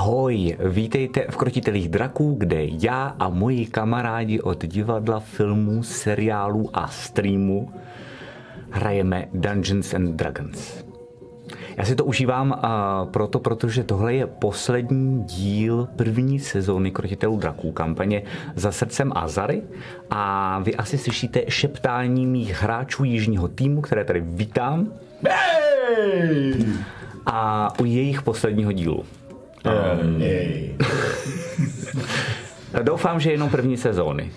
Ahoj, vítejte v Krotitelích draků, kde já a moji kamarádi od divadla, filmů, seriálů a streamu hrajeme Dungeons and Dragons. Já si to užívám protože tohle je poslední díl první sezóny Krotitelů draků, kampaně Za srdcem Azary, a vy asi slyšíte šeptání mých hráčů jižního týmu, které tady vítám. Hey! A u jejich posledního dílu. Doufám, že jenom první sezóny.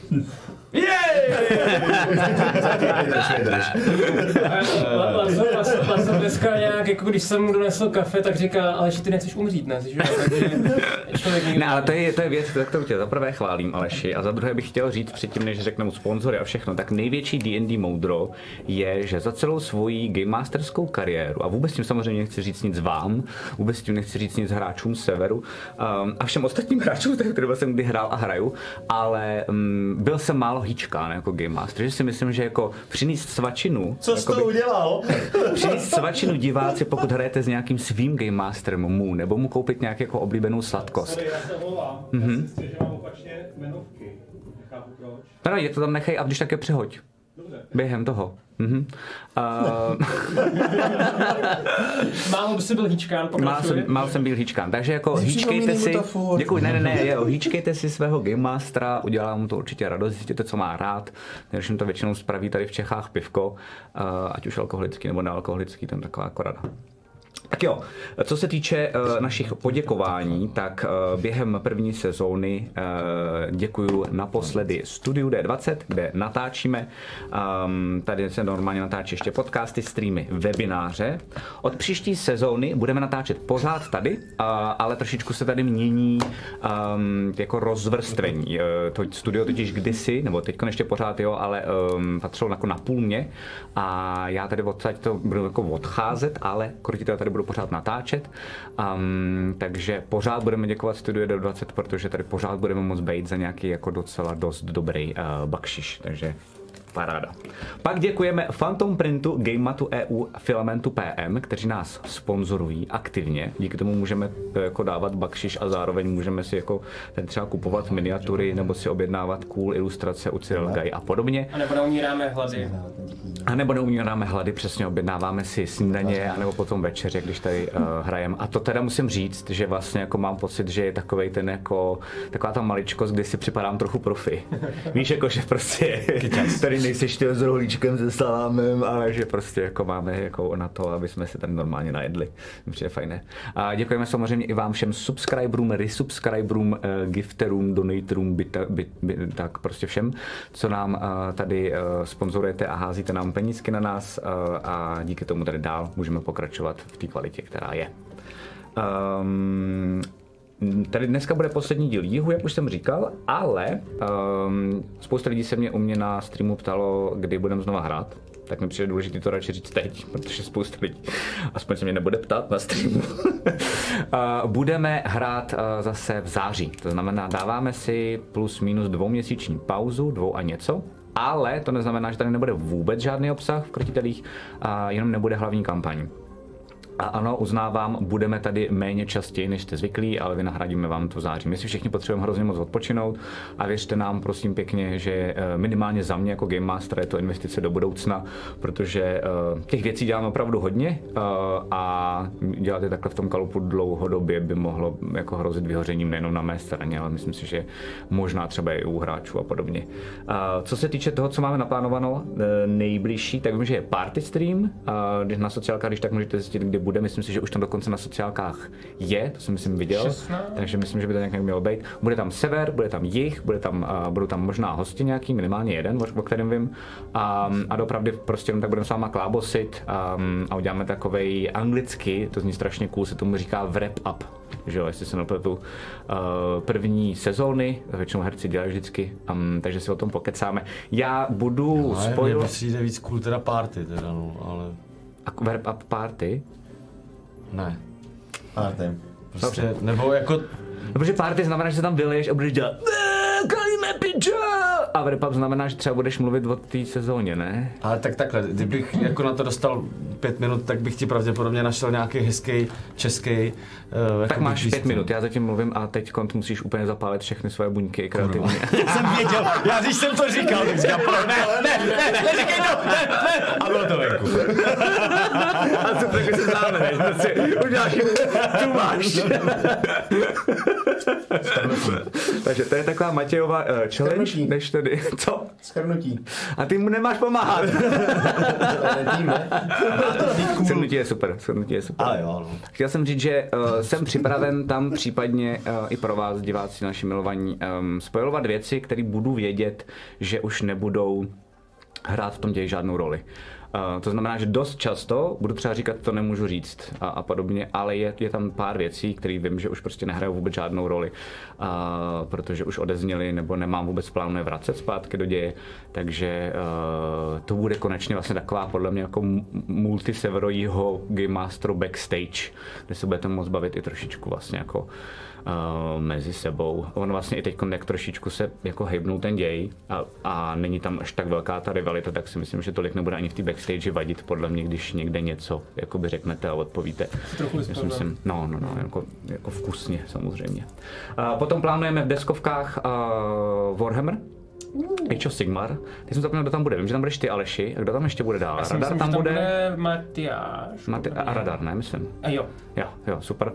Lasa dneska nějak, jako když jsem mu donesl kafe, tak říká, Aleši, ty nechceš umřít, ne? Ne, ale to je věc, kterou tě za prvé chválím, Aleši, a za druhé bych chtěl říct předtím, než řeknu sponzory a všechno, tak největší D&D moudro je, že za celou svoji game masterskou kariéru, a vůbec tím samozřejmě nechci říct nic vám, vůbec tím nechci říct nic hráčům Severu a všem ostatním hráčům, kterým jsem kdy hrál a hraju, ale byl jsem málo hýčkán jako game master, že si myslím, že jako přinést svačinu. Co jsi to udělal? Přinést svačinu diváci, pokud hrajete s nějakým svým game masterem mu, nebo mu koupit nějak jako oblíbenou sladkost. Sorry, já se volám. Já že mám opačně jmenovky. Nechápu proč. No, je to tam nechej a když tak je přehoď. Dobře. Během toho. Málo si byl hýčkán, pokračuje. Málo jsem byl hýčkán, takže jako hýčkejte si, děkuji, hýčkejte si svého game mastera, udělá mu to určitě radost, zjistíte, co má rád, než to většinou spraví tady v Čechách pivko, ať už alkoholický nebo nealkoholický, to je taková jako rada. Tak jo, co se týče našich poděkování, tak během první sezóny děkuju naposledy Studiu D20, kde natáčíme. Tady se normálně natáčí ještě podcasty, streamy, webináře. Od příští sezóny budeme natáčet pořád tady, ale trošičku se tady mění jako rozvrstvení. To studio totiž kdysi, nebo teďko ještě pořád jo, ale patřilo jako na půl mě a já tady odsaď to budu jako odcházet, ale Krotitelé tady budou pořád natáčet, takže pořád budeme děkovat Studio D20, protože tady pořád budeme moct být za nějaký jako docela dost dobrý bakšiš, takže paráda. Pak děkujeme Phantom Printu, Gamematu EU, Filamentu PM, kteří nás sponzorují aktivně. Díky tomu můžeme jako dávat bakšiš a zároveň můžeme si jako tady třeba kupovat miniatury nebo si objednávat cool ilustrace u Cyril Guy a podobně. A nebo neumíráme hlady. A nebo neumíráme hlady, přesně objednáváme si snídaně, anebo potom večeře, když tady hrajeme. A to teda musím říct, že vlastně jako mám pocit, že je takovej ten jako, taková ta maličkost, kdy si připadám trochu profi. Víš, jako že prostě tady nejseš ty s rohlíčkem se salámem, ale že prostě jako máme jako na to, aby jsme se tady normálně najedli. Myslím, je fajné. A děkujeme samozřejmě i vám všem subscriberům, resubscriberům, gifterům, donatorům, tak prostě všem, co nám tady sponzorujete a házíte nám penízky na nás a díky tomu tady dál můžeme pokračovat v té kvalitě, která je. Tady dneska bude poslední díl Jihu, jak už jsem říkal, ale spousta lidí se mě u mě na streamu ptalo, kdy budeme znova hrát. Tak mi přijde důležité to radši říct teď, protože spousta lidí aspoň se mě nebude ptát na streamu. Budeme hrát zase v září, to znamená dáváme si plus minus 2měsíční pauzu, 2 a něco. Ale to neznamená, že tady nebude vůbec žádný obsah v Krotitelích, jenom nebude hlavní kampaň. A ano, uznávám, budeme tady méně častěji, než jste zvyklí, ale vynahradíme vám to v září. My si všichni potřebujeme hrozně moc odpočinout a věřte nám, prosím pěkně, že minimálně za mě jako Game Master je to investice do budoucna, protože těch věcí děláme opravdu hodně a dělat je takhle v tom kalupu dlouhodobě by mohlo jako hrozit vyhořením nejenom na mé straně, ale myslím si, že možná třeba i u hráčů a podobně. Co se týče toho, co máme naplánováno nejbližší, tak vím, že je party stream, když na sociálkách, když tak můžete zjistit, kde bude. Myslím si, že už tam dokonce na sociálkách je, to jsem myslím viděl, 16. Takže myslím, že by to nějak mělo být. Bude tam sever, bude tam jih, budou tam možná hosti nějaký, minimálně jeden, o kterém vím. A dopravdy prostě tak budeme s váma klábosit a uděláme takovej anglicky, to zní strašně cool, se tomu říká wrap up. Že jo, jestli se nepletu, první sezóny, většinou herci dělají vždycky, takže si o tom pokecáme. Já budu spojovat... Mně přijde víc cool teda party teda, no, ale... A wrap up party? Ne. Party. Prostě, dobře. Nebo jako... No, protože party znamená, že se tam vyleješ a budeš dělat kalíme piča! A wrap up znamená, že třeba budeš mluvit o té sezóně, ne? Ale tak takhle, kdybych jako na to dostal 5 minut, tak bych ti pravděpodobně našel nějaký hezký český. Tak máš 5 minut, já zatím mluvím a teď musíš úplně zapálit všechny svoje buňky kreativně. Jsem věděl, já když jsem to říkal, tak říkám, neříkej to, ne, a bylo to venku. A co tak se známe, prostě uděláš, tu máš. Takže to je taková Matějova challenge, než tedy, co? Shrnutí. A ty mu nemáš pomáhat. Shrnutí je super. Ale jo, no. Chtěl jsem říct, že jsem připraven tam případně i pro vás, diváci naši milovaní, spojovat věci, které budu vědět, že už nebudou hrát v tom ději žádnou roli. To znamená, že dost často budu třeba říkat, to nemůžu říct a podobně, ale je tam pár věcí, které vím, že už prostě nehrajou vůbec žádnou roli, protože už odezněly nebo nemám vůbec plánu je vracet zpátky do děje, takže to bude konečně vlastně taková podle mě jako multiseverojího Game Masteru backstage, kde se budete moct bavit i trošičku vlastně jako mezi sebou. On vlastně i teď, jak trošičku se jako hejbnul ten děj a není tam až tak velká ta rivalita, tak si myslím, že tolik nebude ani v té backstage vadit, podle mě, když někde něco jakoby řeknete a odpovíte. Myslím, no, jako vkusně samozřejmě. Potom plánujeme v deskovkách Warhammer, Age of Sigmar. Teď jsem zapomněl, kdo tam bude. Vím, že tam budeš ty, Aleši. A kdo tam ještě bude dál? Já Radar myslím, tam bude Matyáš. A Radar, ne, myslím. Jo. Jo, super.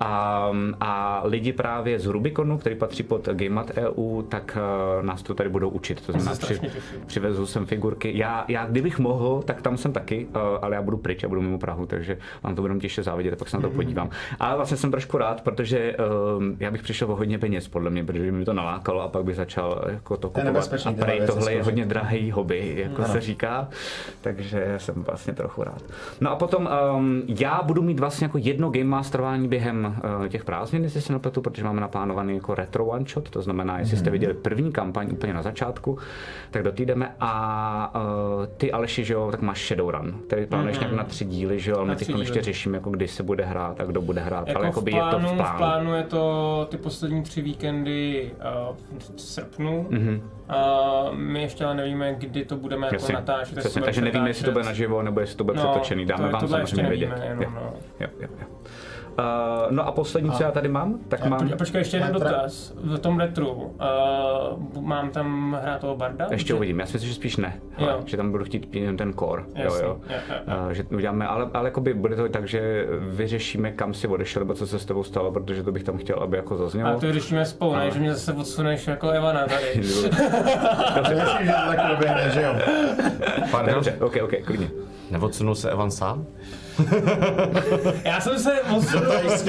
A lidi právě z Rubiconu, který patří pod GameMat EU, tak nás to tady budou učit. To znamená, přivezu sem figurky. Já kdybych mohl, tak tam jsem taky, ale já budu pryč, já budu mimo Prahu, takže vám to budeme těžce závidět, a pak se na to podívám. Ale vlastně jsem trošku rád, protože já bych přišel o hodně peněz, podle mě, protože by mi to nalákalo a pak bych začal jako to kupovat. A prej tohle je hodně drahý hobby, jako se říká, takže jsem vlastně trochu rád. No a potom já budu mít vlastně jako jedno game masterování během těch prázdnin, jestli se nepletu, protože máme naplánovaný jako retro one shot, to znamená, jestli jste viděli první kampaň úplně na začátku, tak do té jdeme a ty, Aleši, že jo, tak máš Shadowrun, který plánuješ nějak na 3 díly, že jo, ale my teď ještě řešíme, jako kdy se bude hrát a kdo bude hrát, jako ale jakoby je to v plánu. V plánu je to ty poslední 3 víkendy v srpnu. My ještě ale nevíme, kdy to budeme jako natáčet. Takže nevíme, jestli to bude naživo, nebo jestli to bude přetočený. Dáme vám samozřejmě vědět. Jo. No a poslední, co já tady mám, tak mám... Počkej, ještě jeden dotaz. V tom retru mám tam hrát toho barda? Ještě uvidím, já si myslím, že spíš ne. Že tam budu chtít jen ten core. Jo. Že uděláme, ale jakoby bude to tak, že vyřešíme, kam si odešel, nebo co se s tebou stalo, protože to bych tam chtěl, aby jako zaznělo. A to řešíme spolu, ne? Že mě zase odsuneš jako Evana tady. Myslím, že to tak proběhne, že jo? Dobře, ok, klidně. Neodsunul se Evan sám? Já jsem se odsunul.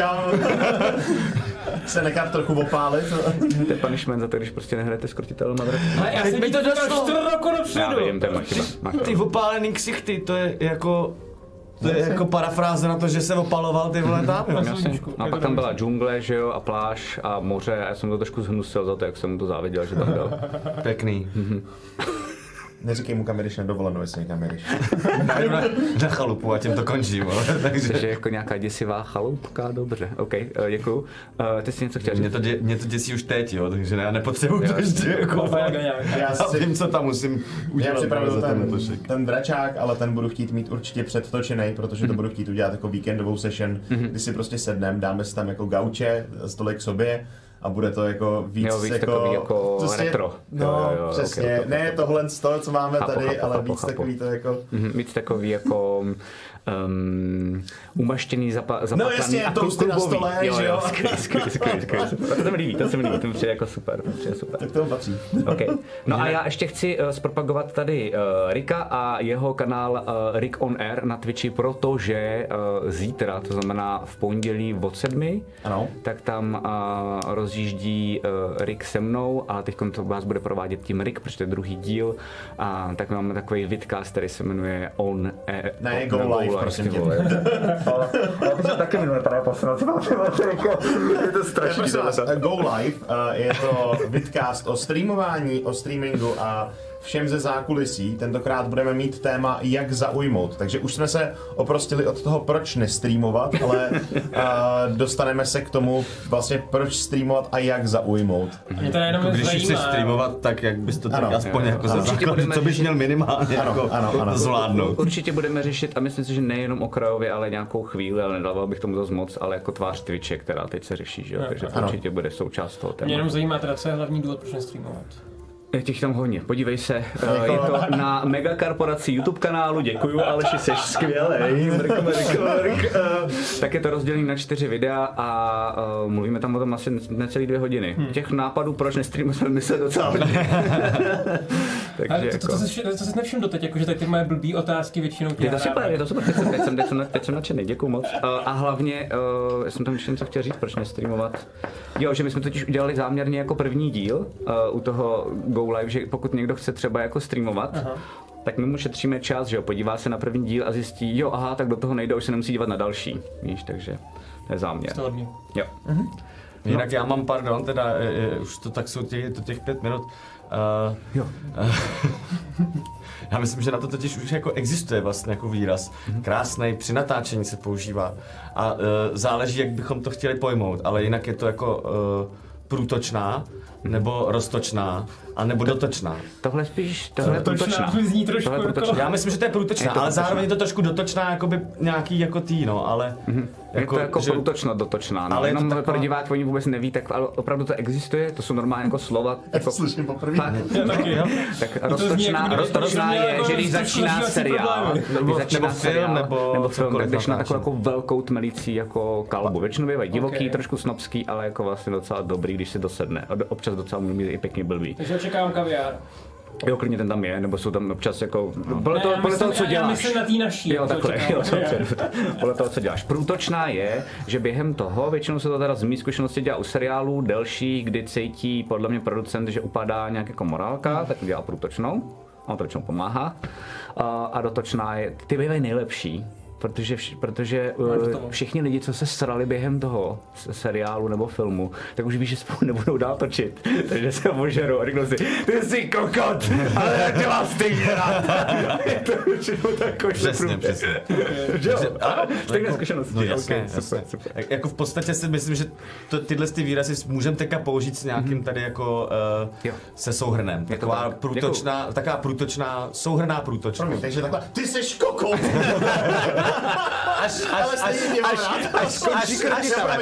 Se nechat trochu opálit. To je punishment za to, když prostě nehrajete s krotitelem. Ale já jsem mi to došlo 4 roku dopředu. Já vidím, to je chyba. Ty opálený ksichty, to je jako parafráze na to, že se opaloval ty vole tam. No a pak tam byla džungle, že jo, a pláž a moře a já jsem to trošku zhnusil za to, jak jsem mu to záviděl, že tam byl. Pěkný. Neříkej mu, kam jdeš na dovolenou, jestli někam jdeš. Na chalupu a tím to končí, takže jako nějaká děsivá chalupka, dobře, ok, děkuju. Ty jsi něco chtěl říct? Mě to děsí už teď, jo, takže já nepotřebuji ještě jako... Já vím, co tam musím udělat. Já připravil ten dračák, ale ten budu chtít mít určitě předtočenej, protože to budu chtít udělat jako víkendovou session, kdy si prostě sedneme, dáme si tam jako gauče, stole k sobě, a bude to jako víc jako retro. No, přesně. Okay, ne tohle z toho, co máme tady, ale víc takový to jako... Víc takový jako umaštěný, zapatlaný no jasně, toasty na stole, že jo? Skvělý. To se mi líbí, to mi přijde jako super. Tak to patří. Okay. No a já ještě chci zpropagovat tady Rika a jeho kanál Rick on Air na Twitchi, protože zítra, to znamená v pondělí od 7, tak tam rozjíždí Rick se mnou a teď to vás bude provádět tím Rick, protože to je druhý díl. A tak máme takový vidcast, který se jmenuje On Air. Ne, Go Live, prosím tě. Já bych se taky minule právě posunul, je to strašný. Go Live je to vidcast o streamování, o streamingu a všem ze zákulisí. Tentokrát budeme mít téma jak zaujmout. Takže už jsme se oprostili od toho, proč nestreamovat, ale dostaneme se k tomu vlastně proč streamovat a jak zaujmout. Když chceš streamovat, tak jak bys to tak aspoň jako za základ, co bys měl minimálně ano. zvládnout. Určitě budeme řešit a myslím si, že nejenom okrajově, ale nějakou chvíli, ale nedával bych tomu zas moc, ale jako tvář Twitche, která teď se řeší, že jo? Takže určitě bude součást toho tématu. Mě jenom zajímá teda, co je hlavní důvod, proč nestreamovat. Je těch tam hodně, podívej se, je to na megakorporaci YouTube kanálu, děkuju Aleši, jsi skvělej, tak je to rozdělený na 4 videa a mluvíme tam o tom asi necelý 2 hodiny. Těch nápadů, proč nestreamovat, jsem myslel docela hodně. Takže to jsi nevšiml doteď, jakože tak ty moje blbý otázky většinou tě je to super, teď jsem nadšený, děkuju moc. A hlavně, já jsem tam ještě něco chtěl říct, proč nestreamovat. Jo, že my jsme totiž udělali záměrně jako první díl u toho Go Live, že pokud někdo chce třeba jako streamovat, tak my mu šetříme čas, že jo, podívá se na první díl a zjistí, jo, aha, tak do toho nejde, už se nemusí dívat na další, víš, takže to je záměr. Jo. Jinak já mám, pardon, teda už to tak jsou těch 5 minut. Jo. Já myslím, že na to totiž už jako existuje vlastně jako výraz. Krásnej, při natáčení se používá a záleží, jak bychom to chtěli pojmout, ale jinak je to jako průtočná, nebo roztočná, a nebo dotočná. Tohle spíš, tohle je průtočná. Já myslím, že to je průtočná, ale zároveň je to trošku dotočná, jakoby nějaký jako no, ale... Je to jako průtočno dotočná, no. Ale jenom taková... pro diváky oni vůbec neví, tak ale opravdu to existuje, to jsou normálně jako slova. Já to slyším poprvé. Tak roztočná je, že když začíná seriál, nebo film, tak jdeš na takovou jako velkou tmelící jako kalbu. Většinou bývají divoký, trošku snobský, ale jako vlastně docela dobrý, když si dosedne. Občas docela může být i pěkně blbý. Takže očekávám kaviár. Jo, klidně ten tam je, nebo jsou tam občas jako... Podle toho, co děláš. Já myslím na tý naší. Jo, takhle, podle toho, co děláš. Průtočná je, že během toho, většinou se to teda z mý zkušenosti dělá u seriálů delší, kdy cítí podle mě producent, že upadá nějak jako morálka, tak dělá průtočnou. On to většinou pomáhá. A dotočná je, ty bývají nejlepší. Protože všichni lidi, co se srali během toho seriálu nebo filmu, tak už ví, že spolu nebudou dál točit. Takže se ožerou a řeknou si, ty jsi kokot, ale já tě mám stejně rád. Je to většinou takový přesně. Že jo? Stejné zkušenosti. No jasně. Super. Jako v podstatě si myslím, že tyhle výrazy můžeme teďka použít s nějakým tady jako se souhrnem. Taková průtočná, souhrnná průtočná. Takže takhle, ty jsi kokot! Až skončí krotita.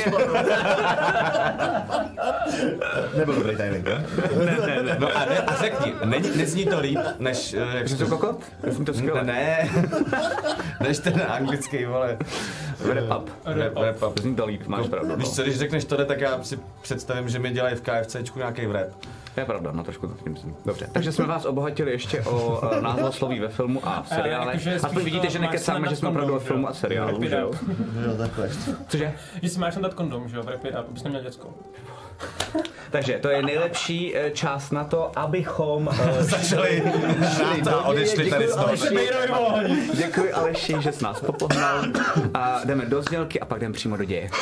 Nebyl dobrý timing. Ne. No a řekni, nezní to líp, než... Jsi to kokot? Jsem to skvěle. Ne. Než ten anglický, vole. Wrap up. Zní to líp, máš pravdu. Víš co, když řekneš tohle, tak já si představím, že mi dělají v KFCčku nějaký wrap. To je pravda, no trošku to tím myslím. Dobře, takže jsme vás obohatili ještě o názvosloví ve filmu a v seriálech. Aspoň vidíte, že nekecáme, že jsme opravdu ve filmu a seriálu, že jo? Jo, takhle. Cože? Že si máš dát kondom, že jo, wrap it up, abys neměl děcko. Takže to je nejlepší část na to, abychom začali a odešli tady z toho. Děkuji Aleši, že jsi nás popohnal. A jdeme do znělky a pak jdeme přímo do děje.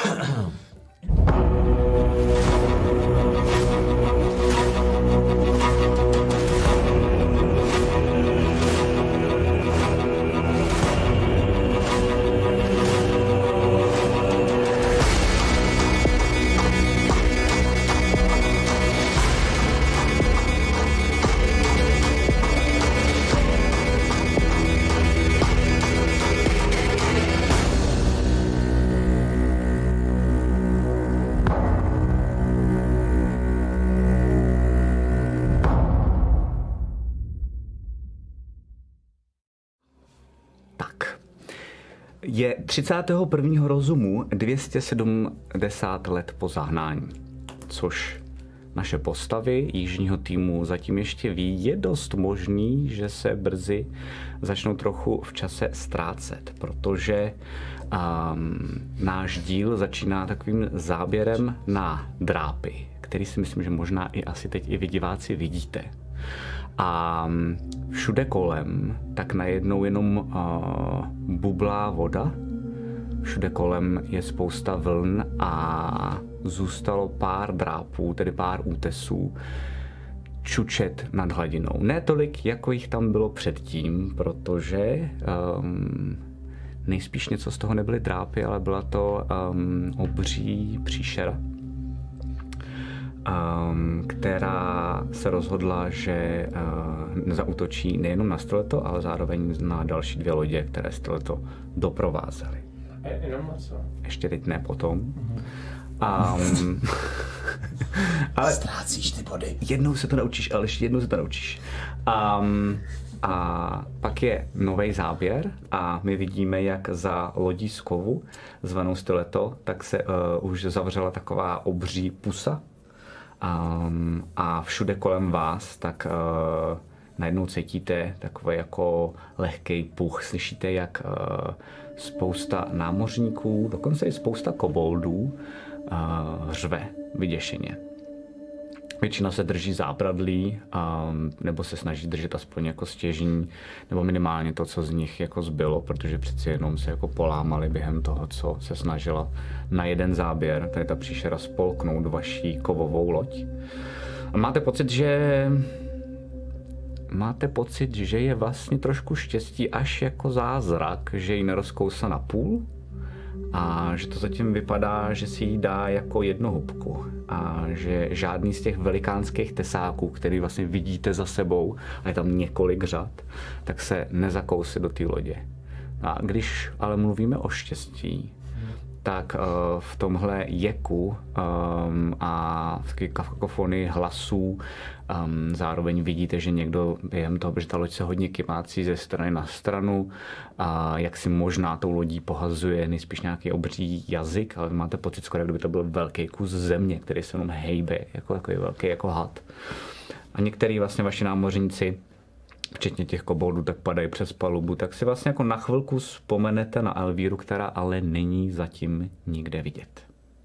Je 31. rozumu 270 let po zahnání, což naše postavy jižního týmu zatím ještě ví, je dost možný, že se brzy začnou trochu v čase ztrácet, protože náš díl začíná takovým záběrem na drápy, který si myslím, že možná i asi teď i vy diváci vidíte. A všude kolem tak najednou jenom bublá voda, všude kolem je spousta vln a zůstalo pár drápů, tedy pár útesů, čučet nad hladinou. Ne tolik, jako jich tam bylo předtím, protože nejspíš něco z toho nebyly drápy, ale byla to obří příšera, která se rozhodla, že zaútočí nejenom na Stilleto, ale zároveň na další 2 lodě, které Stilleto doprovázely. Jenom na co? Ještě teď ne potom. Ale ztrácíš ty body. Jednou se to naučíš, ale ještě jednou se to naučíš. A pak je nový záběr a my vidíme, jak za lodí z kovu, zvanou Stilleto, tak se už zavřela taková obří pusa. A všude kolem vás tak najednou cítíte takový jako lehký puch. Slyšíte, jak spousta námořníků, dokonce i spousta koboldů řve vyděšeně. Většina se drží zábradlí, nebo se snaží držet aspoň jako stěžní, nebo minimálně to, co z nich jako zbylo, protože přeci jenom se jako polámali během toho, co se snažila na jeden záběr, tady ta příšera spolknout vaší kovovou loď. A máte pocit, že je vlastně trošku štěstí až jako zázrak, že ji nerozkousla na půl a že to zatím vypadá, že si jí dá jako jednu hubku a že žádný z těch velikánských tesáků, který vlastně vidíte za sebou a je tam několik řad, tak se nezakousí do té lodě. A když ale mluvíme o štěstí, tak v tomhle jeku a v kakofonii hlasů zároveň vidíte, že někdo během toho, že ta loď se hodně kymácí ze strany na stranu, a jak si možná tou lodí pohazuje nejspíš nějaký obří jazyk, ale máte pocit skoro, jak kdyby to byl velký kus země, který se jenom hejbe, jako takový velký jako had. A některý vlastně vaši námořníci, včetně těch koboldů, tak padají přes palubu, tak si vlastně jako na chvilku vzpomenete na Elvíru, která ale není zatím nikde vidět.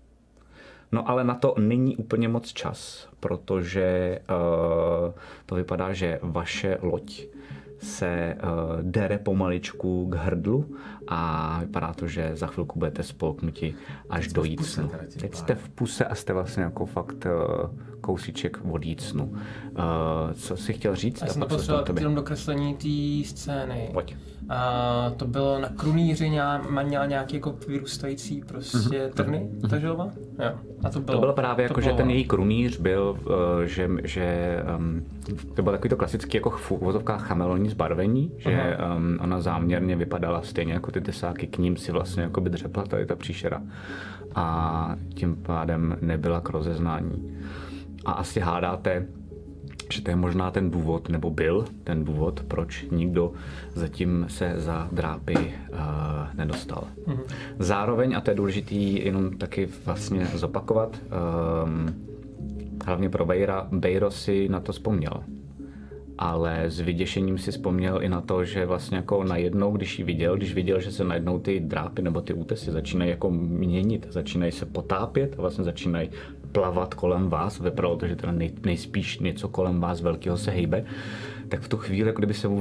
No ale na to není úplně moc čas, protože to vypadá, že vaše loď se dere pomaličku k hrdlu a vypadá to, že za chvilku budete spolknuti až do jícnu. Teď jste v puse a jste vlastně jako fakt kousíček od jícnu. Co jsi chtěl říct? Já jsem potřeboval jenom dokreslení té scény. Pojď. A to bylo na krunýři, měla nějaký jako vyrůstající prostě trny, ta želva? Jo. A to bylo právě jako, že ten její krunýř byl, že to bylo takový to klasický jako v uvozovkách chamelonní zbarvení, že ona záměrně vypadala stejně jako ty tesáky, k ním si vlastně jako by dřepla tady ta příšera a tím pádem nebyla k rozeznání. A asi hádáte, že to je možná ten důvod, nebo byl ten důvod, proč nikdo zatím se za drápy nedostal. Zároveň, a to je důležitý jenom taky vlastně zopakovat, hlavně pro Bejro si na to vzpomněl. Ale s vyděšením si vzpomněl i na to, že vlastně jako najednou, když viděl, že se najednou ty drápy nebo ty útesy začínají jako měnit, začínají se potápět a vlastně začínají plavat kolem vás, vypadalo to, že teda nejspíš něco kolem vás velkého se hejbe, tak v tu chvíli, jako kdyby se mu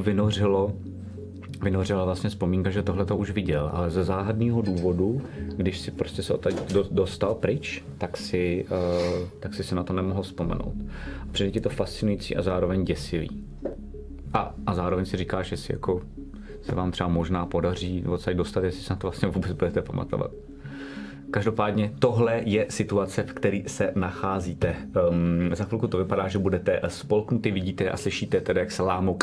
vynořila vlastně vzpomínka, že tohle to už viděl, ale ze záhadného důvodu, když si prostě se dostal pryč, tak si na to nemohl vzpomenout. A přijde ti to fascinující a zároveň děsivý. A zároveň si říkáš, že si jako se vám třeba možná podaří odsaď dostat, jestli se na to vlastně vůbec budete pamatovat. Každopádně tohle je situace, v které se nacházíte. Za chvilku to vypadá, že budete spolknutý, vidíte a slyšíte tedy, jak se lámou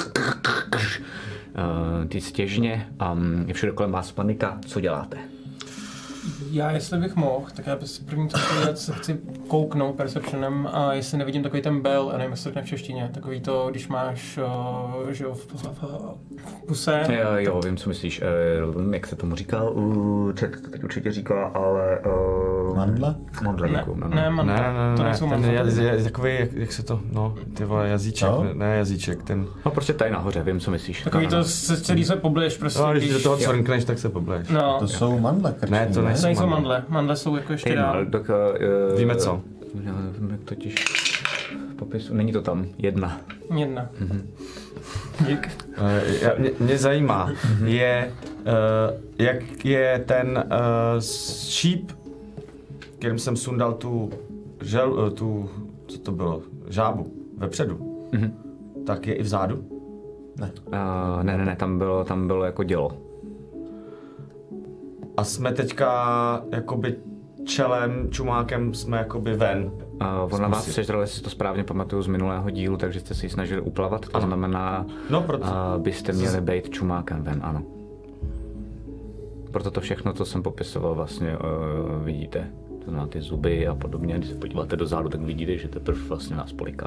ty stěžně. Je všude kolem vás panika. Co děláte? Já, jestli bych mohl, tak já bych první co se chci kouknout perceptionem a jestli nevidím takový ten bell, a nevím, jestli to v češtině, takový to, když máš že v puse. Jo, vím, co myslíš. Jak se tomu říká? Čet to teď určitě říká, ale... Mandle? Mandle, ne, mandle. To nejsou mandle. Takový, jak se to, ty vole, jazyček, ne jazyček, ten... No prostě tady nahoře, vím, co myslíš. Takový to, celý se pobleješ prostě. No, když do toho cvrkneš, tak se pobleješ. No. To jsou mandle, krčí, ne, to nejsou mandle. Mandle jsou jako ještě dál. Víme co? Totiž popisu, není to tam, jedna. Dík. Mě zajímá, jak je ten šíp, kterým jsem sundal tu, co to bylo, žábu vepředu. tak je i vzadu? Ne. Ne, tam bylo jako dělo. A jsme teďka jakoby čelem, čumákem jsme jakoby ven. Ona vás sežrala, jestli to správně pamatuju z minulého dílu, takže jste si ji snažili uplavat, to znamená, byste měli být čumákem ven, ano. Proto to všechno, co jsem popisoval, vlastně vidíte. To znamená ty zuby a podobně, když se podíváte dozadu, tak vidíte, že teprve vlastně nás poliká.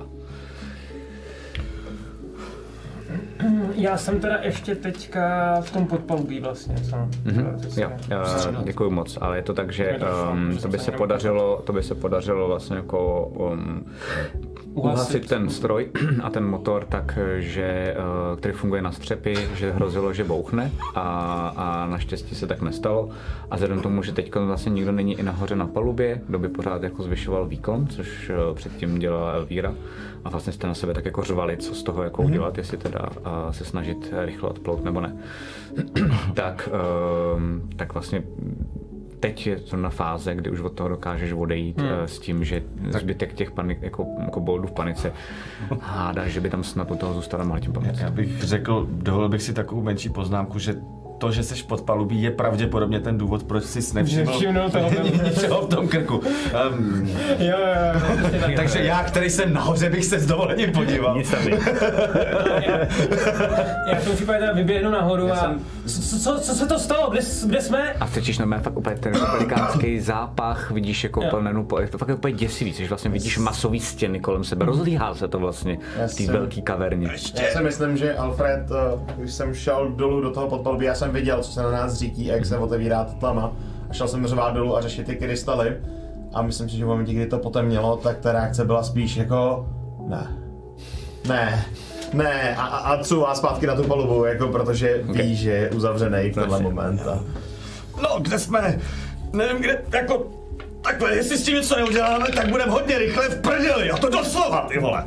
Já jsem teda ještě teďka v tom podpalubí vlastně, co? Jo, děkuju moc, ale je to tak, že to by se podařilo vlastně jako uhasit ten stroj a ten motor, takže, který funguje na střepy, že hrozilo, že bouchne a naštěstí se tak nestalo. A vzhledem tomu, že teď vlastně nikdo není i nahoře na palubě, kdo by pořád jako zvyšoval výkon, což předtím dělala Elvíra, a vlastně jste na sebe tak jako řvali, co z toho jako udělat, jestli teda se snažit rychle odplout nebo ne. tak vlastně teď je to na fáze, kdy už od toho dokážeš odejít s tím, že zbytek těch jako boldů v panice hádá, že by tam snad u toho zůstala mohli tím pomoct. Já bych řekl, dovolil bych si takovou menší poznámku, že to, že seš pod palubí, je pravděpodobně ten důvod, proč jsi nevšiml ničeho v tom krku. Takže já, který jsem nahoře, bych se s dovolením podíval. Nic tam Já v tom případě teda vyběhnu nahoru a... Co se to stalo? Kde jsme? A cítíš na fakt úplně ten velikánský zápach, vidíš jako plnenu, je to fakt úplně děsivý, což vlastně vidíš masový stěny kolem sebe, rozlíhá se to vlastně v té velké kaverně. Já si myslím, že Alfred, když jsem šel dolů do toho podpalubí, já jsem viděl, co se na nás řítí, jak se otevírá ta tlama, a šel jsem řvát dolů a řešit ty krystaly. A myslím si, že v momentě, kdy to potemnělo, tak ta reakce byla spíš jako ne a couvá zpátky na tu palubu, jako protože ví, že je uzavřený v tenhle moment. No, kde jsme? Nevím kde, jako takhle, jestli s tím něco neuděláme, tak budeme hodně rychle v prdeli, a to doslova, ty vole.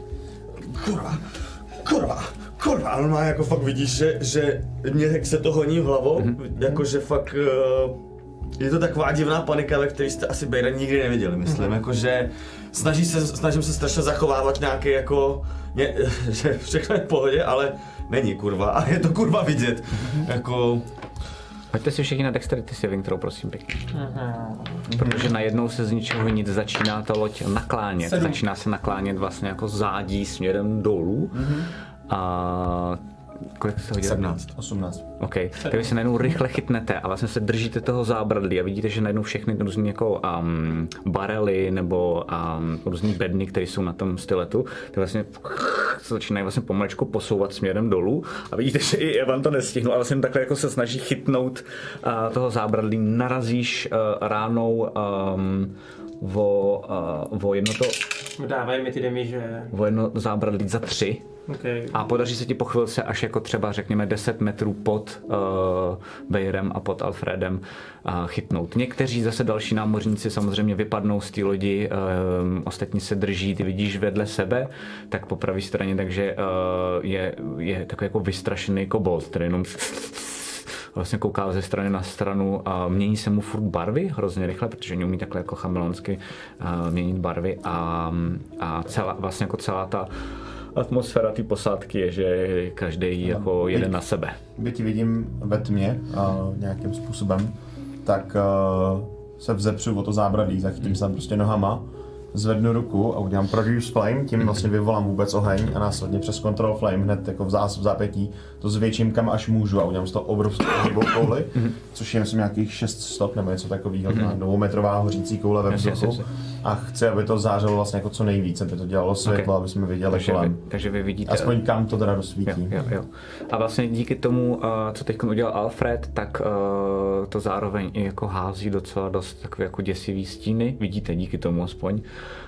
Kurva, ale má jako fakt vidíš, že mě se to honí v hlavou, jakože fakt je to taková divná panika, ve které jste asi Bejra nikdy neviděli, myslím, jakože snažím se strašně zachovávat nějaký jako, že všechno je v pohodě, ale není kurva a je to kurva vidět, jako... Pojďte si všichni na Dexterity saving throw, prosím pěkně. Protože najednou se z ničeho nic začíná ta loď naklánět. Začíná se naklánět vlastně jako zádí směrem dolů. A kolik jste hodil? 18. OK, tak vy se najednou rychle chytnete a vlastně se držíte toho zábradlí a vidíte, že najednou všechny různý jako barely nebo různý bedny, které jsou na tom styletu, tak vlastně se začínají vlastně pomalečku posouvat směrem dolů a vidíte, že i Evan to nestihnul, ale vlastně takhle jako se snaží chytnout toho zábradlí, narazíš ránou o jedno to... Dávaj mi ty damage. O jedno zábradlí za 3. Okay. A podaří se ti po chvilce až jako třeba řekněme 10 metrů pod Bejrem a pod Alfredem chytnout. Někteří zase další námořníci samozřejmě vypadnou z té lodi, ostatní se drží, ty vidíš vedle sebe, tak po pravé straně, takže je takový jako vystrašený kobold, který jenom vlastně kouká ze strany na stranu a mění se mu furt barvy hrozně rychle, protože oni umí takhle jako chameleonsky měnit barvy a celá ta atmosféra té posádky je, že každý jako jede na sebe. Byť vidím ve tmě nějakým způsobem, tak se vzepřu o to zábradlí, zachytím se tam prostě nohama, zvednu ruku a udělám Produce Flame, tím vlastně vyvolám vůbec oheň a následně přes Control Flame hned jako v zápětí to zvětším kam až můžu a udělám z toho obrovskou kouli, což je myslím nějakých 600 nebo něco takového, 2metrová hořící koule ve vzduchu. A chci, aby to zářilo vlastně jako co nejvíc, aby to dělalo světlo, aby jsme viděli kolem. Takže vy vidíte... Aspoň kam to teda dosvítí. Jo. A vlastně díky tomu, co teď udělal Alfred, tak to zároveň i jako hází docela dost takové jako děsivý stíny. Vidíte díky tomu aspoň.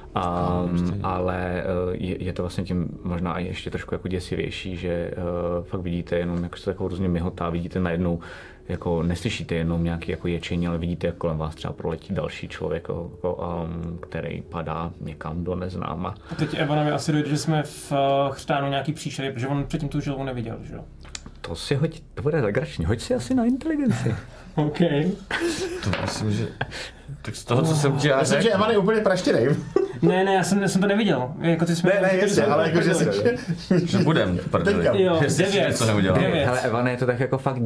Ale je to vlastně tím možná i ještě trošku jako děsivější, že fakt vidíte jenom, jak se to jako různě myhotá, vidíte najednou, jako neslyšíte jenom nějaký jako ječení, ale vidíte, jak kolem vás třeba proletí další člověk, který padá někam do neznáma. A teď Evanovi asi dojde, že jsme v chřtánu nějaký příšery, protože on předtím tu želvu neviděl, že jo? To si hoď, to bude legrační, hoď si asi na inteligenci. OK. To myslím, že... Tak z toho, co jsem chtěl řekl... Myslím, že Evan je úplně praštěnej. Ne, já jsem to neviděl. Jako ty jsme Ne, jasně, ale jako, že budem v prdeli. Jo, Jestli si 9. něco neudělám. 9. Hele, Evane, je to tak jako fakt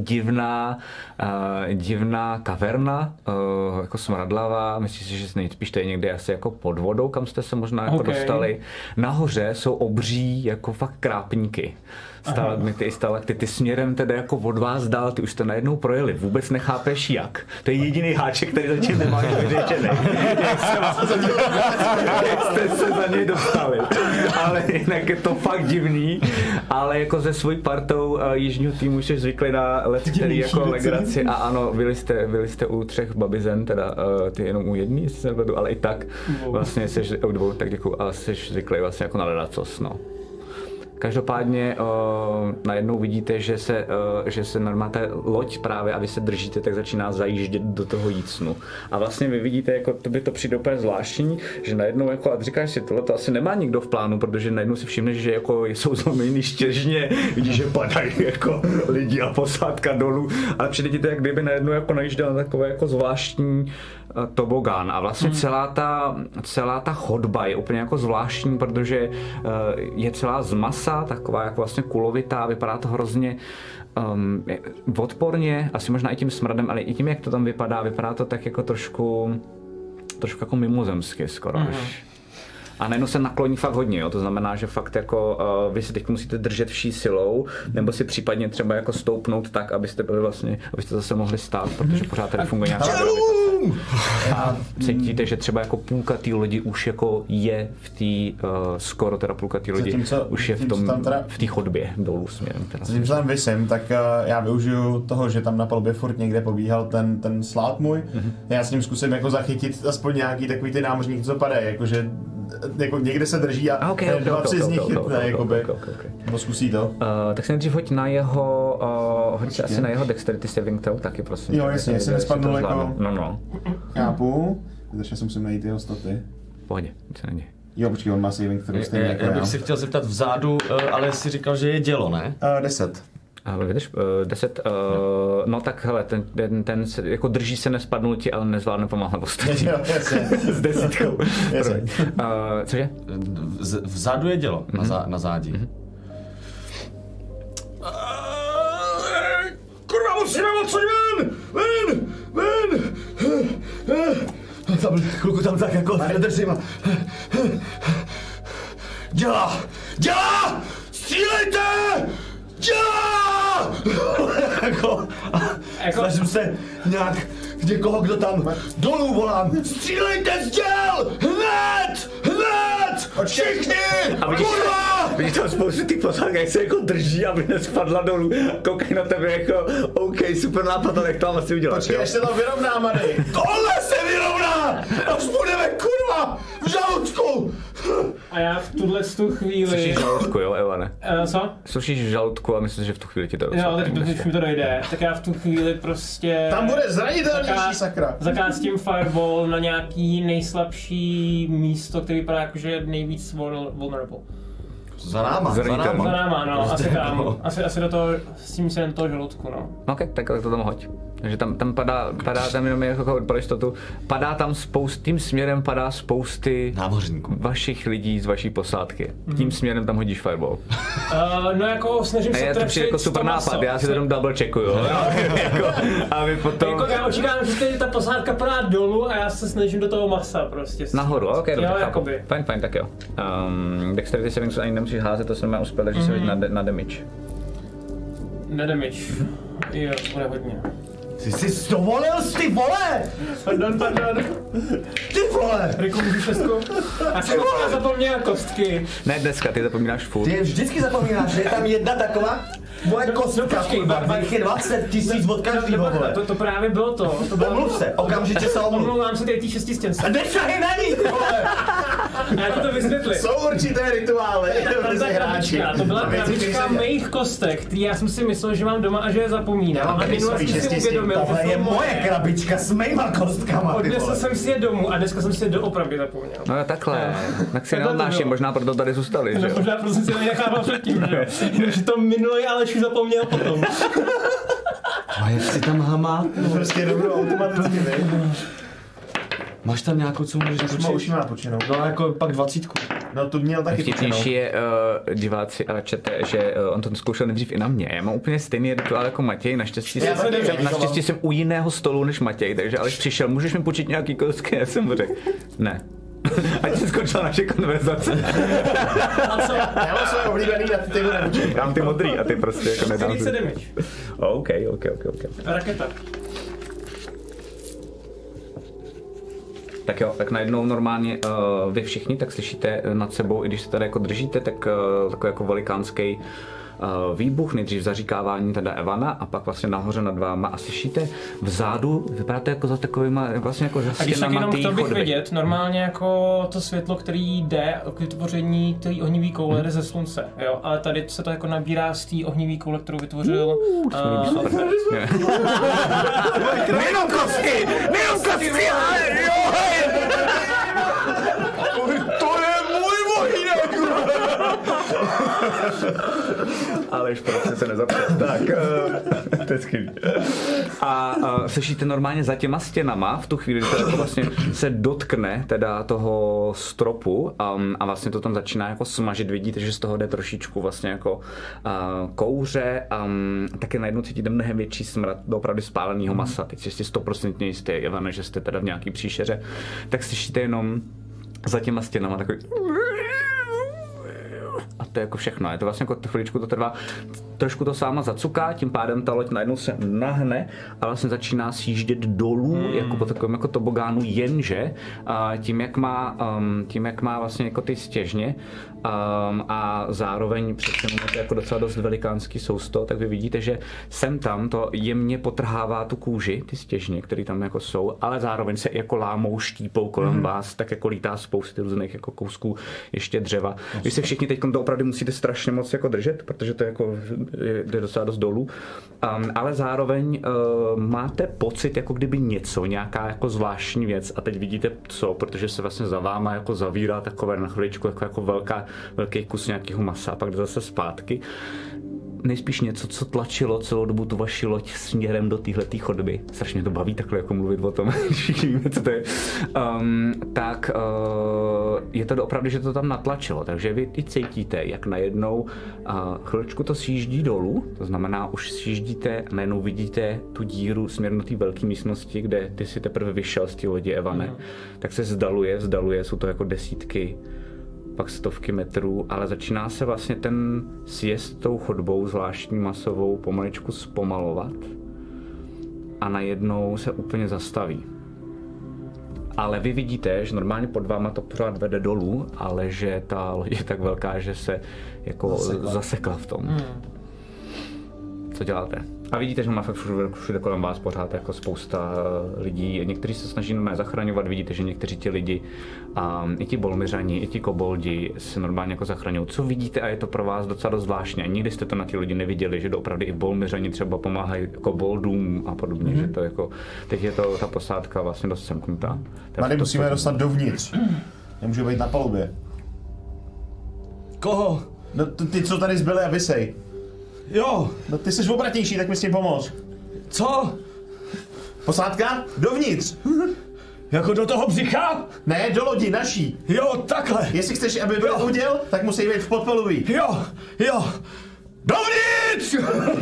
divná kaverna, jako smradlavá. Myslím si, že nejspíš to je někde asi jako pod vodou, kam jste se možná jako dostali. Nahoře jsou obří jako fakt krápníky. Stalagmity i stalaktity směrem teda jako od vás dál, ty už jste najednou projeli, vůbec nechápeš jak. To je jediný háček, který zatím nemáš vyřešený. Jak jste se za něj dostali. Ale jinak je to fakt divný, ale jako se svojí partou jižního týmu jsi zvyklý na let, který jako legraci a ano, byli jste u 3 babizen, teda ty jenom u jedný, jestli se nevedu, ale i tak vlastně jsi u 2, tak děkuju, ale jsi zvyklý vlastně jako na ledacos, no. Každopádně najednou vidíte, že se normálně ta loď právě, a vy se držíte, tak začíná zajíždět do toho jícnu. A vlastně vy vidíte, jako to by to přijde úplně zvláštní, že najednou jako, a říkáš si, tohle to asi nemá nikdo v plánu, protože najednou si všimneš, že jako jsou zlomený štěžně, vidíš, že padají jako lidi a posádka dolů, ale přijde ti to, jak kdyby najednou jako najížděl na takové jako zvláštní tobogán. A vlastně celá ta chodba je úplně jako zvláštní, protože je celá z masa, taková jako vlastně kulovitá, vypadá to hrozně odporně, asi možná i tím smradem, ale i tím, jak to tam vypadá to tak jako trošku jako mimozemsky skoro až. A najednou se nakloní fakt hodně, jo? To znamená, že fakt jako vy si teď musíte držet vší silou, nebo si případně třeba jako stoupnout tak, abyste zase mohli stát, protože pořád tady funguje nějaká gravitace. A cítíte, že třeba jako půlka té lodi už jako je v té, skoro teda půlka té lodi už je v té chodbě dolů směrem. Zatím, co tam visím, tak já využiju toho, že tam na palubě furt někde pobíhal ten slát můj. Já s ním zkusím jako zachytit aspoň nějaký takový ty námořník, co padají, jakože jako někde se drží a 2-3 z nich chytne, jakoby. Nebo zkusí to. Tak se nejdřív hoď na jeho, asi na jeho dexterity saving throw taky, prosím. Jo, jasně, jestli nespadnul jako... No. Chápu. Začal jsem musím najít jeho staty. Pohodě, nic se neděje. Jo, počkej, on má saving throw stejně jako já. Já bych si chtěl zeptat vzadu, ale jsi říkal, že je dělo, ne? 10. Vidíš, 10, no tak hele, ten se, jako drží se, nespadnul ti, ale nezvládne pomáhat ostatní. Jo, jasně. S 10. Cože? Vzadu je dělo, na zádí. Kurva, musíme odsud ven! Kluku tam tak jako nedržím. Dělá! Střílejte! Jako snažím se nějak někoho, kdo tam dolů volám. Střílejte z děl! Hned! Všichni! Kurva! Vidíš tam spoustu těch posádek, jak se jako drží, aby nespadla dolů. Koukej na tebe jako, OK, super nápad, ale jak to mám asi udělat. Počkej, až se to vyrovná, Mary. Tohle se vyrovná! Až budeme, kurva, v žaludku! A já v tu chvíli... Slyšíš v žaludku, jo, Evane? Co? Slyšíš v žaludku a myslím, že v tu chvíli ti to docela. Jo, teď mi to dojde. Tak já v tu chvíli prostě... Tam bude zranitelnější, sakra. Zakácím fireball na nějaký nejslabší místo, který vypadá jakože nejvíc vulnerable. Za náma, no, asi do toho, s tím se toho žaludku, no. Ok, tak to tam hoď. Takže tam padá tam jenom jako pro jistotu, padá tam tím směrem padá spousty námořníků, vašich lidí z vaší posádky. Tím směrem tam hodíš fireball. No jako snažím se trefit jako super nápad, já si to jenom double checkuju. A vy potom... Jako já očekávám, že ta posádka padá dolů a já se snažím do toho masa prostě. Nahoru, ok, dobře, chápu. Fajn, tak jo. Dexterity saving ani nemusíš házet, to se má uspěl, takže se hodí na damage. Na damage. Jo, to bude hodně. Ty jsi dovolil, ty vole! Pardon. Ty vole! Riku, můžu šestku? Já jsem zapomněl kostky. Ne dneska, ty zapomínáš furt. Ty vždycky zapomínáš, že je tam jedna taková moje kostka, těch je 20 000 od každýho, vole. To právě bylo to. Omluv se, okamžitě se omluv. Omlouvám se ty 6 stěnce. Nešahy na ní, vole! A já to vysvětlím. Jsou určité rituály mezi hráči. To byla krabička mých kostek, který já jsem si myslel, že mám doma a že je zapomínám. A minule jsem si uvědomil, tohle je moje krabička s mýma kostkama. Odnesl jsem si je domů a dneska jsem si je doopravdy zapomněl. No takhle, tak si neodnáším, možná proto tady zůstali, že jo? Možná proto jsem si nenechával předtím, že to minulý Aleš už zapomněl potom. A jak si tam hamá? Prostě dobrou automaticky, Máš tam nějakou, co můžeš točit? Už má točenou. No jako pak 20. No tu měl taky točenou. Vtipnější je, diváci a čete, že on to zkoušel nejdřív i na mě. Já mám úplně stejný rituál jako Matěj, naštěstí jsem u jiného stolu než Matěj, takže Aleš přišel, můžeš mi počít nějaký kousky? Já jsem mu řekl, ne. Ať se skončila naše konverzace. A co? Já mám svoje oblíbený a ty nebučím. Já mám ty modrý a ty prostě jako nedám. 40 damage. OK. Raketa. Tak jo, tak najednou normálně vy všichni tak slyšíte nad sebou, i když se tady jako držíte, tak takový jako velikánský výbuch, nejdřív zaříkávání teda Evana a pak vlastně nahoře nad váma a slyšíte vzadu, vypadáte jako za takovýma, vlastně jako za stěnama té chodby. A když tak jenom chtěl bych vidět, normálně jako to světlo, který jde k vytvoření té ohnivý koule jde ze slunce, jo, ale tady se to jako nabírá z té ohnivý koule, kterou vytvořil Nejenom kosti, ale jo! To je můj mohýnek! Aleš prostě se nezapřed. Tak, to je skvělý. A slyšíte normálně za těma stěnama, v tu chvíli, kdy to jako vlastně se dotkne teda toho stropu a vlastně to tam začíná jako smažit, vidíte, že z toho jde trošičku vlastně jako kouře a taky najednou cítíte mnohem větší smrad do opravdu spáleného masa. Teď jste 100% jistý, Ivane, že jste teda v nějaký příšeře, tak slyšíte jenom za těma stěnama takový a to je jako všechno, je to vlastně jako chviličku to trvá, trošku to sáma zacuká, tím pádem ta loď najednou se nahne a vlastně začíná sjíždět dolů, jako po takovém jako tobogánu, jenže tím jak má vlastně jako ty stěžně a zároveň přece je to jako docela dost velikánský sousto, tak vy vidíte, že sem tam to jemně potrhává tu kůži, ty stěžně, které tam jako jsou, ale zároveň se jako lámou, štípou kolem vás, tak jako lítá spousty různých jako kousků ještě dřeva. Vy se všichni teď to opravdu musíte strašně moc jako držet, protože to jako jde docela dost dolů, ale zároveň máte pocit, jako kdyby nějaká jako zvláštní věc a teď vidíte co, protože se vlastně za váma jako zavírá takové na chviličku jako velký kus nějakého masa a pak jde zase zpátky. Nejspíš něco, co tlačilo celou dobu tu vaši loď směrem do téhletý chodby. Strašně to baví takhle jako mluvit o tom, všichni víme, co to je. Tak je to opravdu, že to tam natlačilo, takže vy i cítíte, jak najednou chvíličku to sjíždí dolů, to znamená, už sjíždíte a najednou vidíte tu díru směrem do té velké místnosti, kde ty si teprve vyšel z té lodi, Evane. Tak se vzdaluje, jsou to jako desítky, pak stovky metrů, ale začíná se vlastně ten sjezd tou chodbou zvláštní masovou pomaličku zpomalovat a najednou se úplně zastaví. Ale vy vidíte, že normálně pod váma to pořád vede dolů, ale že ta loď je tak velká, že se jako zasekla v tom. Co děláte? A vidíte, že má fakt všude kolem vás pořád jako spousta lidí. Někteří se snaží normálně zachraňovat, vidíte, že někteří ti lidi, i ti bolmiřani, i ti koboldi se normálně jako zachraňují. Co vidíte a je to pro vás docela dost zvláštní. Nikdy jste to na ti lidi neviděli, že opravdu i bolmiřani třeba pomáhají koboldům a podobně, že to jako, teď je to ta posádka vlastně dost semknutá. Tady musíme dostat dovnitř. Nemůžu být na palubě. Koho? No ty, co tady zbyli a visej. Jo. No ty jsi obratnější, tak mi s tím pomoz. Co? Posádka? Dovnitř. Jako do toho břicha? Ne, do lodi naší. Jo, takhle. Jestli chceš, aby byl uděl, tak musí být v podpalubí. Jo. Dovnitř!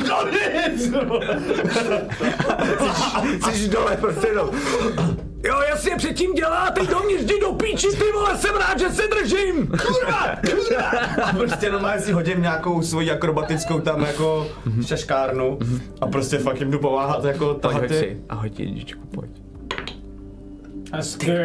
Jsi dole, prostě jenom. Jo, jasně, předtím dělá, teď dovnitř, jdi do píči, ty vole, jsem rád, že se držím! Kurva! A prostě normálně si hodím nějakou svoji akrobatickou tam jako šaškárnu a prostě fakt jim jdu pomáhat jako tahat ty. Ahoj ti, dědičku, pojď. Hezky!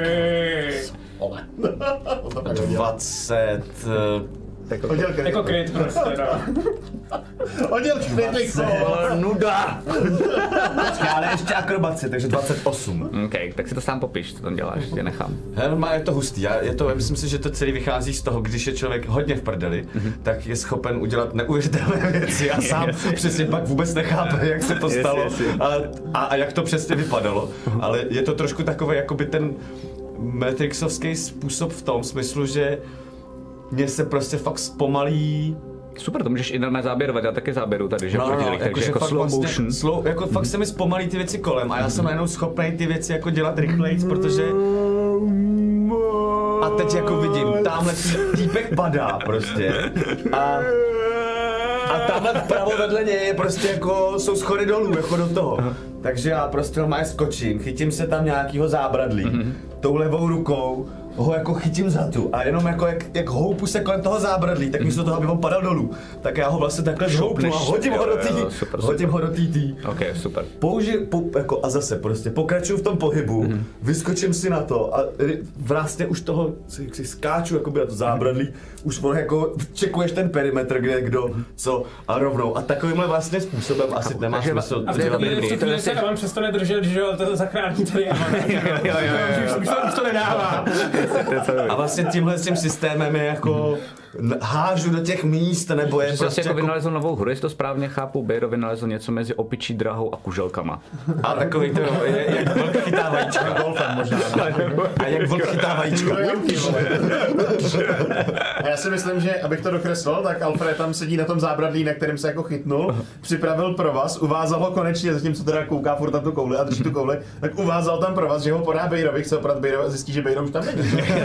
20... Jako kryt prostě, no. Hodil kryt, nuda! Počkej, ale ještě akrobaci, takže 28. OK, tak si to sám popiš, co tam děláš, tě nechám. Normálně je to hustý, já myslím si, že to celý vychází z toho, když je člověk hodně v prdeli, tak je schopen udělat neuvěřitelné věci a sám přesně pak vůbec nechápe, jak se to stalo a jak to přesně vypadalo, ale je to trošku takový jakoby ten Matrixovský způsob v tom smyslu, že mě se prostě fakt zpomalí Super, to můžeš i normálně záběrovat, já taky záběru tady, že takže jako slow motion. Jako fakt se mi zpomalí ty věci kolem a já jsem najednou schopný ty věci jako dělat rychlejc, protože... A teď jako vidím, tamhle týpek padá prostě a tamhle vpravo vedle něj je prostě jako, jsou schody dolů, jako do toho. Takže já prostě normálně skočím, chytím se tam nějakýho zábradlí, tou levou rukou ho jako chytím za tu a jenom jako jak houpu se kolem toho zábradlí, tak místo toho, aby on padal dolů, tak já ho vlastně takhle zhoupnu a hodím ho do tý. Ok, super. Jako a zase prostě pokračuju v tom pohybu, vyskočím si na to a vlastně už toho si skáču jakoby na to zábradlí, už jako čekuješ ten perimetr, kde kdo, co a rovnou a takovýmhle vlastně způsobem asi nemá smysl. A v té chvíli se Evan přestane držet, že jo, to zachrání tady Evan. Už to nedává. A vlastně tímhle s tím systémem je jako hážu do těch míst, nebo je prostě jako vynalezl novou hru, jestli to správně chápu, Bejro vynalezl něco mezi opičí drahou a kuželkama. A takový to je, jak vlk chytá vajíčka. Golfem možná. A jak vlk chytá vajíčka. A já si myslím, že abych to dokreslil, tak Alfred tam sedí na tom zábradlí, na kterém se jako chytnul, připravil provaz, uvázal ho konečně, zatímco teda kouká furt na tu kouli a drží tu kouli, tak uvázal tam provaz, že ho podá Bejrovi, chce oprat Bejro a zjistí, že Bejro už tam není.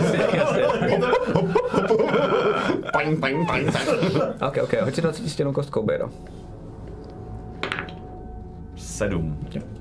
Ok, hoď si 20 stěnou kostkou, Bejro. 7.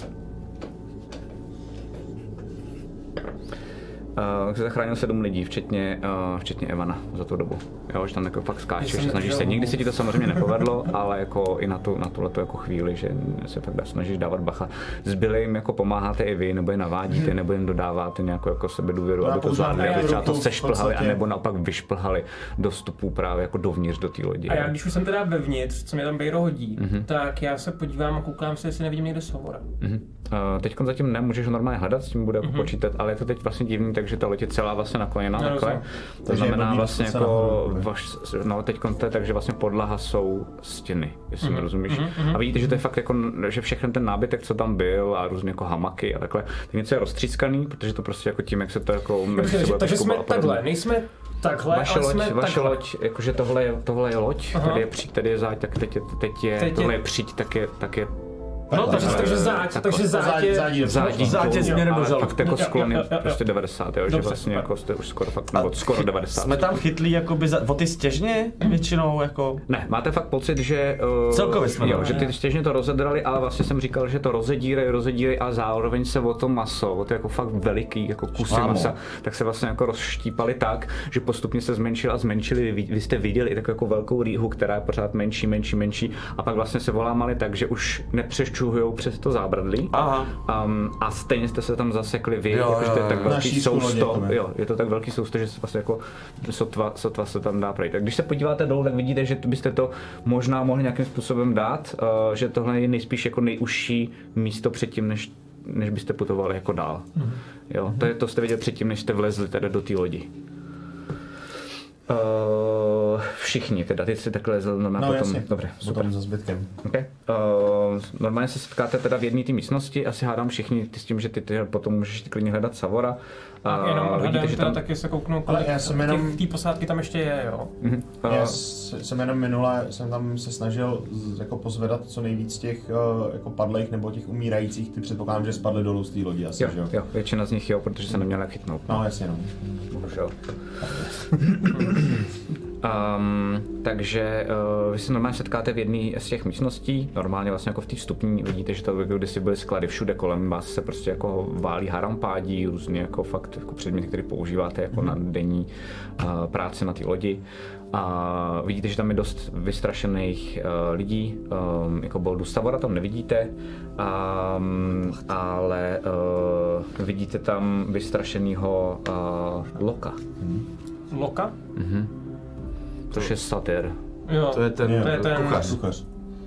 Se zachránil 7 lidí, včetně Evana za tu dobu. Jo, že tam jako fakt skáčeš, snažíš se. Nikdy se ti to samozřejmě nepovedlo, ale jako i na tuhletu jako chvíli, že se fakt snažíš dávat bacha. Zbylým jako pomáháte i vy, nebo je navádíte, nebo jim dodáváte nějakou jako sebedůvěru, aby to zvládli, aby třeba to sešplhali, anebo naopak vyšplhali do vstupů právě jako dovnitř do té lodi. A já když už jsem teda vevnitř, co mě tam Bejro hodí, tak já se podívám a koukám se, jestli nevidím někde Savora. Teďkon zatím nemůžeš normálně hledat, s tím bude jako počítat, ale je to teď vlastně divný, takže ta loď je celá vlastně nakloněná takhle. To znamená vlastně jako teďkon to je tak, že vlastně podlaha jsou stěny, jestli mi rozumíš. A vidíte, že to je fakt jako, že všechny ten nábytek, co tam byl a různě jako hamaky a takhle, tak něco je roztřískaný, protože to prostě jako tím, jak se to jako takže jsme takhle, nejsme takhle, vaše loď, jakože tohle je loď, tady je záď, tak teď je tohle je příď, tak je no, takže záď je směrem do žaludku. Tak jako sklon je prostě 90, jo, že vlastně jako jste už skoro fakt, nebo skoro 90. Jsme tam chytlí jakoby o ty stěžně většinou jako? Ne, máte fakt pocit, že celkově jsme že ty stěžně to rozedrali, ale vlastně jsem říkal, že to rozedírají a zároveň se o to maso, o to jako fakt veliký jako kusy masa, tak se vlastně jako rozštípali tak, že postupně se zmenšili, vy jste viděli i takovou jako velkou rýhu, která je pořád menší a pak vlastně se volámali tak, že už nepřešťuhujou přes to zábradlí. A stejně jste se tam zasekli vy, jakože to je tak velký sousto, je to tak velký sousto, že se vlastně jako sotva se tam dá projít. Tak když se podíváte dolů, tak vidíte, že byste to možná mohli nějakým způsobem dát, že tohle je nejspíš jako nejužší místo předtím, než byste putovali jako dál. Jo, to jste viděli předtím, než jste vlezli teda do té lodi. Všichni teda, ty si takhle lezl na potom. Jasně. Dobře, super. Potom za zbytkem. Okay. Normálně se setkáte teda v jedné té místnosti, asi hádám všichni ty s tím, že ty potom můžeš klidně hledat Savora. Jenom vidíte, že tam taky se kouknu, kolik té posádky tam ještě je, jo. Já jsem jenom minule, jsem tam se snažil jako pozvedat co nejvíc těch jako padlejch nebo těch umírajících, ty předpokládám, že spadly dolů z té lodi asi, že jo? Jo, většina z nich jo, protože se neměla chytnout. No jasně, no. Bohužel. Takže vy se normálně setkáte v jedné z těch místností, normálně vlastně jako v té vstupní, vidíte, že to kdysi byly sklady všude kolem vás se prostě jako válí harampádí, různě jako fakt jako předměty, které používáte jako na denní práci na té lodi. A vidíte, že tam je dost vystrašených lidí, jako boldu Savora tam nevidíte, ale vidíte tam vystrašenýho Loka. Loka? Což je satyr. Jo. To je ten kuchař.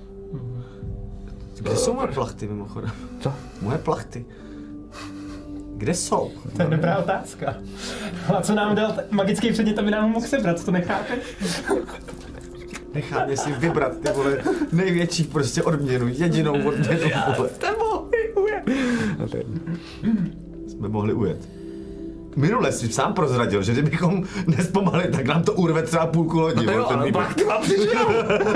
Kde jsou moje plachty mimochodem? Co? Moje plachty. Kde jsou? To je dobrá otázka. A co nám dal magický předmět, aby nám mohl sebrat, to nechápeš? Nechá mě si vybrat, ty vole, největší prostě odměnu, jedinou odměnu, vole. Jste mohli ujet. Jsme mohli ujet. minule si sám prozradil, že kdybychom nespomalili, tak nám to urve třeba půlku lodi. No to jo, ale pak ty mám přišel.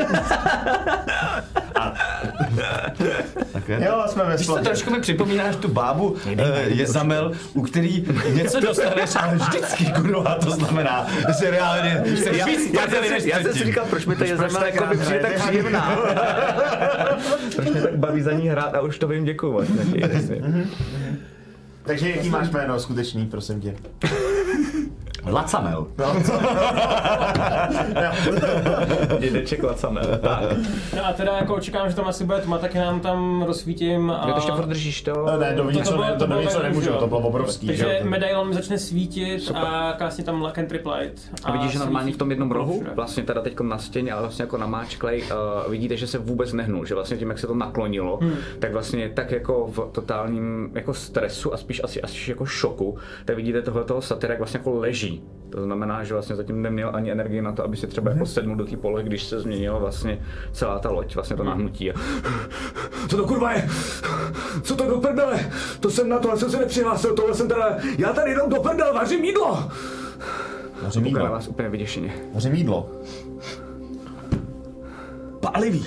Jo, jsme ve Víš, to trošku mi připomínáš tu bábu Jezamel, u který něco dostaneš, ale vždycky kurva, to znamená, že reálně se víc Já jsem si říkal, proč mi ta Jezamel jako by přijde tak příjemná. Proč mě tak baví za ní hrát a už to vím, děkuju vlastně. Takže jaký máš jméno skutečný, prosím tě? Lacamel. Dědeček Lacamel. Tak. No a teda jako očekávám, že tam asi bude tma, taky nám tam rozsvítím a... Ty to ještě podržíš to? Ne, dovnitř nemůžu, to bylo obrovský. Takže medailon začne svítit. Super. A krásně tam Luck and Trip Light. A vidíš, že normálně v tom jednom rohu, vlastně teda teď na stěně, ale vlastně jako namáčklej, vidíte, že se vůbec nehnul, že vlastně tím, jak se to naklonilo, tak vlastně tak jako v totálním jako stresu a spíš asi jako šoku, tak vidíte tohletoho satyra, jak vlastně jako leží. To znamená, že vlastně zatím neměl ani energii na to, aby si třeba jako sednul do té polohy, když se změnila vlastně celá ta loď, vlastně to nahnutí. Co to kurva je? Co to do prdele? To jsem na tohle jsem se nepřihlásil, tohle jsem teda... Já tady jenom do prdele vařím jídlo! Vařím jídlo? Kouká na vás úplně vyděšeně. Vařím jídlo. Pálivý.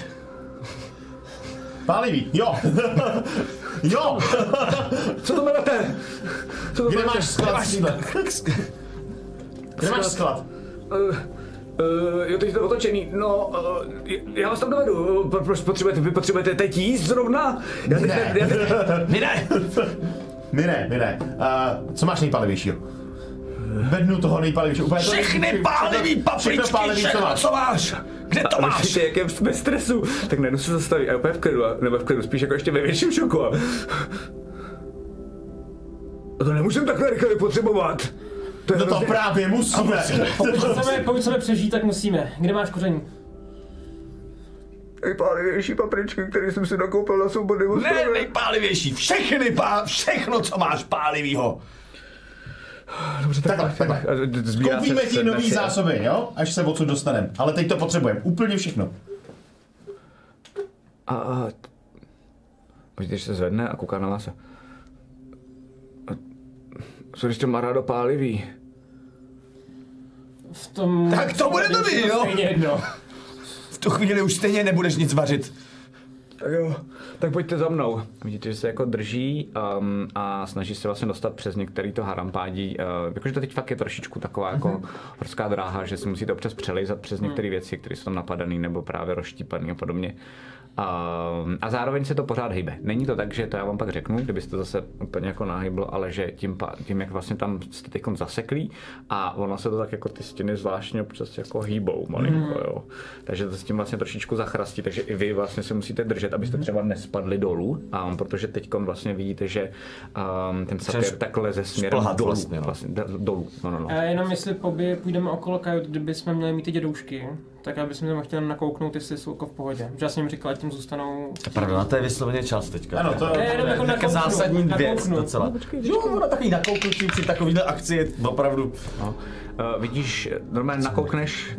Pálivý, jo! Jo! Co to berete? Kde máš sklad? Kde máš sklad? Jo, teď je to otočený. No, já vás tam dovedu. Proč vy potřebujete teď jíst zrovna? My ne. Co máš nejpalivějšího? Bednu toho nejpalivějšího. Všechny pálivý papričky, všechno, co máš? Kde to máš? Víte, jak je ve stresu. Tak najednou se zastaví a úplně v klidu, nebo v klidu, spíš jako ještě ve větším šoku. A to nemůžeme takhle rychle potřebovat. No to právě musíme. Pokud chceme přežít, tak musíme. Kde máš koření? Nejpálivější papričky, které jsem si nakoupil na svobodném ostrově. Ne, nejpálivější. Všechno, co máš pálivýho. Dobře, takhle. Koupíme ti nový zásoby, jo? Až se odsud dostaneme. Ale teď to potřebujeme. Úplně všechno. Vidíte, že se zvedne a kouká na vás. Co když to má rádo pálivý? V tom... Tak to bude dobrý, jo? Jedno. V tu chvíli už stejně nebudeš nic vařit. Tak jo, tak pojďte za mnou. Vidíte, že se jako drží a snaží se vlastně dostat přes některý to harampádí. Jakože to teď fakt je trošičku taková jako horská dráha, že si musíte občas přelejzat přes některé věci, které jsou tam napadané nebo právě rozštípané a podobně. A zároveň se to pořád hýbe. Není to tak, že to já vám pak řeknu, kdybyste zase úplně jako nahyblo, ale že tím jak vlastně tam jste teď zaseklí a ono se to tak jako ty stěny zvláštně občas jako hýbou malinko, jo. Takže to s tím vlastně trošičku zachrastí, takže i vy vlastně se musíte držet, abyste třeba nespadli dolů, protože teď vlastně vidíte, že ten sapir takhle ze směrem dolů. Vlastně dolů. No. A jenom jestli půjdeme okolo kajut, kdyby jsme měli mít ty dědoušky, tak aby jsme tam chtěli nakouknout, jestli jsou v pohodě. Že já jsem jim říkal, ať tím zůstanou... Pardon, na to je vysloveně čas teďka. Ano, to je jako nějaká zásadní věc docela. Jo, ono takový nakouknutí při takovýhle akci je opravdu... No. Vidíš, normálně nakoukneš,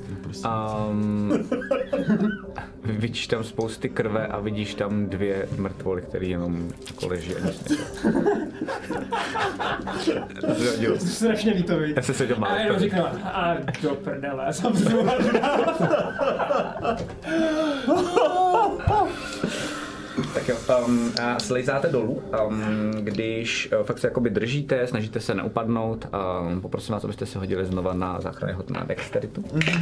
vidíš tam spousty krve a vidíš tam 2 mrtvoly, které jenom jako leží. To se strašně líto, viď? Já se seděl a jenom říkám, a do prdele, samozřejmě. Tak jo, slejzáte dolů, když fakt se jakoby držíte, snažíte se neupadnout, poprosím vás, abyste si hodili znova na záchranný hod na dexteritu.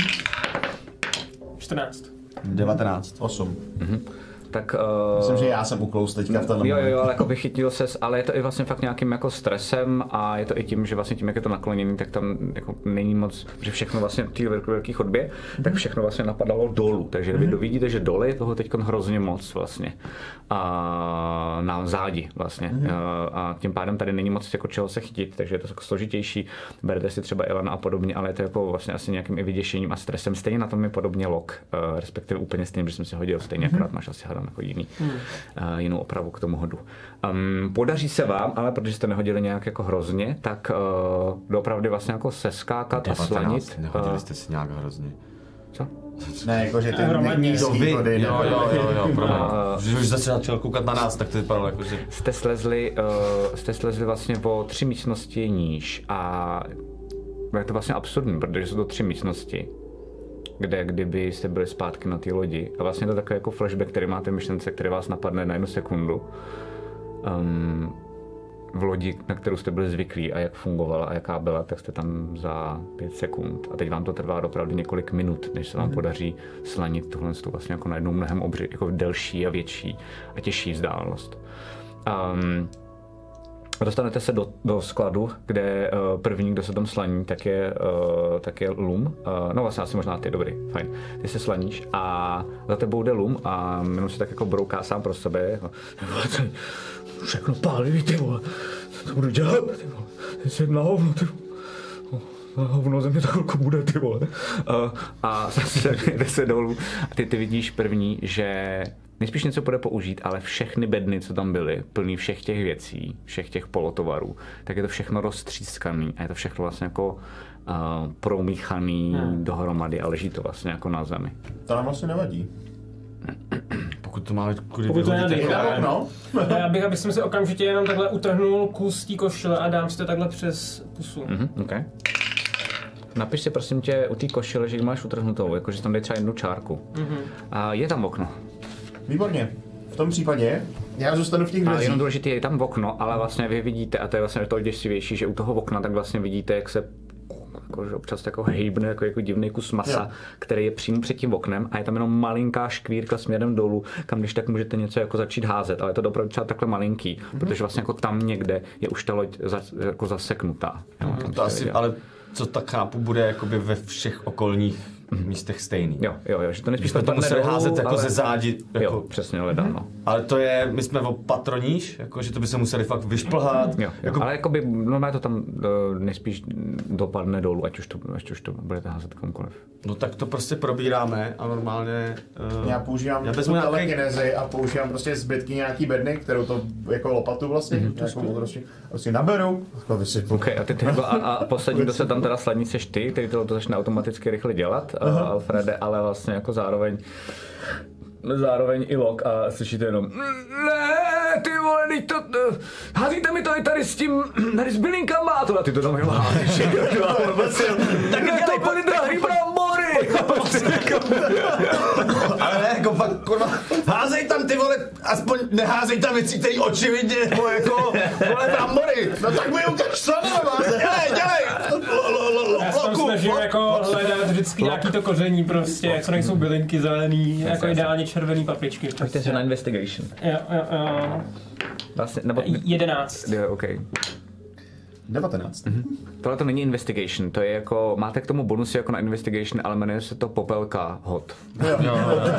14. 19. 8. Tak, myslím, že já jsem uklous teďka v tenhle Jo, ale jako vychytil ses, ale je to i vlastně fakt nějakým jako stresem a je to i tím, že vlastně tím, jak je to nakloněný, tak tam jako není moc, že všechno vlastně v té velké chodbě, tak všechno vlastně napadalo dolů, takže vy dovidíte, že dole je toho teď hrozně moc vlastně a na zádi vlastně a tím pádem tady není moc jako čeho se chytit, takže je to jako složitější, berete si třeba Elana a podobně, ale je to jako vlastně asi nějakým i vyděšením a stresem, stejně na tom je podobně log, respektive úplně stejně, že jsem si hodil stejně, akorát máš asi jako jinou opravu k tomu hodu. Podaří se vám, ale protože jste nehodili nějak jako hrozně, tak doopravdy vlastně jako seskákat 19, a slanit. Nehodili jste si nějak hrozně. Co? Ne, jakože ty nízký vody. Jo, že už začal koukat na nás, tak to vypadalo jako, že... Jste slezli vlastně o 3 místnosti níž a je to vlastně absurdní, protože jsou to 3 místnosti, kde kdyby jste byli zpátky na té lodi a vlastně to je takový jako flashback, který máte myšlence, který vás napadne na 1 sekundu. V lodi, na kterou jste byli zvyklí a jak fungovala a jaká byla, tak jste tam za 5 sekund. A teď vám to trvá opravdu několik minut, než se vám podaří slanit tuhle vlastně jako na jednou mnohem jako delší a větší a těžší vzdálenost. Dostanete se do skladu, kde první, kdo se tam slaní, tak je Lum. No vlastně asi možná ty, dobrý, fajn. Ty se slaníš a za tebou jde Lum a jenom si tak jako brouká sám pro sebe. Všechno pálivý, ty vole. Co budu dělat, ty vole. Jsi na hovno, ty vole. Na hovno ze mě za chvilku bude, ty vole. A zase jde se dolů a ty vidíš první, že nejspíš něco bude použít, ale všechny bedny, co tam byly, plný všech těch věcí, všech těch polotovarů, tak je to všechno roztřískaný a je to všechno vlastně jako promíchaný dohromady a leží to vlastně jako na zemi. To nám vlastně nevadí. Pokud to máme kudy vyhodit. Já bych si okamžitě jenom takhle utrhnul kus té košile a dám si to takhle přes pusu. Okay. Napiš si prosím tě u té košile, že ji máš utrhnutou, jakože tam dej třeba 1 čárku. A je tam okno. Výborně. V tom případě já zůstanu v těch dveřích. Ale jenom důležitý je tam okno, ale vlastně vy vidíte, a to je vlastně to děsivější, že u toho okna tak vlastně vidíte, jak se že občas jako hejbne jako divný kus masa, který je přímo před tím oknem a je tam jenom malinká škvírka směrem dolů, kam když tak můžete něco jako začít házet, ale je to opravdu třeba takhle malinký, protože vlastně jako tam někde je už ta loď jako zaseknutá. To asi, ale co tak chápu, bude jakoby ve všech okolních místech stejný. Jo, že to nespíš to museli házet jako ale... ze zádi. Jako... Jo, přesně, ale dávno. Ale to je, my jsme o patroníž, jako, že to by se museli fakt vyšplhat. Jo. Jako... Ale jakoby, normálně to tam nejspíš dopadne dolů, ať už to budete házet komukoliv. No tak to prostě probíráme a normálně... Já používám telekinezi a používám prostě zbytky nějaký bedny, kterou to jako lopatu vlastně, nějakou modrosti, prostě naberu. Okay, a poslední, kdo se tam teda slaní, seš ty, který to začne automaticky rychle dělat, Alfrede, ale vlastně jako zároveň i Lok a slyšíte jenom ne, ty vole, teď to, házíte mi to i tady s tím, tady s bylinkama a tohle, ty to tam jenom házíš. Tak jak to byly drahý brambory. Ale ne, jako fakt, kurva, házej tam ty vole, aspoň neházej tam věci, které očividně, jako, vole, brambory. No tak mi ukaž, co nemám, dělej. Já se tam snažím jako hledat vždycky nějaký to koření prostě, co nejsou bylinky zelený, jako ideálně červený papričky. Pojďte se na investigation. Jo. Vlastně, nebo... 11. Jo, OK. 19. Tohle to není investigation, to je jako, máte k tomu bonusy jako na investigation, ale jmenuje se to popelka hod. Jo.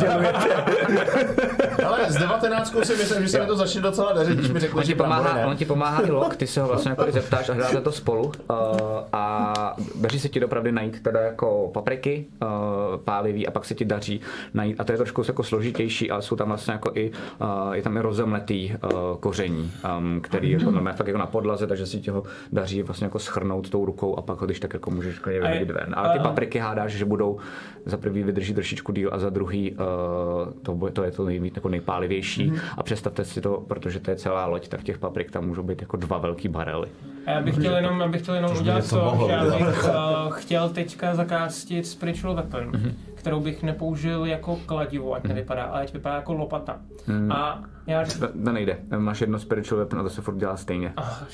Ale s 19 si myslím, že se mi to začne docela dařit, když mi řekl, že on ti pomáhá i Lok, ty se ho vlastně jako zeptáš a hledáte to spolu a daří se ti dopravdy najít teda jako papriky, pálivý a pak se ti daří najít, a to je trošku jako složitější, ale jsou tam vlastně jako i, je tam i rozemletý koření, který je fakt jako na podlaze, takže si ho daří vlastně jako schrnout tou rukou a pak když tak jako můžeš vyhodit ven. Ale ty papriky hádáš, že budou za prvý vydrží trošičku díl a za druhý to je to jako nejpálivější. A představte si to, protože to je celá loď, tak těch paprik tam můžou být jako 2 velký barely. A já bych chtěl jenom udělat to, že já bych chtěl teďka zakástit spiritual weapon, kterou bych nepoužil jako kladivo, ať nevypadá, ale ať vypadá jako lopata. A já... To nejde. Máš jedno spiritual weapon a to se furt dělá stejně.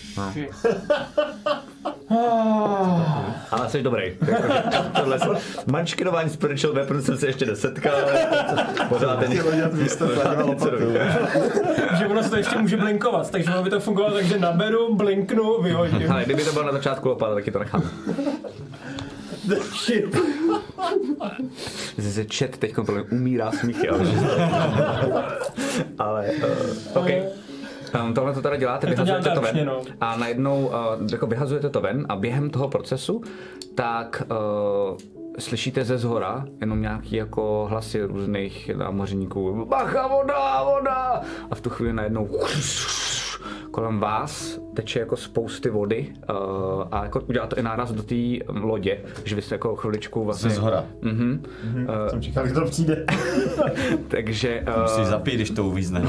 Ale jsi dobrý. Tohle mančkinování spiritual weapon jsem se ještě nesetkal, ale pořád není. Že ono se to ještě může blinkovat, takže by to fungovalo tak, že naberu, blinknu, vyhodím. Ale kdyby to bylo na začátku lopata, tak ti to nechám. Shit. Zase chat teď umírá smíchy, ale OK. Tohle to teda děláte, vyhazujete to ven a najednou jako vyhazujete to ven a během toho procesu tak slyšíte ze zhora jenom nějaký jako hlasy různých námořníků. Bacha, voda! A v tu chvíli najednou kolem vás teče jako spousty vody a jako udělá to i náraz do té lodě, že vy jste jako chviličku vlastně... Ze zhora. Jsem čekal, že to přijde. Takže... Musíš zapít, když to uvízne.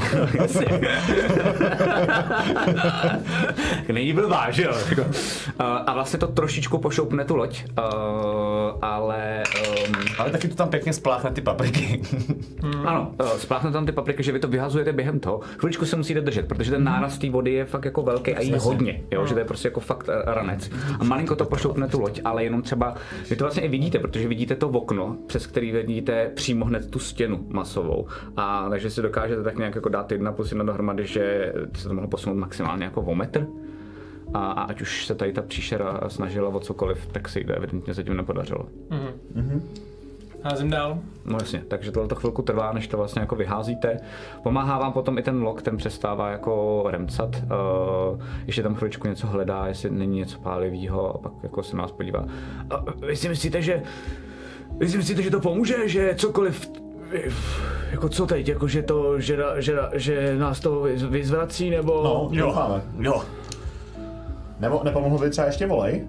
Není blbá, že jo? A vlastně to trošičku pošoupne tu loď, ale... Ale taky to tam pěkně spláchne ty papriky. Ano, spláchne tam ty papriky, že vy to vyhazujete během toho. Chviličku se musíte držet, protože ten náraz té vody je fakt jako velký a jí hodně, jo? Že to je prostě jako fakt ranec. A malinko to pošoupne tu loď, ale jenom třeba, vy to vlastně i vidíte, protože vidíte to okno, přes který vidíte přímo hned tu stěnu masovou. A takže si dokážete tak nějak jako dát 1+1 dohromady, že se to mohlo posunout maximálně jako o metr. A ať už se tady ta příšera snažila o cokoliv, tak se jí to evidentně zatím nepodařilo. Házím dál. No jasně, takže tohle chvilku trvá, než to vlastně jako vyházíte. Pomáhá vám potom i ten lok, ten přestává jako remcat. Ještě tam chviličku něco hledá, jestli není něco pálivýho a pak jako se nás podívá. Vy si myslíte, že to pomůže, že cokoliv jako co teď, jako že to, že nás to vyzvrací, nebo... No, jo. Nebo nepomohl by třeba ještě volej?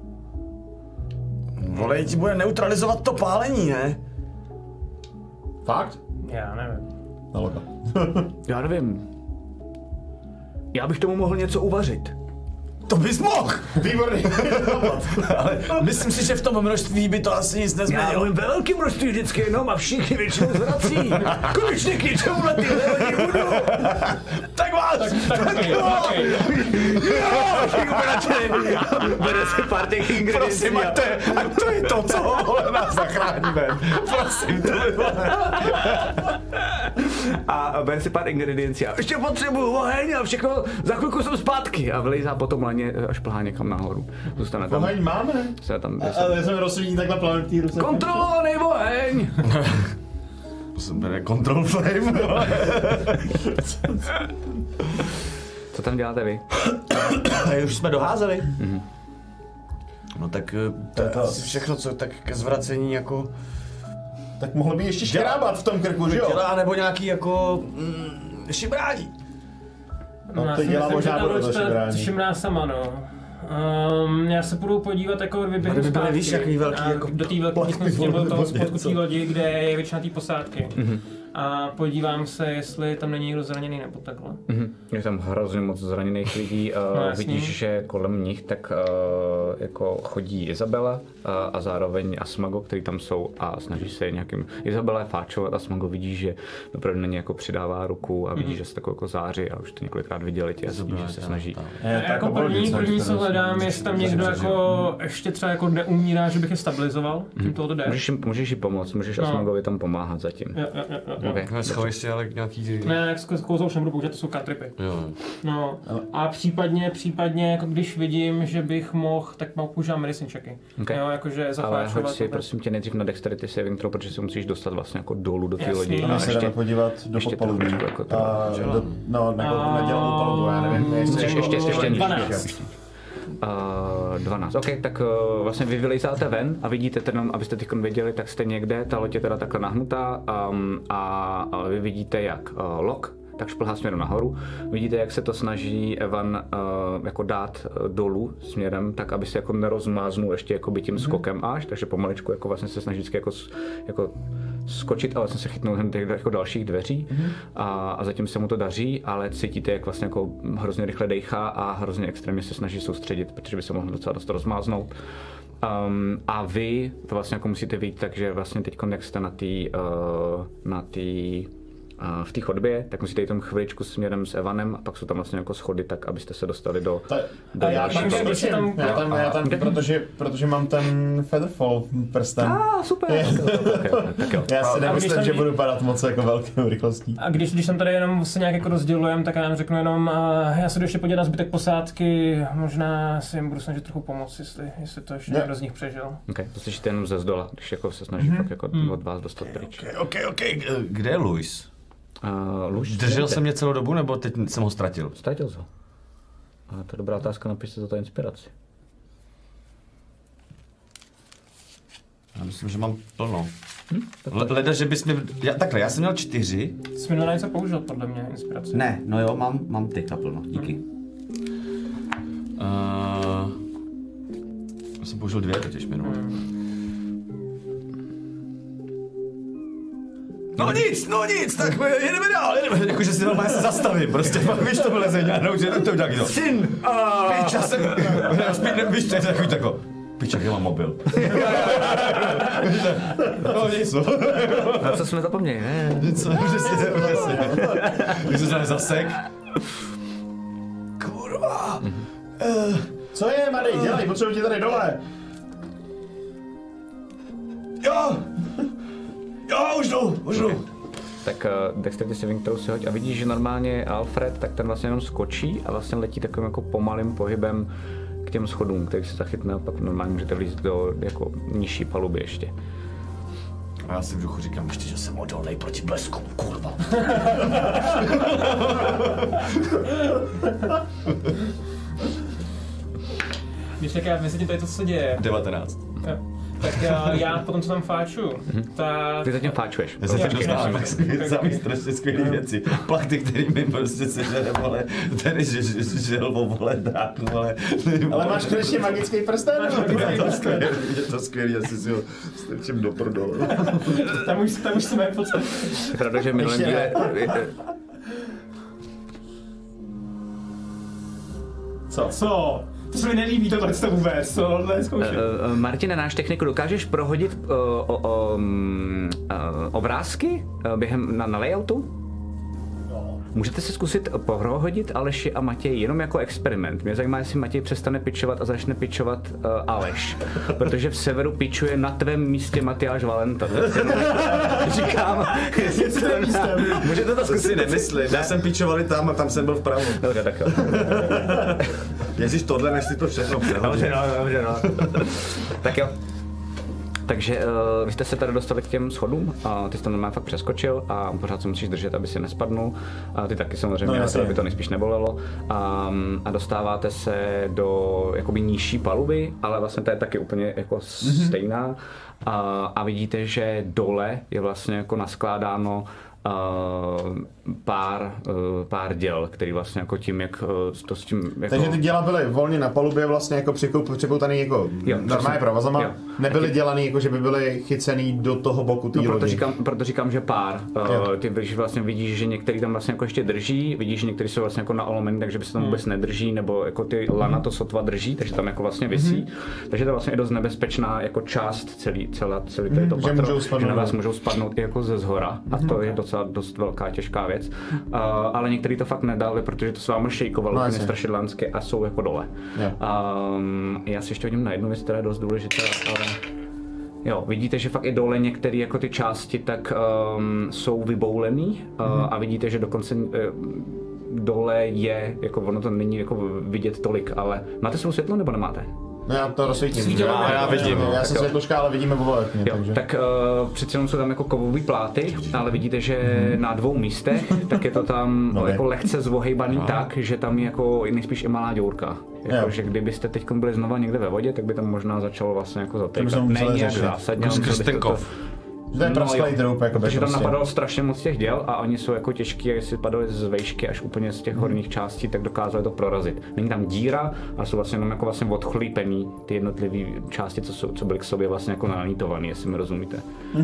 Volej ti bude neutralizovat to pálení, ne? Fakt? Já nevím. No, logo. Já nevím. Já bych tomu mohl něco uvařit. To bys mohl! Výborný. Ale myslím si, že v tom množství by to asi nic Já nezměnilo. mluvím ve velkým množství vždycky jenom a všichni většinou zvrací. Konečně k něčemu na tyhle lidi budu. Tak vás! Bere si pár těch ingrediencí. Prosím, ať to je to, co ho nás zachráníme. Prosím, to by bylo. A bere si pár ingrediencí a ještě potřebuju oheň a všechno, za chvilku jsem zpátky. A vylejzá potom laně až plhá někam nahoru. Zůstane tam. Oheň máme. Ale jsem rozsvítěný takhle planetý Rusek. Kontrolovaný oheň! To bere control flame. Co tam děláte vy? Už jsme doházeli. No tak to je asi všechno, co tak ke zvracení jako... Tak mohl by ještě škrábat v tom krku, že jo? Dělá nebo nějaký jako... šibrádi. No to dělá možná bude to šebrání. Šimrá sama, no. Já se půjdu podívat, jako vyběhnu zpátky. Víš, jaký velký, jako do té velké místnosti nebo toho spodku té lodi, kde je většina té posádky. A podívám se, jestli tam není někdo zraněný nebo takhle. Je tam hrozně moc zraněných lidí. Vidíš, že kolem nich tak jako chodí Izabela a zároveň Asmago, který tam jsou a snaží se nějakým... Izabela je fáčovat, Asmago vidí, že opravdu na ně jako přidává ruku a vidí, že se takový jako září a už to několikrát viděli tě, že se snaží. Jako první co hledám, jestli tam někdo jako ještě třeba jako neumírá, že bych je stabilizoval. Tím tohoto jde. Můžeš jí pomoct, můžeš Asmagovi tam pomáhat zatím. Okay. Schovej si ale nějaký... Ne, kouzlo už nebudu použít, to jsou cantripy. No, a případně jako když vidím, že bych mohl, tak používám medicine checky. Okay. Jo, jakože zafáčovat. Ale hoď si prosím tě nejdřív na dexterity saving throw, protože si musíš dostat vlastně jako dolů do té lodi. A se jdeme podívat do podpalubí. Jako nedělám palubu, já nevím. Ještě 12. OK, tak vlastně vy vylejzáte ven a vidíte ten, abyste teď věděli, tak jste někde, ta loď je teda takhle nahnutá a vy vidíte jak Lok tak šplhá směrem nahoru. Vidíte, jak se to snaží Evan jako dát dolů směrem, tak aby se jako nerozmáznul ještě jako by tím skokem až, takže pomaličku jako vlastně se snaží vždycky jako skočit a vlastně se chytnout těch jako dalších dveří a zatím se mu to daří, ale cítíte, jak vlastně jako hrozně rychle dejchá a hrozně extrémně se snaží soustředit, protože by se mohl docela dost rozmáznout. A vy to vlastně jako musíte vidět, takže vlastně teď jak jste v té chodbě, tak musíte jít tam chviličku směrem s Evanem a pak jsou tam vlastně jako schody, tak abyste se dostali do dalšího. Já tam protože mám ten Featherfall prsten. Super. Tak jo. Já si nemyslím, že budu padat moc jako velkou rychlostí. A když tam tady jenom se nějak jako rozdělujeme, tak já jim řeknu jenom, já se jdu ještě podívat na zbytek posádky, možná si jim budu snažit trochu pomoct, jestli to ještě někdo z nich přežil. To slyšíte jenom ze zdola, když jako se snaží fakt jako od vás dostat pryč. OK. Kde je Luis? Držel jsem mě celou dobu, nebo teď jsem ho ztratil? Ztratil jsem. A to je dobrá otázka, napište za to inspiraci. Já myslím, že mám plno. Leda, že bys mi... Já jsem měl 4. Jsi mi na něco použil, podle mě, inspiraci. Ne, no jo, mám ty naplno, díky. Já jsem použil 2 totiž minule. No nic, tak jedeme dál. Jakože si normálně se zastavím, prostě pak víš to vlezení a naučit to udělat to. Syn! Pič, já jsem... Víš, to je takový tako. Pič, jak já mám mobil. No nic. Na co jsme zapomněli, ne? Něco, přesně. Když jsem se zasek. Kurva. Co je, Mary, dělej, potřebuji tě tady dole. Jo, už jdu. Tak Dexterity saving throw si hoď a vidíš, že normálně Alfred, tak ten vlastně jenom skočí a vlastně letí takovým jako pomalým pohybem k těm schodům, který se zachytne a pak normálně můžete vlízt do jako nižší paluby ještě. A já si v duchu říkám ještě, že jsem odolnej proti bleskům, kurva. Víš, tak já vysvětlím tady to, co se děje. 19. Jo. Tak já potom, co tam fáču, tak... Ty zatím fáčuješ. Já se tak dostávám samý strašně skvělý věci. Plachty, který mi prostě sežere, vole, ten želvo, vole, dráku, vole. Ale máš konečně magický prsten? Je to skvělý, asi si ho strčím do prdole. Tam už jsme v podstatě. Je pravda, že v minulém díle... Co? To se mi nelíbí tohle vůbec, tohle zkoušet. Martine, náš techniku, dokážeš prohodit obrázky během na layoutu? Můžete si zkusit prohodit Aleši a Matěj jenom jako experiment. Mě zajímá, jestli Matěj přestane pitchovat a začne pitchovat Aleš. Protože v severu pitchuje na tvém místě Matyáš Valenta. Říkám, můžete to zkusit nemyslit. Já jsem pitchovali tam a tam jsem byl vpravo. Dobře, tak jo. Ježíš, tohle než si to všechno přehodit. Dobře, no. Tak jo. Takže vy jste se tady dostali k těm schodům a ty jsi tam normálně fakt přeskočil a pořád se musíš držet, aby si nespadnul. A ty taky samozřejmě, aby to nejspíš nebolelo. A dostáváte se do jakoby nižší paluby, ale vlastně to je taky úplně jako stejná. A vidíte, že dole je vlastně jako naskládáno pár děl, který vlastně jako tím, jak to s tím... Jako... Takže ty děla byly volně na palubě vlastně jako připoutaný jako normálně provazama, nebyly dělaný jako, že by byly chycený do toho boku té lodi. Proto říkám, že pár. Ty vlastně vidíš, že některý tam vlastně jako ještě drží, vidíš, že některý jsou vlastně jako naolomený, takže by se tam vůbec nedrží, nebo jako ty lana to sotva drží, takže tam jako vlastně visí. Takže to je vlastně i dost nebezpečná jako část celý to patro, že na vás můžou spadnout i jako ze zhora a to je docela dost velká těžká věc. Ale některý to fakt nedali, protože to s vámi šejkovalo úplně strašidelensky a jsou jako dole. Já si ještě hodím na jednu věc, která je dost důležitá, ale jo, vidíte, že fakt i dole některé jako ty části tak jsou vyboulený a vidíte, že dokonce dole je, jako ono to není jako vidět tolik, ale máte svou světlo nebo nemáte? No já to rozsvítím. Já vidím. Já jsem světloška, ale vidíme povoletně. Tak přece jenom jsou tam jako kovový pláty, ale vidíte, že na 2 místech, tak je to tam jako lehce zvohejbaný tak, že tam je jako nejspíš i malá děurka. Jako, že kdybyste teď byli znova někde ve vodě, tak by tam možná začalo vlastně jako zatýkat. Ne nějak zásadně. To je prasklej troup, jako protože tam napadalo strašně moc těch děl a oni jsou jako těžký a jestli padaly z vejšky až úplně z těch horních částí, tak dokázali to prorazit. Není tam díra, ale jsou vlastně jenom jako vlastně odchlípený ty jednotlivé části, co byly k sobě vlastně jako nanítovaný, jestli mi rozumíte.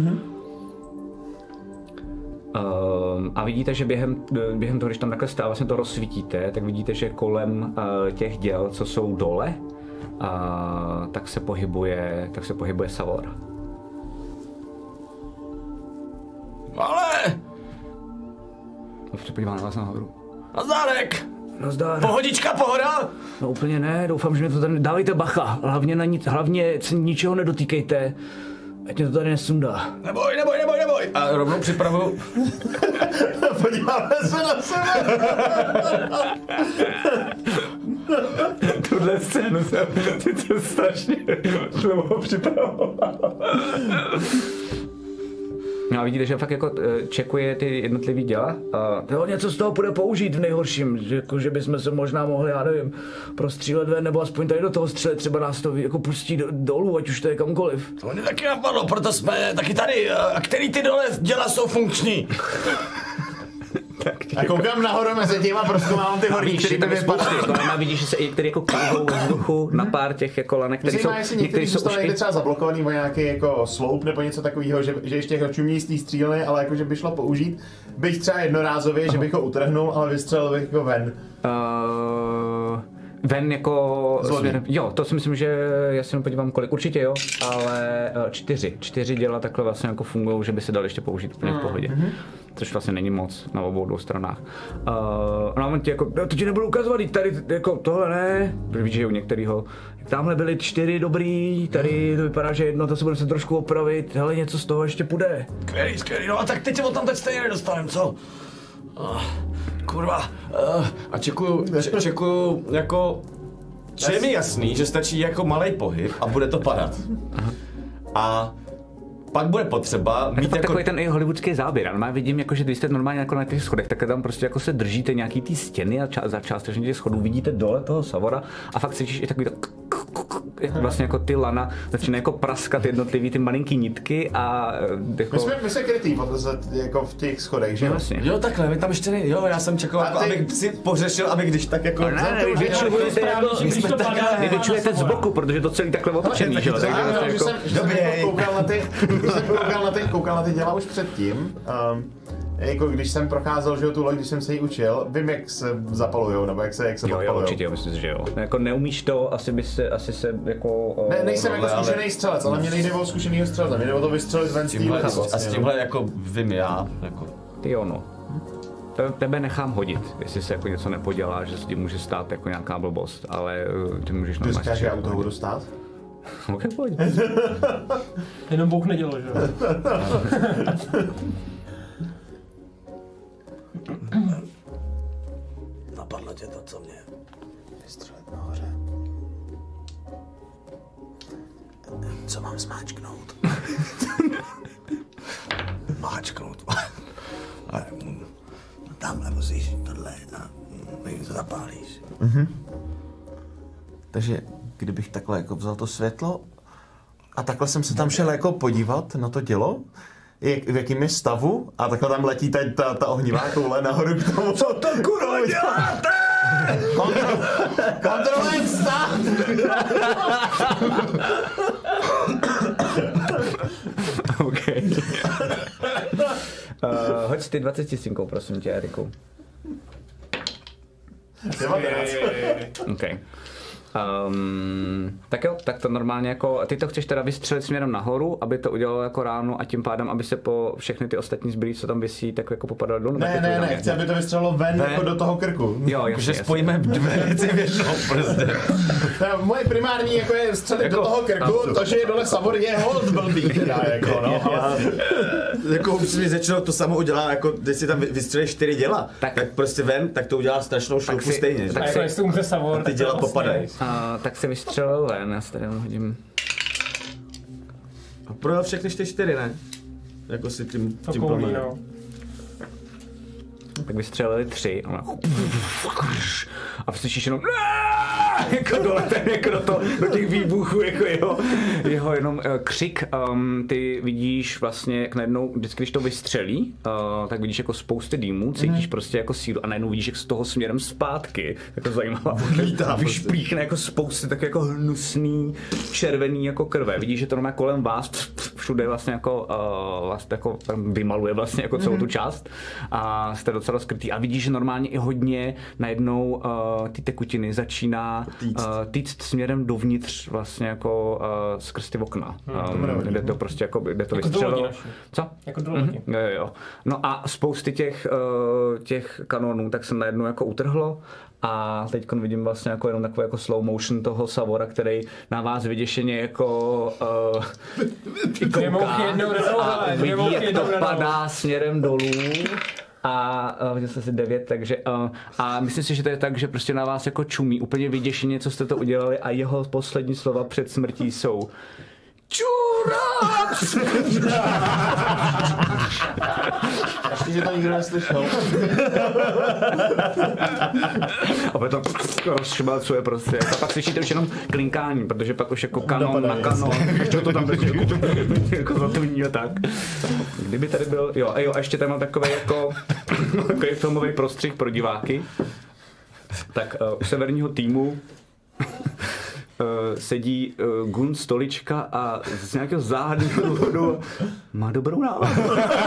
A vidíte, že během toho, když tam takhle jste a vlastně to rozsvítíte, tak vidíte, že kolem těch děl, co jsou dole, tak se pohybuje Savor. Ale! Podívám na vás nahoru. Nazdárek! Nazdár. Pohodička, pohoda? No úplně ne, doufám, že mi to tady... Dávejte bacha, hlavně ničeho nedotýkejte, ať mě to tady nesundá. Neboj! A rovnou připravuju. Podíváme se na sebe! Tuhle scénu jsem sice strašně dlouho připravoval. No a vidíte, že fakt jako čekuje ty jednotlivý děla. Jo, něco z toho bude použít v nejhorším, že bychom se možná mohli, já nevím, prostřílet ven, nebo aspoň tady do toho střelet, třeba nás to jako pustí dolů, ať už to je kamkoliv. To mě taky napadlo, proto jsme taky tady. A který ty dole děla jsou funkční? A koukám nahoru mezi těma, prostě mám ty horníky, tam vypadá. Vidíš, že se některý jako kývou ve vzduchu na pár těch jako lanek, které jsou... Některý jsou někdy třeba zablokovaný o nějaký jako sloup nebo něco takového, že ještě jako čumí z té střílny, ale jako že by šlo použít. Bych třeba jednorázově, že bych ho utrhnul, ale vystřelil bych ho ven. Ven jako směrem, jo, to si myslím, že já si podívám kolik, určitě jo, ale 4 děla takhle vlastně jako fungují, že by se dali ještě použít úplně v pohodě. Což vlastně není moc na obou dvou stranách. No on ti jako, to ti nebudu ukazovat, tady jako tohle ne, protože víš, že u některého, tamhle byly 4 dobrý, tady to vypadá, že jedno, to se bude se trošku opravit, hele, něco z toho ještě půjde. Skvělý, no a tak teď se o tam teď stejně nedostanem, co? Kurva, a čekuju jako, že je mi jasný, že stačí jako malej pohyb a bude to padat. A pak bude potřeba mít jako... Takový ten i hollywoodský záběr, ale vidím, jako, že když jste normálně jako na těch schodech, tak tam prostě jako se držíte nějaký ty stěny a za část těch schodů vidíte dole toho Savora a fakt cítíš i takový to vlastně jako ty lana začínají jako praskat jednotlivý ty malinký nitky a jako... My jsme krytý jako v těch schodech, že? Vlastně. Jo, takhle, my tam ještě jo, já jsem čekal, jako, abych si pořešil, abych když tak jako... Vy vyčujete z boku, protože to celý takhle otočený, že jo? Koukal na ty děla už předtím. Jako když jsem procházel, že jo, tu loď, když jsem se jí učil, vím, jak se zapalujou, nebo jak se podpalujou. Jo, určitě, myslím si, že jo. Jako neumíš to, asi se jako... Nejsem jako zkušený střelec, ale mě nejde o zkušenýho střelce, mě jde o to vystřelit ven z té lodi. A s tímhle jako vím já, jako... Ty ono. Tebe nechám hodit, jestli se jako něco nepodělá, že s tím může stát jako nějaká blbost, ale ty můžeš normálně... Ty říkáš, že já u toho budu stát? Ok, pojď. Jenom Bůh nedělal, že jo? Napadlo tě to, co mě vystřelit nahoře. Co mám smáčknout? Máčknout. Tamhle musíš tohle a to zapálíš. Takže kdybych takhle jako vzal to světlo a takhle jsem se tam šel jako podívat na to dělo, v jakým je stavu a takhle tam letí ta ohnivá koule nahoru k tomu. Co to kurva děláte? Kontrolujem stav! OK. Hoď ty 20 stinkou, prosím tě, Eriku. 19. OK. Tak jo, tak to normálně jako, ty to chceš teda vystřelit směrem nahoru, aby to udělalo jako ránu a tím pádem, aby se po všechny ty ostatní zbylí, co tam visí, tak jako popadaly dolů. Ne, chci, aby to vystřelilo ven jako do toho krku. Jo, že spojíme dvě věci v jednom prostě. Moje primární jako je střelit jako, do toho krku, to, že je dole Savor je hold blbý teda jako no. Jako upřímně řečeno to samo udělá, jako když si tam vystřelíš 4 děla, tak prostě ven, tak to udělá strašnou šloupu stejně. Tak jako jestli umře Savor, ty děla popadají. Tak se vystřelil ven, já se tady hodím. A projel všechny 4, ne? Jako si tím plný. No. Tak vystřelili 3 a slyšíš jenom jako dole, jako do těch výbuchů, jako jeho jenom křik. Ty vidíš vlastně, jak najednou, vždycky když to vystřelí, tak vidíš jako spousty dýmů, cítíš prostě jako sílu a najednou vidíš, jak z toho směrem zpátky, jako zajímavá, vyšplíchne jako spousty tak jako hnusný, červený jako krve. Vidíš, že to normálně kolem vás všude vlastně jako vymaluje vlastně jako celou tu část a jste docela skrytý a vidíš, že normálně i hodně najednou ty tekutiny začíná týct směrem dovnitř vlastně jako skrz ty okna. Kde to prostě jako, kde to vystřelilo. Co? Jako do lodi. Jo. No a spousty těch kanonů tak se najednou jako utrhlo a teď vidím vlastně jako jenom takový jako slow motion toho Savora, který na vás vyděšeně jako kouká a vidí, jak to padá směrem dolů. A viděl jste si 9, takže a myslím si, že to je tak, že prostě na vás jako čumí, úplně vyděšeně, co jste to udělali a jeho poslední slova před smrtí jsou Čurák! Ještě, že to nikdo neslyšel. A potom rozšbalcuje prostě. A pak slyšíte už jenom klinkání, protože pak už jako kanon na kanon. Ještě to tam jako zatuní a tak. Kdyby tady byl, jo, a ještě tady mám takový jako filmový prostřih pro diváky. Tak u severního týmu sedí Gun Stolička a z nějakého záhadného důvodu má dobrou náladu.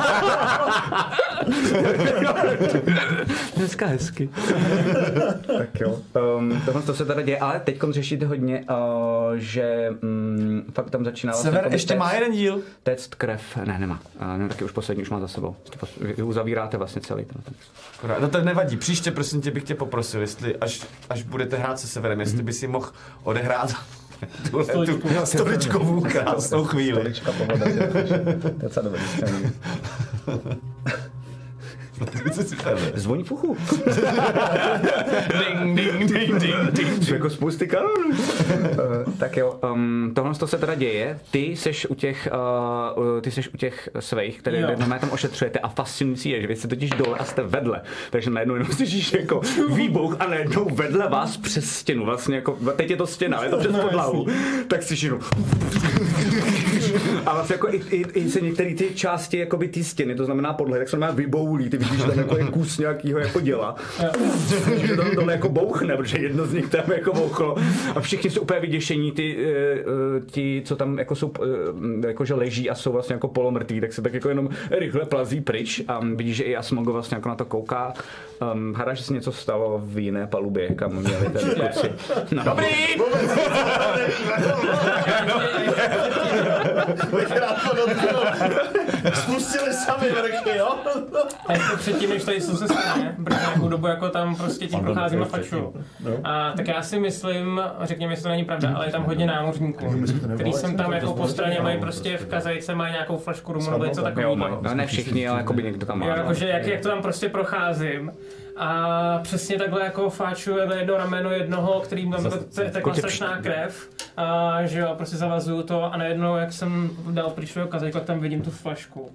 Dneska hezky. Tak jo. Tohle to se teda děje, ale teďkom řešíte hodně, že fakt tam začíná... Sever ještě má jeden díl? Tect krev. Ne, nemá. Taky už poslední už má za sebou. Vy uzavíráte vlastně celý ten. No to nevadí. Příště prosím tě bych tě poprosil, jestli až budete hrát se Severem, jestli by si mohl odehrát tu stoličkovou krásnou chvíli. Stolička pohoda. To je co dobrý scény. Zvoní fuchu. Ding, ding, ding, ding, ding. Jako spousty kanonů. Tak jo, tohle se teda děje. Ty seš u těch svých, které normálně tam ošetřujete a fascinující je, že vy jste totiž dole a jste vedle. Takže najednou jenom slyšíš jako výbuch a najednou vedle vás přes stěnu. Vlastně jako, teď je to stěna, je to přes podlahu. Tak slyšíš jenom... A vlastně jako i se některé ty části jakoby ty stěny, to znamená podlahy, tak se normálně vyboulí, ty vidíš, že tam jako je kus nějakýho jako děla. Že tam tohle jako bouchne, protože jedno z nich tam jako bouchlo. A všichni jsou úplně vyděšení, ti, co tam jako jsou, jakože leží a jsou vlastně jako polomrtví, tak se tak jako jenom rychle plazí pryč a vidíš, že i Asmongo vlastně jako na to kouká. Hada, že se něco stalo v jiné palubě, kam měli tady kluci. No. Dobrý! Spustili sami vrchy, jo? A jako předtím, než tady se stane, protože nějakou dobu jako tam prostě tím procházím a faču. A tak já si myslím, řekněme, že to není pravda, ale je tam hodně námořníků, který jsem tam jako po straně mají prostě v kazajce, mají nějakou flašku rumu nebo něco takového. No ne všichni, ale jakoby někdo tam má. Jo, jakože jak to tam prostě procházím. A přesně takhle jako fáču jedno rameno jednoho, který tam taková strašná krev. A že jo, prostě zavazuju to a najednou, jak jsem dal pryč svého kazajku, tak tam vidím tu flašku.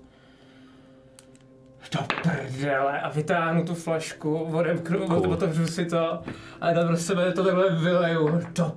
Do prdele a vytáhnu tu flašku, otevřu si to a tam prostě to takhle vyleju. Do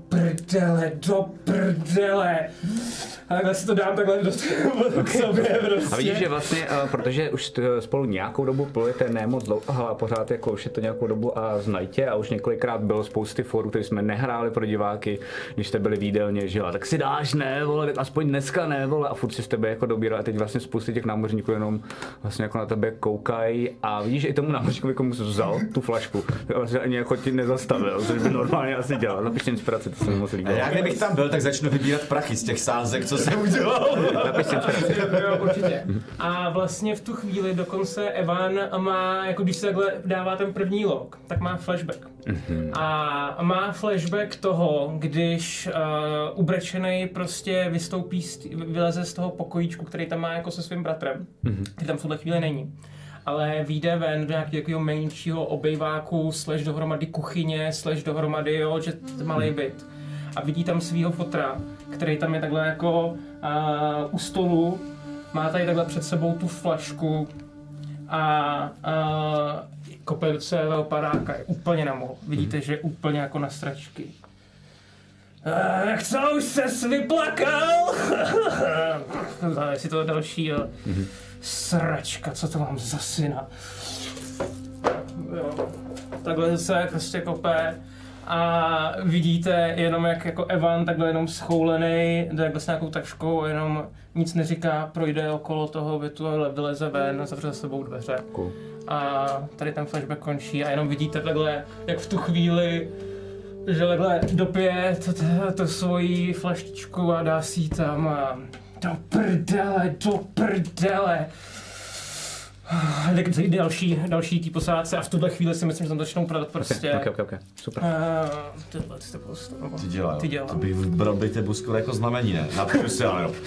prdele. A takhle si to dám takhle k sobě prostě. A vidíš, že vlastně, protože už spolu nějakou dobu plujete, ne moc dlouho, a pořád jako už je to nějakou dobu a znají a už několikrát bylo spousty forů, které jsme nehráli pro diváky, když jste byli v jídelně, že tak si dáš, ne, vole, tak aspoň dneska ne, vole, a furt si z tebe jako dobírá a teď vlastně spousty těch námořníků jenom vlastně jako na tebe koukají a vidíš, že i tomu námořníkovi komu jsi vzal tu flašku, vlastně ani jako ti nezastavil, což by normálně asi dělal. Napiš inspiraci, to se mi moc líbilo. A já kdybych tam byl, tak začnu vybírat prachy z těch sázek, co jsem udělal. Napiš inspiraci. Jo, určitě. A vlastně v tu chvíli dokonce Evan má, jako když se takhle dává ten první log, tak má flashback. A má flashback toho, když ubrečenej prostě vystoupí, vyleze z toho pokojíčku, který tam má jako se svým bratrem, který tam v tuhle chvíli není. Ale vyjde ven do nějakého menšího obejváku, / dohromady kuchyně, / dohromady, jo, že malej byt. A vidí tam svýho fotra, který tam je takhle jako u stolu, má tady takhle před sebou tu flašku a kope do celého padáka, je úplně na mol. Vidíte, že je úplně jako na stračky. Jak co, už ses vyplakal? Ale si to další sračka, co to mám za syna? Jo. Takhle se prostě kope a vidíte jenom jak jako Evan takhle jenom schoulený, takhle s nějakou taškou, jenom nic neříká, projde okolo toho bytu, ale vyleze ven, zavře za sebou dveře. Cool. A tady ten flashback končí a jenom vidíte takhle, jak v tu chvíli, že takhle dopije to svoji flaštičku a dá si ji tam a do prdele. Další tý posádce a v tuhle chvíli si myslím, že tam začnou pradat prostě. Okay. Super. Ty dělá. To by bral by tebe skoro jako znamení, ne? Napíšu si, ale jo.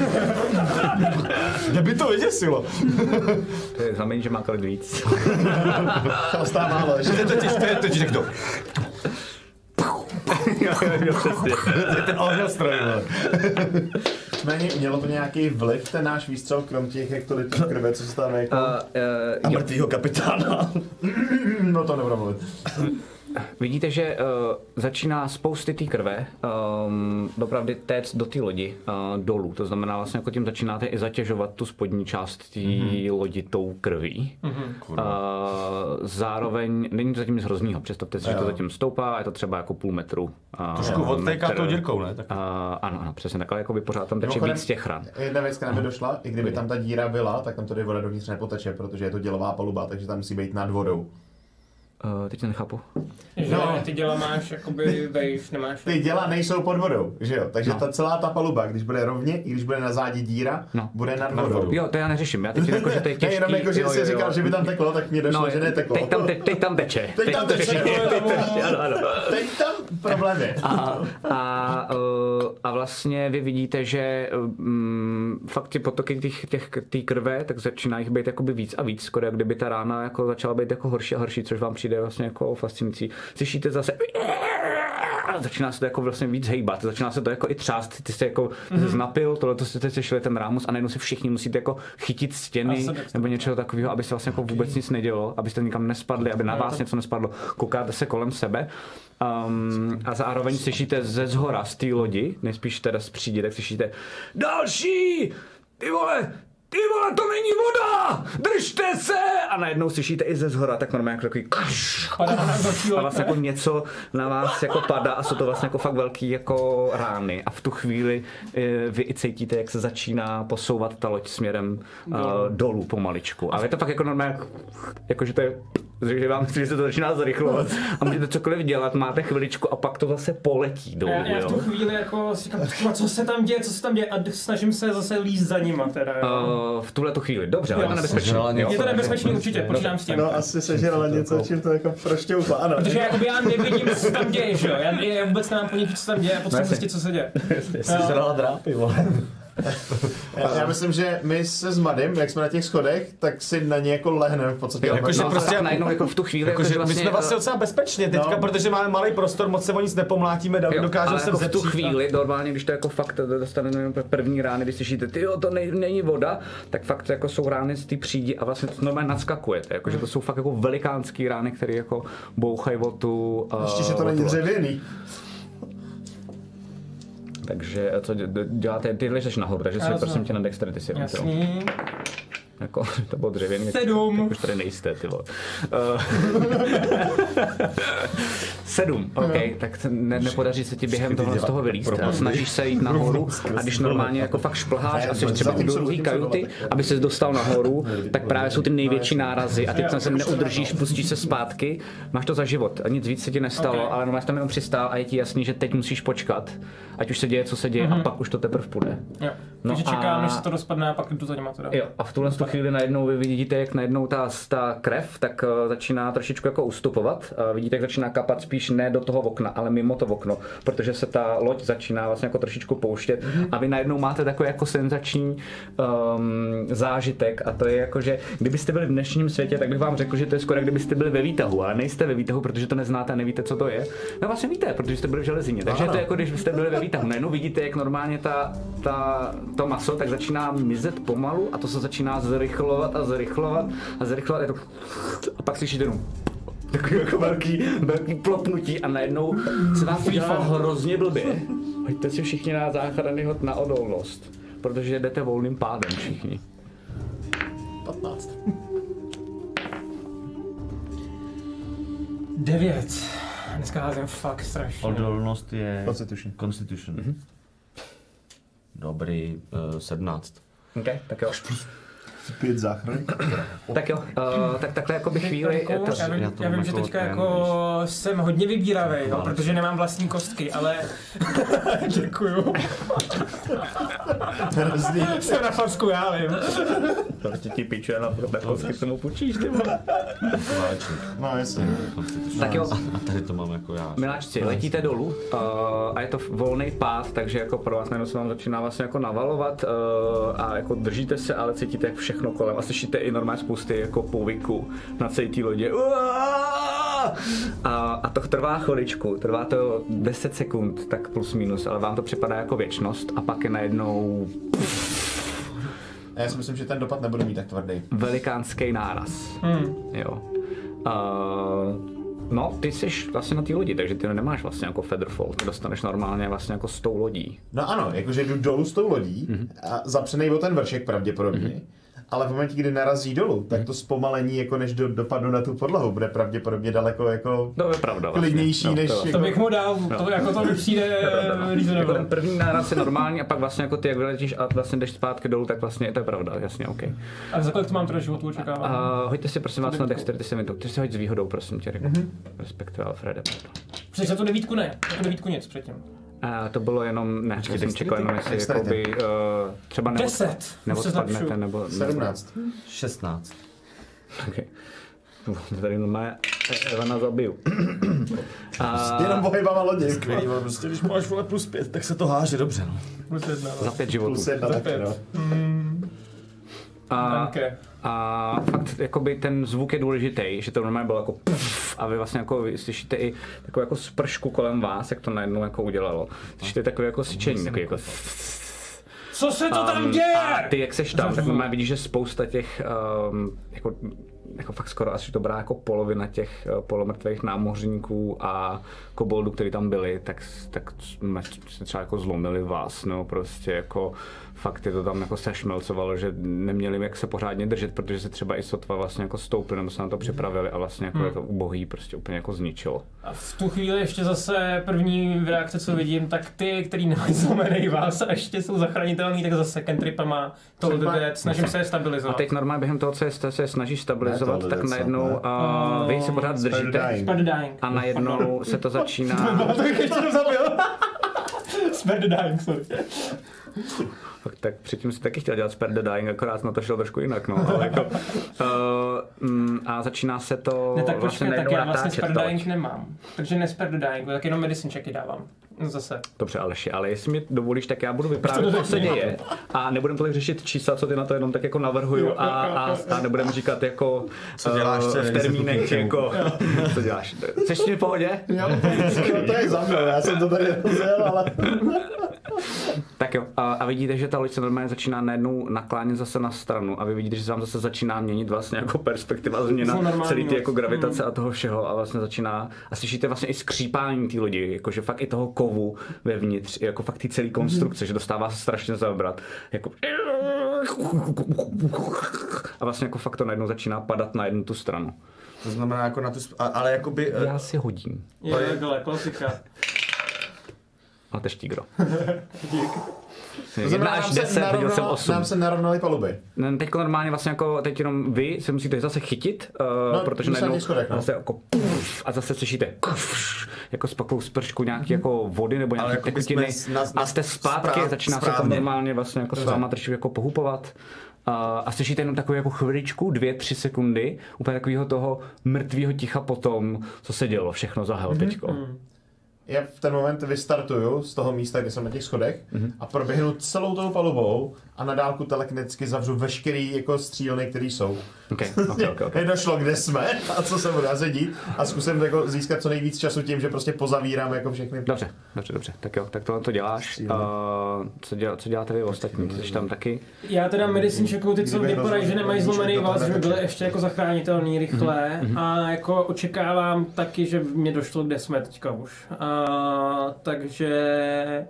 Mě by to vyděsilo. To je znamení, že má kolik víc. To ostává málo, že? To je totiž někdo. Přesně. Ten ohňostroj. Nicméně, mělo to nějaký vliv, ten náš výstřel, krom těch hektolitrů krve, co se tam jako... A mrtvýho kapitána. No to nebudu mluvit. Vidíte, že začíná spousty té krve dopravdy téct do té lodi dolů. To znamená, vlastně jako tím začínáte i zatěžovat tu spodní část té lodi tou krví. Zároveň není to zatím nic hroznýho. Představte si, že to zatím stoupá, je to třeba jako půl metru. Trošku odtéká tou dírkou, ne? Tak... Ano, přesně tak, ale jako by pořád tam teče víc těch ran. Jedna věc, která mi došla, i kdyby tam ta díra byla, tak tam tady voda dovnitř nepoteče, protože je to dělová paluba, takže tam musí být nad vodou. Teď to nechápu. Že ty děla máš jakoby vejš, nemáš... Ty děla nejsou pod vodou, že jo? Takže ta celá ta paluba, když bude rovně, i když bude na zádi díra, bude nad vodou. Jo, to já neřeším. Já teď jako, že to je těžký. Ne, jenom jako, že jsi říkal, že by tam teklo, tak mě došlo, že neteklo. Teď tam teče. Teď tam teče. Teď tam problém je. A vlastně vy vidíte, že fakt ty potoky té krve, tak začíná jich být jakoby víc a víc, skoro jak kdyby ta rána jako začala být jako horší a horší, což vám přijde vlastně jako fascinující. Slyšíte zase začíná se to jako vlastně víc hejbat, začíná se to jako i třást, ty jste jako znapil, tohleto jste sešli ten rámus a najednou si všichni musíte jako chytit stěny nebo něčeho takového, aby se vlastně jako vůbec nic nedělo, abyste nikam nespadli, aby na vás něco nespadlo. Koukáte se kolem sebe a zároveň slyšíte ze zhora z té lodi, nejspíš teda z přídi, tak slyšíte další! Ty vole, to není voda! Držte se! A najednou slyšíte i ze zhora, tak normálně jako takový a vlastně jako něco na vás jako padá a jsou to vlastně jako fakt velký jako rány. A v tu chvíli vy i cítíte, jak se začíná posouvat ta loď směrem dolů pomaličku. A je to fakt jako normálně, jako že to je že se to začíná zrychlovat a můžete cokoliv dělat, máte chviličku a pak to zase poletí dolů. Já v tu chvíli jako si říkám, co se tam děje a snažím se zase lízt za nima teda. V tuhletu chvíli, dobře, ale je to nebezpečné. Je to nebezpečný určitě, počítám s tím. No asi sežrala něco, čím to jako prošťoufá, ano. Protože jakoby já nevidím, co se tam děje, že jo? Já vůbec nemám ponětí, co se tam děje, potřebuji zjistit, co se děje. Sežrala drápy, vole. Já myslím, že my se s Madym, jak jsme na těch schodech, tak si na ně jako lehneme v podstatě. Jakože prostě najednou jako v tu chvíli. Jakože my jsme vlastně docela bezpečně teďka, protože máme malý prostor, moc se o nic nepomlátíme, dokážeme se v tu chvíli, normálně, když to jako fakt dostaneme první rány, když slyšíte, tyjo, to není voda, tak fakt jako jsou rány z té přídi a vlastně to normálně nadskakujete, jakože to jsou fakt jako velikánský rány, které jako bouchají o tu... Ještě, že to není dřevěný. Takže co děláte, ty jdeš nahoru, takže si prosím tě na dexterity si Jasný. Jako, to bylo dřevěný. 7. Už tady nejste, ty vole. 7, OK, tak nepodaří se ti během tohle z toho vylízt. Snažíš se jít nahoru a když normálně jako fakt šplháš a jsi třeba do druhé kajuty, aby ses dostal nahoru, tak právě jsou ty největší nárazy a ty se neudržíš, pustíš se zpátky, máš to za život a nic víc se ti nestalo, ale normálně tam jenom přistál a je ti jasný, že teď musíš počkat, ať už se děje, co se děje a pak už to teprve půjde. Takže čekám, než se to rozpadne a pak jdu za něma teda. Jo, a v tuhle chvíli najednou vy vidíte, jak najednou ta krev tak začíná trošičku jako ustupovat. Vidíte, jak začíná kapat spíš ne do toho okna, ale mimo to okno, protože se ta loď začíná vlastně jako trošičku pouštět a vy najednou máte takový jako senzační zážitek a to je jako, že kdybyste byli v dnešním světě, tak bych vám řekl, že to je skoro jak kdybyste byli ve výtahu, ale nejste ve výtahu, protože to neznáte a nevíte, co to je. No vlastně víte, protože jste byli v železině, takže to je jako když byste byli ve výtahu. Najednou vidíte, jak normálně to maso tak začíná mizet pomalu a to se začíná zrychlovat a pak slyšíte jenom takový jako velký plopnutí a najednou se vám udělá hrozně blbě. Hoďte si všichni na záchranný hod na odolnost, protože jdete volným pádem všichni. 15. 9. Dneska házím fakt strašně. Odolnost je... Constitution. Dobrý, 17. OK, tak jo. 5 záchran. Tak jo, tak takhle jako by chvíli... Já vím, že teďka jako jsem hodně vybíravý, protože nemám vlastní kostky, ale... Děkuju. Jsem na fasku, já vím. Prostě ti pičuje na kostky, se mu půjčíš, ty vole. No jasně. Tak jo. A tady to mám jako já. Miláčci, letíte dolů a je to volný pád, takže jako pro vás najednou se vám začíná vlastně jako navalovat a jako držíte se, ale cítíte jak všechno kolem a slyšíte i normálně spousty jako povyků na celé té lodě. A to trvá chviličku, trvá to 10 sekund, tak plus minus, ale vám to připadá jako věčnost a pak je najednou Já si myslím, že ten dopad nebude mít tak tvrdý. velikánský náraz. Jo. No, ty jsi vlastně na té lodi, takže ty nemáš vlastně jako featherfall, ty dostaneš normálně vlastně jako s tou lodí. No ano, jakože jdu dolů s tou lodí a zapřenej o ten vršek pravděpodobně. Ale v momentě, kdy narazí dolů, tak to zpomalení, jako než dopadnu na tu podlahu, bude pravděpodobně daleko jako To je pravda vlastně. klidnější, No, než to jako... To bych mu dal, to jako to mi přijde Jako reasonable. ten první náraz je normální a pak vlastně jako ty jak vyletíš a vlastně jdeš zpátky dolů, tak vlastně to je pravda, jasně, OK. A za kolik to mám teda životu očekávám? Hoďte si prosím vás na dexterity saving throw. Ty si hoď s výhodou, prosím tě, Riku. Respektive Alfrede. Přeci za tu devítku ne, za tu devítku nic předtím. To bylo jenom, ne, já jsem čekal jenom, jestli jakoby, třeba 10. nebo spadnete, nebo... 17. 16. Okay. Tady normálně Evana zabiju. Jenom pohybama lodi. Skvělý, ale prostě když máš vole plus 5, tak se to háže dobře, no. Plus 1. Za 5 životů. Plus 1 taky, no. A fakt jakoby ten zvuk je důležitý, že to normálně bylo jako pff, a vy vlastně jako slyšíte i takovou jako spršku kolem vás, jak to najednou jako udělalo. Slyšíte takové jako syčení, takový jako Co se to tam děje? A ty jak seš tam, tak normálně vidíš, že spousta těch jako fakt skoro asi dobrá jako polovina těch polomrtvých námořníků a koboldů, kteří tam byli, tak se třeba jako zlomili vás, no prostě jako fakt je to tam jako sešmelcovalo, že neměli jak se pořádně držet, protože se třeba i sotva vlastně jako stoupli, nebo se na to připravili a vlastně jako je to ubohý prostě úplně jako zničilo. A v tu chvíli ještě zase první reakce, co vidím, tak ty, který nemají zlomený vás a ještě jsou zachránitelný, tak zase cantripama to jde, snažím se je stabilizovat. A teď normálně během toho, co se snažíš stabilizovat, tak najednou vy se pořád držíte a najednou se to začíná... To bych ještě zabil. Spare the dying, sorry. Tak předtím si taky chtěl dělat Spare the Dying, akorát na to šlo trošku jinak, no. Ale jako, a začíná se to ne, tak vlastně počkej, tak já vlastně natáčet. Spare the Dying nemám. Takže ne Spare the Dying, tak jenom medicine checky dávám. Zase. Dobře, Aleši, ale jestli mi dovolíš, tak já budu vyprávět, co se děje. A nebudem tolik řešit čísla, co ty na to jenom tak jako navrhuju a nebudeme říkat jako co děláš, v termínech, jako co děláš. Chceš ti v pohodě? Jo, to je za mnou, já jsem to tady rozjel, ale... Tak jo, a vidíte, že ta loď se normálně začíná najednou naklánět zase na stranu a vy vidíte, že se vám zase začíná měnit vlastně jako perspektiva, změna celý ty jako gravitace a toho všeho a vlastně začíná a slyšíte vlastně i skřípání té lodi, jakože fakt i toho kovu vevnitř, jako fakt ty celý konstrukce, že dostává se strašně zabrat, jako a vlastně jako fakt to najednou začíná padat na jednu tu stranu. To znamená jako na tu, ale jakoby... Já si hodím. Je klasika. Máte štígro. To znamená, nám se narovnaly paluby. Teď normálně vlastně jako, teď jenom vy se musíte zase chytit, protože najednou zase jako puf, a zase slyšíte jako s takovou spršku nějaký jako vody nebo nějaký tekutiny a jste zpátky, začíná se to normálně vlastně jako s váma trošku jako pohupovat. A slyšíte jenom takovou jako chviličku, 2-3 sekundy, úplně takového toho mrtvého ticha potom, co se dělo všechno za hell teďko. Já v ten moment vystartuju z toho místa, kde jsem na těch schodech a proběhnu celou tou palubou a na dálku telekineticky zavřu veškerý jako střílny, který jsou. Okay. Nedošlo, kde jsme a co se bude dít a zkusím jako získat co nejvíc času tím, že prostě pozavírám jako všechny. Dobře. Tak jo, tak tohle to děláš. Co děláte vy ostatní? Jsi tam taky? Já teda medicine checkuju ty, co vypadají, že nemají zlomený vás, že by byly ještě jako zachránitelný rychle a jako očekávám taky, že mě došlo, kde jsme teďka už. Takže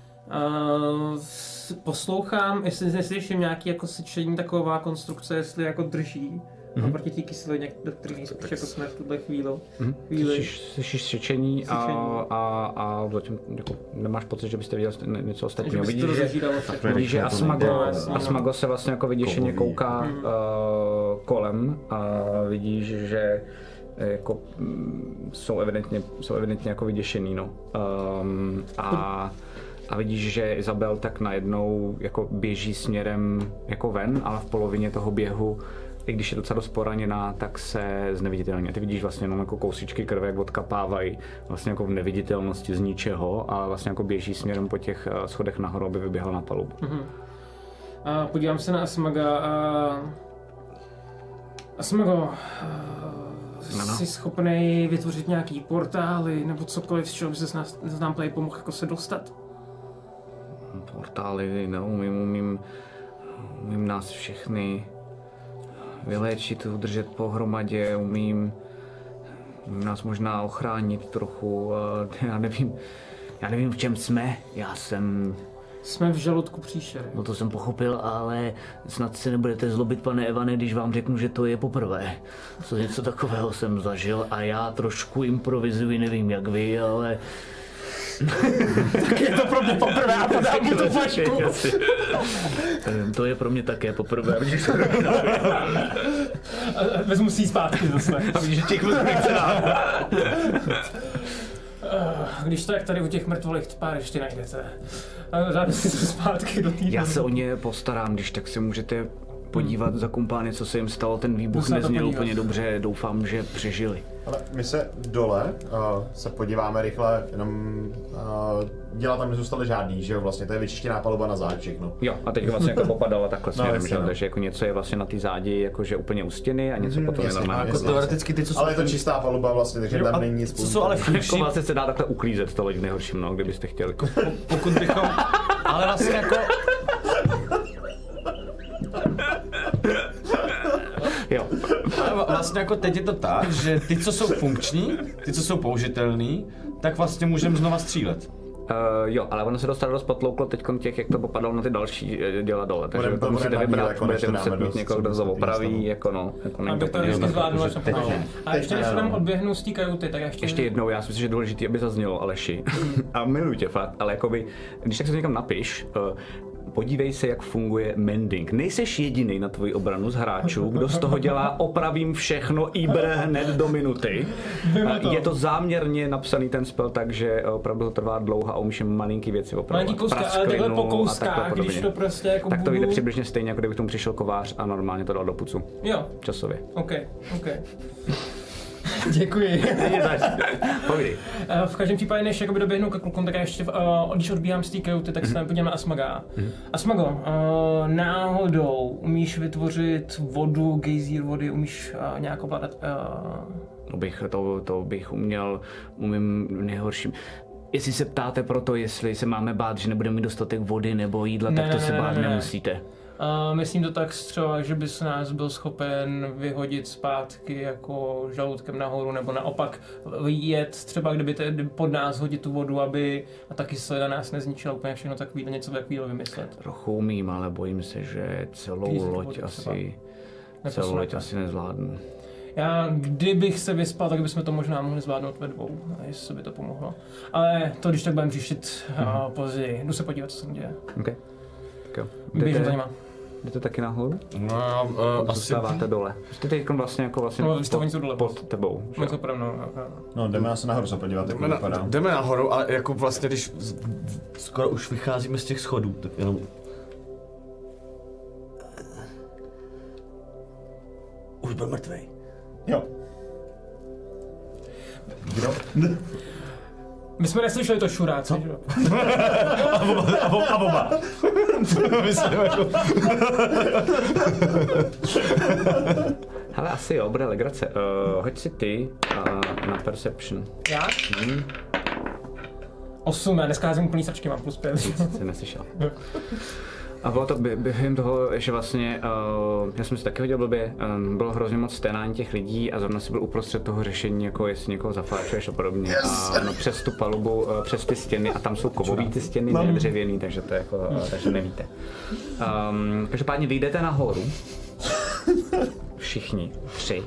poslouchám, jestli neslyším nějaký jako sečení, taková konstrukce, jestli jako drží oproti té kyselině, do které spíš jako jsme v tuhle chvíli. Slyšíš sečení a zatím jako nemáš pocit, že byste viděl něco ostatního. Vidíš, že Asmago se vlastně jako vyděšeně kouká kolem a vidíš, že jako jsou evidentně jako vyděšený, no. A vidíš, že Izabel tak najednou jako běží směrem jako ven, ale v polovině toho běhu, i když je docela dost poraněná, tak se zneviditelní. Ty vidíš vlastně jenom jako kousíčky krve, jak odkapávají vlastně jako v neviditelnosti z ničeho a vlastně jako běží směrem po těch schodech nahoru, aby vyběhla na palubu. Podívám se na Asmaga. Asmago, jsi schopný vytvořit nějaký portály nebo cokoliv, z čeho by se nám tady pomohl jako se dostat? Portály neumím, umím nás všechny vyléčit, udržet pohromadě, umím nás možná ochránit trochu, já nevím v čem jsme, Jsme v žaludku příšery. No to jsem pochopil, ale snad se nebudete zlobit, pane Evane, když vám řeknu, že to je poprvé. Co něco takového jsem zažil a já trošku improvizuji, nevím jak vy, ale... Tak je to pro mě poprvé a podám mu tu flašku. To je pro mě také poprvé. Vezmu si ji zpátky zase. A vidíš, že těch nechce dát. Když tak tady u těch mrtvolých pár ještě najdete. Dáme si to zpátky do týdne. Já se o ně postarám, když tak se můžete podívat za kumpány, co se jim stalo. Ten výbuch nezněl úplně dobře, doufám, že přežili. Ale my se dole se podíváme rychle, jenom děla tam nezůstaly žádný, že jo, vlastně to je vyčištěná paluba na záď všechno. Jo, a teď vlastně jako popadala takhle směrem, jasně, že? Takže jako něco je vlastně na té zádi, jakože úplně u stěny a něco potom je normálně. Jako teoreticky ty, co jsou... Ale je to čistá paluba vlastně, takže tam není nic. Co jsou ale funkční... Vlastně se dá takhle uklízet to loď v nejhorším, no, kdybyste chtěli. Pokud bychom... Ale vlastně jako... Jo. Ale vlastně jako teď je to tak, že ty, co jsou funkční, ty, co jsou použitelný, tak vlastně můžeme znova střílet. Jo, ale ono se dostalo dost potlouklo teď těch, jak to popadalo na ty další děla dole, takže Budeme to to musíte vybrat, jako budete muset mít dost, někoho, kdo to opraví, jako no, jako není Abych to vždycky zvládnul, až a ještě než nám odběhnu z té kajuty, tak ještě jednou, já si myslím, že je důležité, aby zaznělo, Aleši. A miluji tě fakt, ale jakoby, když tak se někam napiš, podívej se, jak funguje mending. Nejseš jediný na tvoji obranu z hráčů, kdo z toho dělá opravím všechno IBR hned do minuty. Je to záměrně napsaný ten spell, takže opravdu to trvá dlouho a umíš malinký věci opravovat. Malinký kouska, ale takhle po kouskách, když to prostě jako tak to vyjde přibližně stejně, jako kdyby k tomu přišel kovář a normálně to dal do pucu. Jo. Časově. OK. Děkuji. Povídej. V každém případě, než jakoby doběhnu ke klukům, tak já ještě, když odbíhám z té kajuty, tak se podívám na Asmaga. Asmago, náhodou umíš vytvořit vodu, gejzír vody, umíš nějak ovládat? To bych umím nejhorším. Jestli se ptáte proto, jestli se máme bát, že nebudeme mít dostatek vody nebo jídla, tak to se bát nemusíte. Myslím to tak třeba, že bys nás byl schopen vyhodit zpátky jako žaludkem nahoru, nebo naopak jet třeba, kdyby pod nás hodit tu vodu, aby a taky se na nás nezničila úplně všechno takový, něco takového vymyslet. Trochu umím, ale bojím se, že celou loď asi nezvládnu. Já, kdybych se vyspal, tak bychom to možná mohli zvládnout ve dvou, jestli by to pomohlo. Ale to, když tak budeme řešit později. Jdu se podívat, co se děje. Okay. Jo. Běžím za nima. Jdete taky nahoru? No, asi... Zůstáváte dole. Jste teď vlastně pod tebou. No, jdeme asi nahoru se podívat, jak to vypadá. Jdeme nahoru, ale jako vlastně, když skoro už vycházíme z těch schodů, tak jenom... Už byl mrtvej. Jo. Kdo? My jsme neslyšeli to šuráce, že jo? A oba. Hele, asi jo, bude legrace. Hoď si ty na Perception. Já? 8, já dneska házím úplný sračky, mám +5. Jsi neslyšel. A bylo to během toho, že vlastně, já jsem si taky hodil blbě, bylo hrozně moc sténání těch lidí a zrovna si byl uprostřed toho řešení, jako jestli někoho zafáčuješ a podobně. A no, přes tu palubu, přes ty stěny, a tam jsou kovový ty stěny, ne dřevěný, takže to jako, takže nevíte. Každopádně vyjdete nahoru, všichni, 3.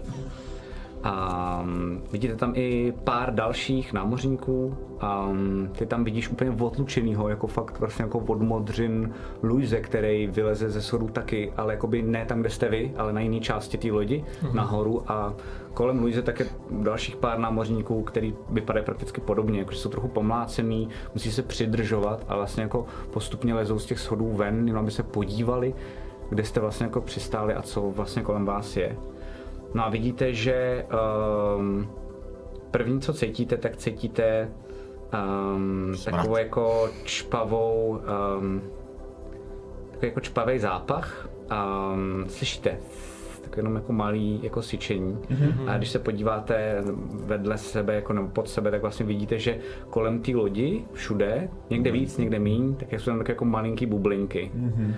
Vidíte tam i pár dalších námořníků. Ty tam vidíš úplně odlučenýho, jako fakt vlastně jako od modřin Luise, který vyleze ze schodů taky, ale jakoby ne tam, kde jste vy, ale na jiné části té lodi, nahoru, a kolem Luise tak je dalších pár námořníků, který vypadají prakticky podobně, jakože jsou trochu pomlácený, musí se přidržovat a vlastně jako postupně lezou z těch schodů ven, jenom aby se podívali, kde jste vlastně jako přistáli a co vlastně kolem vás je. No a vidíte, že první, co cítíte, tak cítíte takovou jako čpavou, takový jako čpavý zápach. Slyšíte tak jenom jako malý jako syčení. A když se podíváte vedle sebe, jako nebo pod sebe, tak vlastně vidíte, že kolem té lodi, všude, někde víc, někde míň, tak jsou tam tak jako malinký bublinky.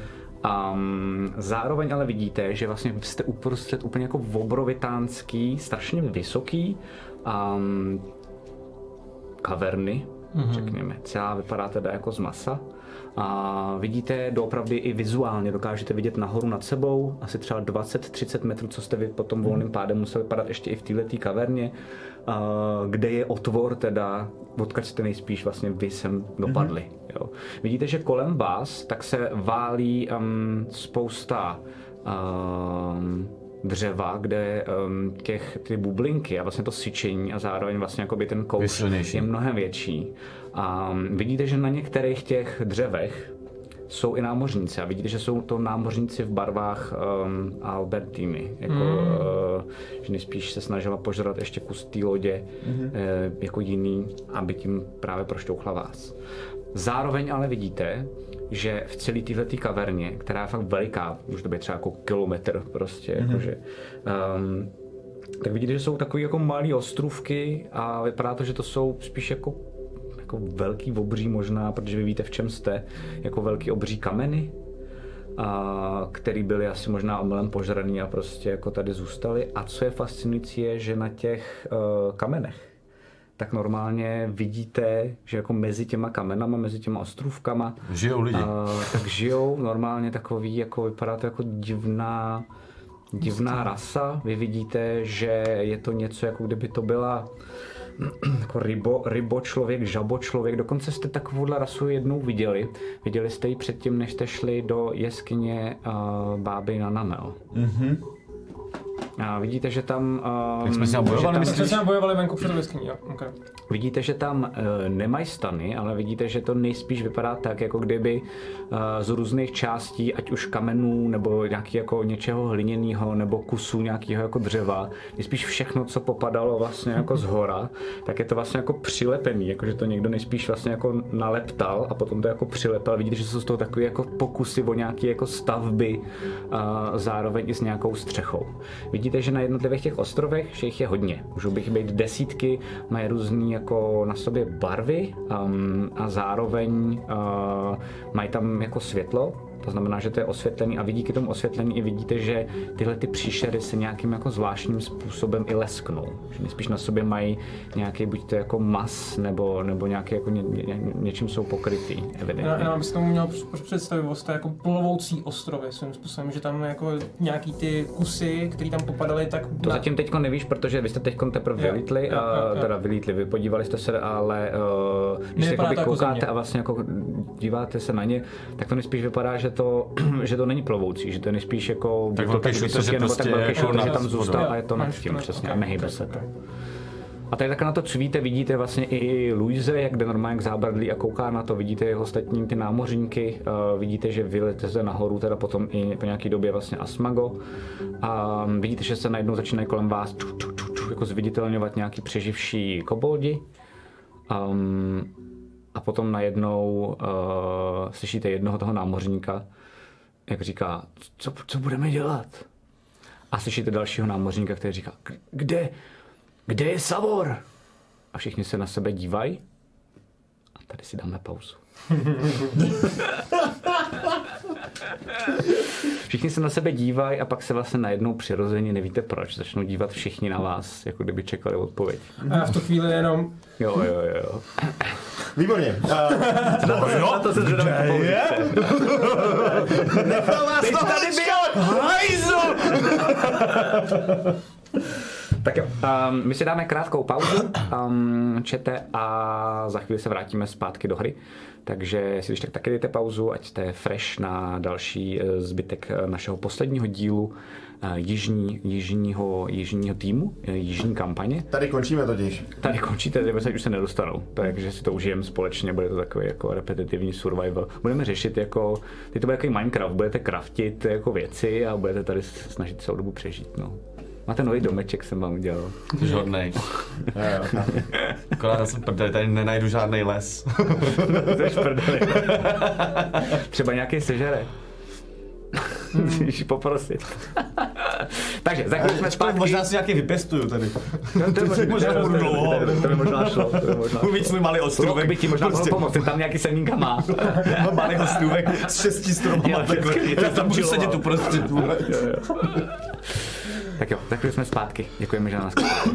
Zároveň ale vidíte, že vlastně jste uprostřed úplně jako obrovitánský, strašně vysoký kaverny, řekněme. Celá vypadá teda jako z masa. A vidíte doopravdy i vizuálně, dokážete vidět nahoru nad sebou, asi třeba 20-30 metrů, co jste vy po tom volným pádem museli padat ještě i v této kaverně, kde je otvor teda, odkud jste nejspíš vlastně vy sem dopadli. Jo. Vidíte, že kolem vás tak se válí spousta dřeva, kde ty bublinky a vlastně to syčení a zároveň vlastně jakoby ten kouř je mnohem větší. A vidíte, že na některých těch dřevech jsou i námořníci a vidíte, že jsou to námořníci v barvách Albertiny, jako, že nejspíš se snažila požrat ještě kus té lodě jako jiný, aby tím právě prošťouchla vás. Zároveň ale vidíte, že v celé této kaverně, která je fakt veliká, může to být třeba jako kilometr prostě, jakože, tak vidíte, že jsou takové jako malé ostrůvky a vypadá to, že to jsou spíš jako velký obří možná, protože vy víte, v čem jste, jako velký obří kameny, který byly asi možná omylem požraný a prostě jako tady zůstaly. A co je fascinující je, že na těch kamenech tak normálně vidíte, že jako mezi těma kamenama, mezi těma ostrůvkama žijou lidi. Tak žijou normálně takový, jako vypadá to jako divná rasa. Vy vidíte, že je to něco, jako kdyby to byla jako rybočlověk, žabočlověk. Dokonce jste takovouhle rasu jednou viděli. Viděli jste ji předtím, než jste šli do jeskyně báby Nanamel. A vidíte, že tam... Jak jsme se bojovali? My jsme se bojovali venku před jeskyní, okay. Vidíte, že tam nemají stany, ale vidíte, že to nejspíš vypadá tak, jako kdyby z různých částí, ať už kamenů, nebo nějaký jako něčeho hliněného, nebo kusů nějakého jako dřeva, nejspíš všechno, co popadalo vlastně jako z hora, tak je to vlastně jako přilepený, jakože to někdo nejspíš vlastně jako naleptal a potom to jako přilepal. Vidíte, že jsou z toho takové jako pokusy o nějaké jako stavby, zároveň i s nějakou střechou. Vidíte, že na jednotlivých těch ostrovech, že jich je hodně. Můžou bych být desítky, mají různý jako na sobě barvy a zároveň mají tam jako světlo. To znamená, že to je osvětlený a vy díky tomu osvětlení i vidíte, že tyhle ty příšery se nějakým jako zvláštním způsobem i lesknou. Že nejspíš na sobě mají nějaký buď to jako mas, nebo nějaký jako něčím jsou pokrytý, evidentně. Já bych si tomu měl představivost, to je jako plovoucí ostrovy svým způsobem, že tam jako nějaký ty kusy, které tam popadaly, tak... To zatím teďko nevíš, protože vy jste teďko teprve vylítli, vy podívali jste se, ale když se jako koukáte a vlastně jako díváte se na ně, tak to nejspíš vypadá, že to není plovoucí, že to je nejspíš jako tak velký šuter, nebo tak velký jako šuter, že tam zůstal a je to nad tím přesně a nehybe se to. A tady takhle na to cvíte, vidíte vlastně i Luise, jak jde normálně k zábradlí a kouká na to, vidíte jeho ostatní ty námořníky, vidíte, že vyleze nahoru, teda potom i po nějaký době vlastně Asmago a vidíte, že se najednou začínají kolem vás jako zviditelňovat nějaký přeživší koboldi. A potom najednou slyšíte jednoho toho námořníka, jak říká, co budeme dělat? A slyšíte dalšího námořníka, který říká, kde je Savor? A všichni se na sebe dívají. A tady si dáme pauzu. Všichni se na sebe dívají a pak se vlastně najednou přirozeně, nevíte proč, začnou dívat všichni na vás, jako kdyby čekali odpověď. A v tu chvíli jenom... Jo. Výborně. Na to se zvědám odpověď. Nechal vás to tady byl! Hajzu! Tak jo, my si dáme krátkou pauzu, čete, a za chvíli se vrátíme zpátky do hry. Takže si když tak taky dejte pauzu, ať jste fresh na další zbytek našeho posledního dílu jižního týmu, jižní kampaně. Tady končíme totiž. Tady končíte, tady už se nedostanou, takže si to užijeme společně, bude to takový jako repetitivní survival. Budeme řešit jako, teď to bude jako Minecraft, budete craftit jako věci a budete tady snažit celou dobu přežít, no. Máte nový domeček, jsem vám udělal. Jsi hodnej. Akorát jsem prdeli, tady nenajdu žádnej les. Jsi prdeli. Třeba nějaký sežere. Můžeš poprosit. Takže za chvíli jsme zpátky. Možná si nějaký vypěstuju tady. To by možná šlo. Uvíc můj malý ostrůvek. By ti možná mohl pomoct, ten tam nějaký semínka má. Malý ostrůvek s 6 stromama takhle. Já tam můžu sedět uprostřed. Tak jo, za chvíli jsme zpátky. Děkujeme, že na nás.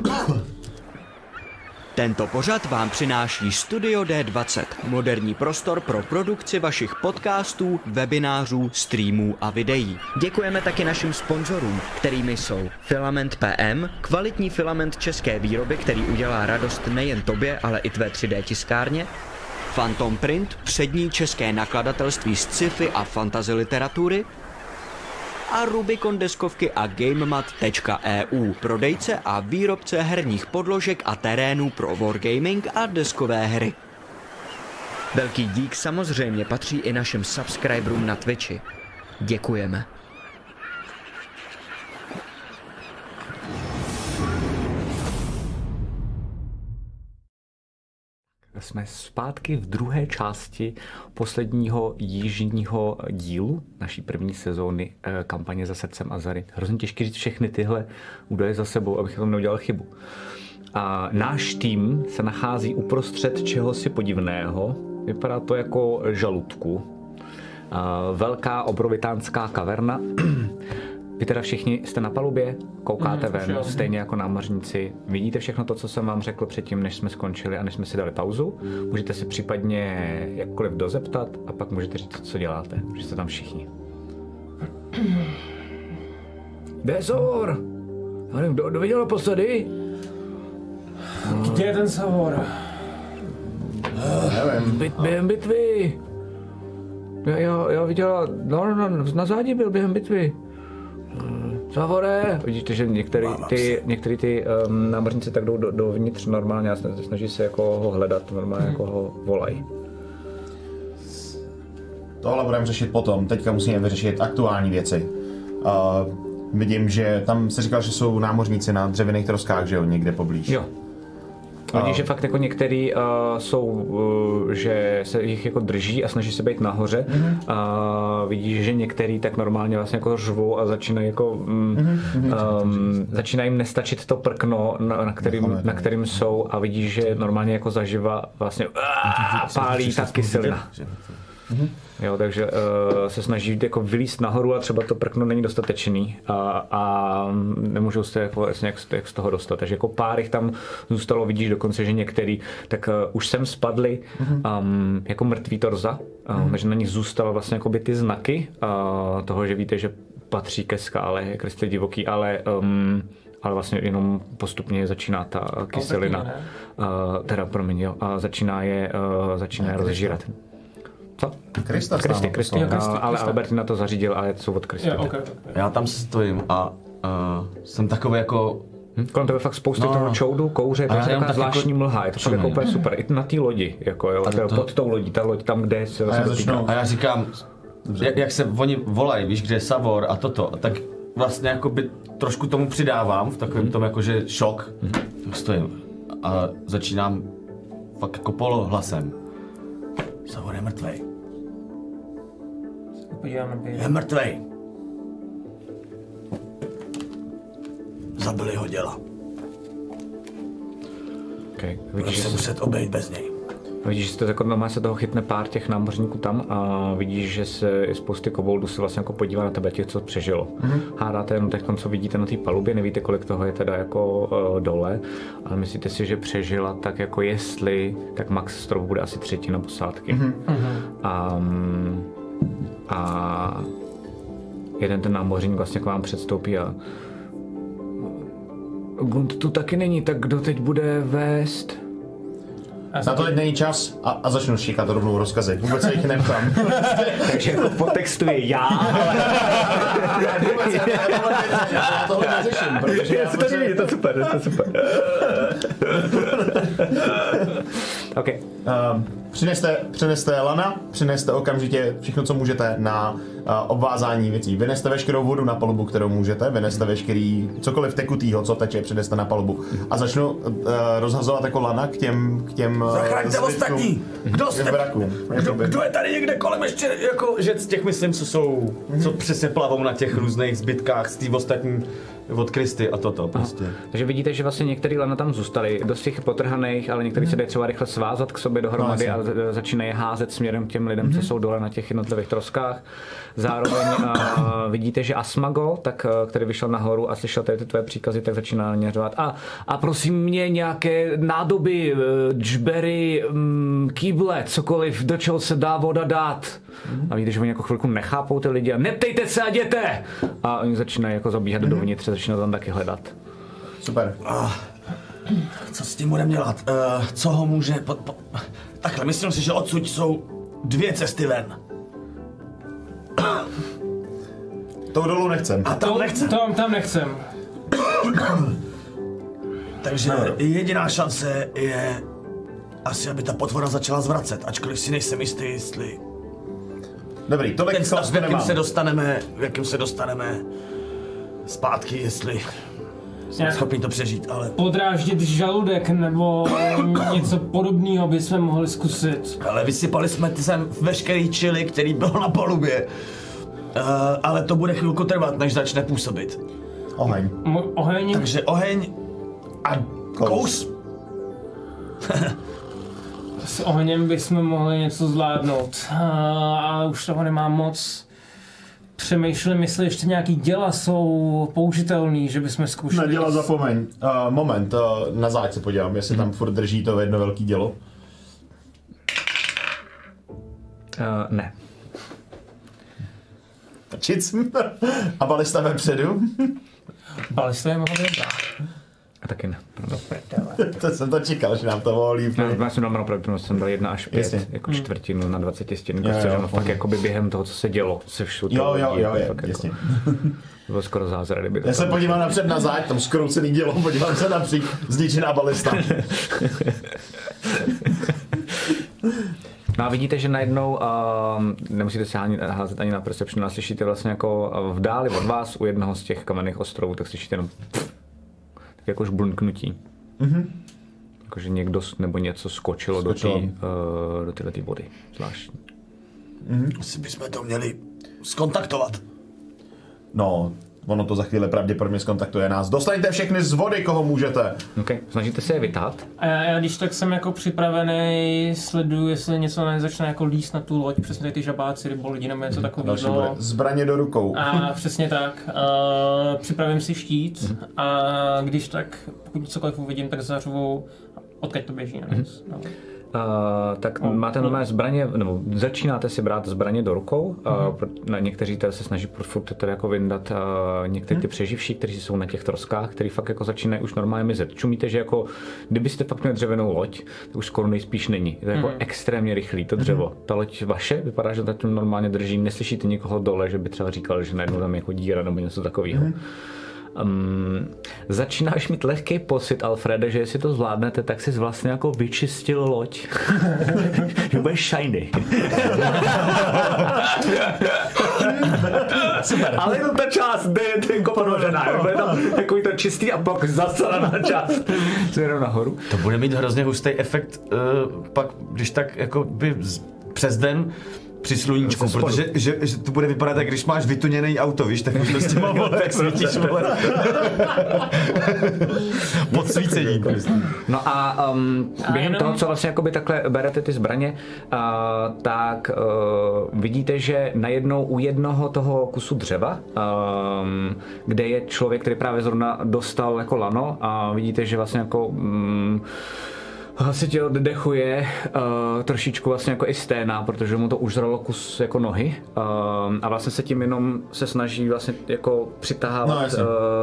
Tento pořad vám přináší Studio D20, moderní prostor pro produkci vašich podcastů, webinářů, streamů a videí. Děkujeme taky našim sponzorům, kterými jsou Filament PM, kvalitní filament české výroby, který udělá radost nejen tobě, ale i tvé 3D tiskárně, Phantom Print, přední české nakladatelství z sci-fi a fantasy literatury, a Rubicon deskovky a GameMat.eu, prodejce a výrobce herních podložek a terénů pro wargaming a deskové hry. Velký dík samozřejmě patří i našim subscriberům na Twitchi. Děkujeme. Jsme zpátky v druhé části posledního jižního dílu naší první sezóny kampaně Za srdcem Azary. Hrozně těžké říct všechny tyhle údaje za sebou, abych tam neudělal chybu. A náš tým se nachází uprostřed čehosi podivného. Vypadá to jako žaludku. Velká obrovitánská kaverna. Vy teda všichni jste na palubě, koukáte ven, stejně jako námořníci. Vidíte všechno to, co jsem vám řekl předtím, než jsme skončili a než jsme si dali pauzu. Můžete si případně jakkoliv dozeptat a pak můžete říct, co děláte, že jste tam všichni. Dezor! Já nevím, kdo viděl naposledy? Kde je ten Savor? Nevím. Během bitvy. Já viděla, na zádi byl během bitvy. Savore! Vidíte, že některý ty námořníci tak jdou dovnitř normálně a snaží se jako ho hledat, normálně jako ho volají. Tohle budeme řešit potom, teďka musíme vyřešit aktuální věci. Vidím, že tam se říkal, že jsou námořníci na dřevěných troskách, že jo, někde poblíž. Jo. Vidíš, že fakt jako některý jsou, že se jich jako drží a snaží se být nahoře. Vidíš, že některý tak normálně vlastně jako řvou a začínají jako začíná jim nestačit to prkno, na kterým jsou, a vidíš, že normálně jako zaživa vlastně pálí ta kyselina. Jo, takže se snaží jako vylízt nahoru a třeba to prkno není dostatečný a nemůžou se jako jak z toho dostat. Takže jako pár jich tam zůstalo, vidíš dokonce, že některý tak už sem spadli jako mrtví torza, takže na nich zůstaly vlastně jako by ty znaky toho, že víte, že patří ke skále, jak jste divoký, ale vlastně jenom postupně začíná ta kyselina, teda promiň, jo, a začíná je rozžírat. Co? Krysty, ale Albertina to zařídil, ale jsou od Krysty. Okay. Já tam stojím a jsem takový jako... Kolem tebe fakt spoustu toho čoudu, kouře, to je taková zvláštní jako mlha, je to fakt jako úplně super. I na té lodi, jako jo, pod tou lodí, ta loď tam, kde se a já říkám, jak se oni volají, víš, kde je Savor a toto, tak vlastně jakoby trošku tomu přidávám v takovém tom jakože šok. Tak stojím a začínám fakt jako polohlasem. Savor je mrtvej. Je mrtvej. Zabili ho děla. Okay. Budeš se muset obejít bez něj. Vidíš, že to jako normálně se toho chytne pár těch námořníků tam a vidíš, že se spousty koboldů se vlastně jako podívá na tebe, těch, co přežilo. Hádáte jenom teď, co vidíte na té palubě, nevíte, kolik toho je teda jako dole, ale myslíte si, že přežila tak jako jestli, tak max strop bude asi třetina posádky. A jeden ten námořník vlastně k vám předstoupí a Gund tu taky není, tak kdo teď bude vést? Na to teď není čas a začnu šíkat rovnou rozkazy. Vůbec se jich neptám. Takže jako podtextuje já, ale... Já tohle neřeším, protože já to je to super. OK. Přineste lana, přineste okamžitě všechno, co můžete na obvázání věcí. Vyneste veškerou vodu na palubu, kterou můžete, vyneste veškerý cokoliv tekutýho, co teče, přineste na palubu. A začnu rozhazovat jako lana k těm Zachraňte ostatní! Kdo je tady někde kolem ještě, jako, že z těch myslím, co přesně plavou na těch různých zbytkách z té ostatní od Kristy a toto prostě. Takže vidíte, že vlastně některý lana tam zůstali, dost těch potrhaných, ale některý se dají třeba rychle svázat k sobě dohromady a začínají házet směrem k těm lidem, co jsou dole na těch jednotlivých troskách. Zároveň vidíte, že Asmago, který vyšel nahoru a slyšel tady ty tvoje příkazy, tak začíná na ně řovat. A prosím mě nějaké nádoby, džbery, kýble, cokoliv, do čeho se dá voda dát. A vidíte, že oni jako chvilku nechápou ty lidi a neptejte se a jděte! A oni začínají jako zabíhat dovnitř, začínají tam taky hledat. Super. Co s tím budeme dělat? Co ho může... Takhle, myslím si, že odsud jsou 2 cesty ven. Tou dolů nechcem. A tam nechcem. Tam nechcem. Takže jediná šance je asi, aby ta potvora začala zvracet, ačkoliv si nejsem jistý, jestli... Dobrý, tolik ten stav, v jakým se dostaneme zpátky, jestli jsme schopni to přežít, ale... Podráždit žaludek nebo něco podobného bychom mohli zkusit. Ale vysypali jsme sem veškerý čili, který byl na palubě. Ale to bude chvilku trvat, než začne působit. Oheň. Oheň? Takže oheň a kous. S ohněm bychom mohli něco zvládnout, ale už toho nemám moc. Přemýšlím, jestli ještě nějaký děla jsou použitelný, že bychom zkoušeli. Na děla zapomeň. Moment, na záď se podívám, jestli tam furt drží to jedno velký dělo. Ne. Tačic. A balista vepředu. Balista je mohla být. A taky ne. To jsem to čekal, že nám to volí. Já jsem dal opravdu, jsem dal 1 až 5, jasně. jako čtvrtinu na 20 stěn. Fakt jakoby během toho, co se dělo, se všude. Jo, jasně. To bylo skoro zázrak, kdyby to... Já se podívám napřed na záď, tam skroucený dělo, podívám se napříč, zničená balista. No a vidíte, že najednou, nemusíte se házet ani na perception, ale slyšíte vlastně jako v dáli od vás u jednoho z těch kamenných ostrovů, tak slyšíte jenom tak jakož blunknutí. Jakože někdo nebo něco skočilo. do této vody. Zvláštní. Asi bychom to měli skontaktovat. No, ono to za chvíli pravděpodobně skontaktuje nás. Dostaňte všechny z vody, koho můžete. OK, snažíte se je vytát? A já když tak jsem jako připravený, sleduju, jestli něco nezačne jako líst na tu loď, přesně tady ty žabáci, rybolidi nebo něco takového. Zbraně do rukou. A přesně tak. Připravím si štít a když tak, pokud cokoliv uvidím, tak zařvu, odkud to běží. Tak máte normálně zbraně, nebo začínáte si brát zbraně do rukou. Někteří tady se snaží furt tady jako vyndat některé ty přeživší, kteří jsou na těch troskách, který fakt jako začínají už normálně mizet. Čumíte, že jako kdybyste fakt měli dřevěnou loď, tak už skoro nejspíš není. Je to jako extrémně rychlý to dřevo. Ta loď vaše vypadá, že to normálně drží, neslyšíte nikoho dole, že by třeba říkal, že najednou tam jako díra nebo něco takového. Začínáš mít lehký pocit, Alfrede, že jestli to zvládnete, tak jsi vlastně jako vyčistil loď. Že budeš shiny. Super. Ale jenom ta část, kde je ten podložená. Bude to takový to čistý a pak zasalaná část. Jenom nahoru. To bude mít hrozně hustý efekt, pak když tak jako by přes den při sluníčku, protože že to bude vypadat tak, když máš vytuněný auto, víš, tak už s těma vole, tak svítíš, vole. Podsvícení. No a během toho, co vlastně jakoby takhle berete ty zbraně, tak vidíte, že najednou u jednoho toho kusu dřeva, kde je člověk, který právě zrovna dostal jako lano, a vidíte, že vlastně jako asi tě oddechuje, trošičku vlastně jako i sténá, protože mu to užralo kus jako nohy, a vlastně se tím jenom se snaží vlastně jako přitahávat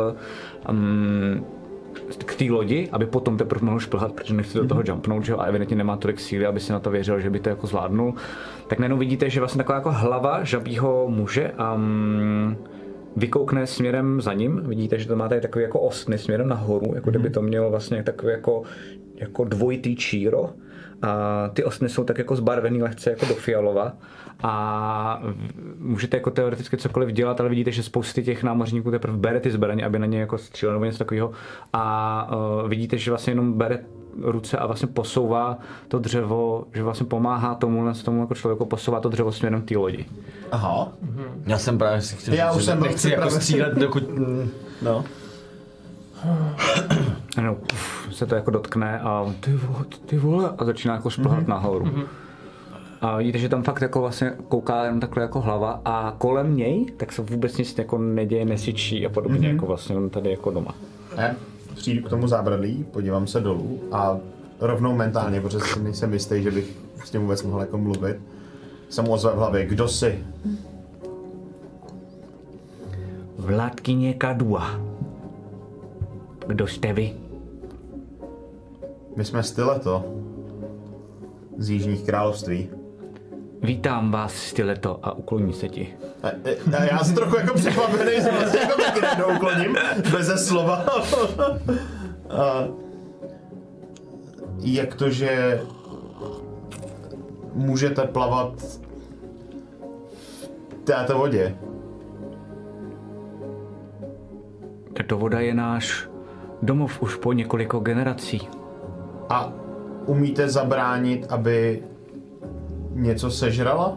k té lodi, aby potom teprve mohl šplhat, protože nechce do toho jumpnout, že jo, a evidentně nemá tolik síly, aby si na to věřil, že by to jako zvládnul. Tak najednou vidíte, že vlastně taková jako hlava žabího muže vykoukne směrem za ním. Vidíte, že to má tady takový jako ostny směrem nahoru, jako kdyby to mělo vlastně takový jako dvojitý číro. ty osny jsou tak jako zbarvený lehce jako do fialova a můžete jako teoreticky cokoliv dělat, ale vidíte, že spousty těch námořníků teprve bere ty zbraně, aby na ně jako střílel nebo něco takového a vidíte, že vlastně jenom bere ruce a vlastně posouvá to dřevo, že vlastně pomáhá tomu jako člověku posouvá to dřevo směrem k té lodi. Aha. Já jsem právě si chtěl říct, že nechci jako střílet, dokud... No. Ano, se to jako dotkne a ty vole a začíná jako šplhat nahoru. A vidíte, že tam fakt jako vlastně kouká jenom takhle jako hlava a kolem něj tak se vůbec nic jako neděje, nesyčí a podobně jako vlastně on tady jako doma. Přijdu k tomu zábradlí, podívám se dolů a rovnou mentálně, protože si nejsem jistý, že bych s tím vůbec mohl jako mluvit, jsem mu ozve v hlavě, kdo jsi? Vládkyně Kadua. Kdo jste vy? My jsme Styleto z Jižních království. Vítám vás, Styleto, a ukloní se ti. A já jsem trochu jako překvapený, že vlastně jako taky najednou ukloním, beze slova. Jak to, že můžete plavat v této vodě? Tato voda je náš domov už po několiko generací. A umíte zabránit, aby něco sežrala?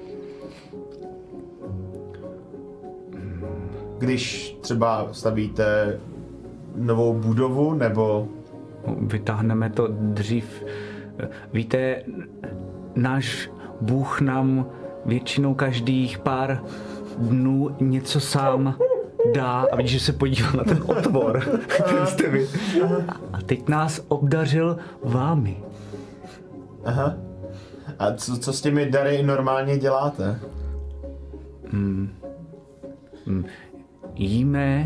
Když třeba stavíte novou budovu, nebo... Vytáhneme to dřív. Víte, náš Bůh nám většinou každých pár dnů něco sám dá a vidíš, že se podívá na ten otvor, který jste vy. A teď nás obdařil vámi. Aha. A co s těmi dary normálně děláte? Jíme,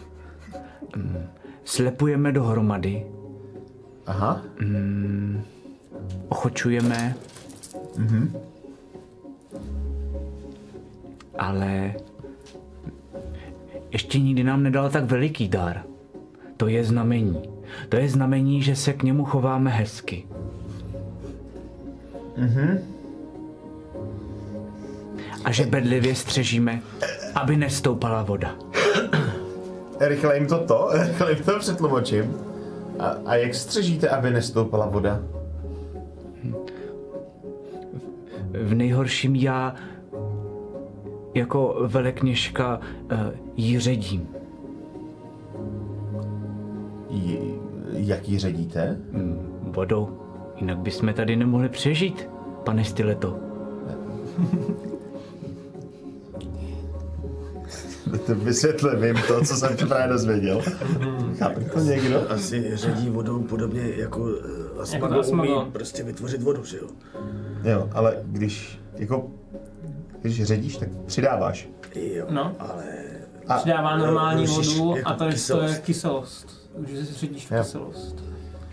slepujeme dohromady. Aha. Ochočujeme. Ale ještě nikdy nám nedal tak veliký dar. To je znamení. To je znamení, že se k němu chováme hezky. A že bedlivě střežíme, aby nestoupala voda. Rychle jim to přetlumočím. A jak střežíte, aby nestoupala voda? V nejhorším já jako velekněžka ji ředím. Jak ji ředíte? Vodou. Jinak bychom tady nemohli přežít, pane Styleto. Vysvětlím jim to, co jsem právě dozvěděl. Chápe to někdo? Asi ředí vodou podobně jako Asmago umí prostě vytvořit vodu, že jo? Jo, ale když ředíš, tak přidáváš. Jo, no. Ale... Přidává normální vodu jako a to je kyselost. Takže si ředíš kyselost.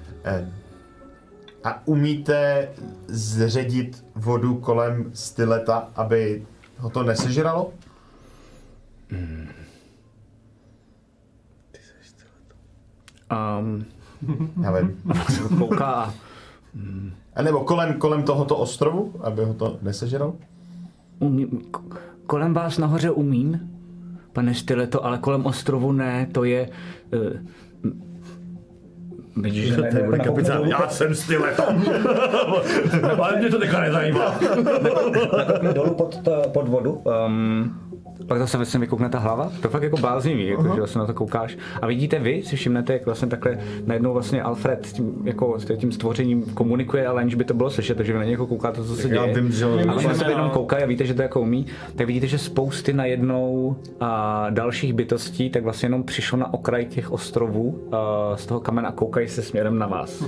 A umíte zředit vodu kolem Styleta, aby ho to nesežralo? Ty jsi Styleto. Já vím. Kouká. A nebo kolem tohoto ostrovu, aby ho to nesežralo? Kolem vás nahoře umím, pane Styleto, ale kolem ostrovu ne, to je... Vidíš, že nebude kapitán, já jsem Styleto. Ale mě to teďka nezajímá. Nakopni dolů pod vodu. Pak zase vlastně vykoukne ta hlava. To je fakt jako bláznivý, jako, že vlastně na to koukáš. A vidíte vy, si všimnete, jak vlastně takhle najednou vlastně Alfred s tím stvořením komunikuje, ale aniž by to bylo slyšet, takže vy na něj jako koukáte, co se děje. A oni na sebe jenom koukají a víte, že to jako umí. Tak vidíte, že spousty najednou dalších bytostí tak vlastně jenom přišlo na okraj těch ostrovů z toho kamene a koukají se směrem na vás.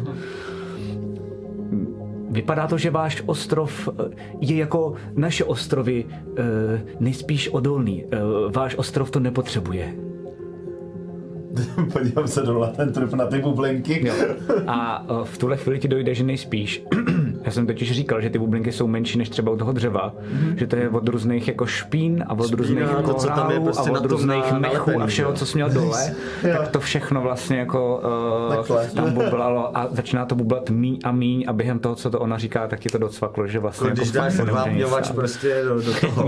Vypadá to, že váš ostrov je jako naše ostrovy nejspíš odolný. Váš ostrov to nepotřebuje. Podívám se dolů na ten trup, na ty bublinky. Jo. A v tuhle chvíli ti dojde, že nejspíš Já jsem totiž říkal, že ty bublinky jsou menší než třeba u toho dřeva, že to je od různých jako špín a od různých jako hrálů prostě a od různých mechů a všeho, co jsi měl dole, tak to všechno vlastně jako tam bublalo a začíná to bublat míň a míň a během toho, co to ona říká, tak ti to docvaklo, že vlastně jako když dáš odvápňovač prostě do toho.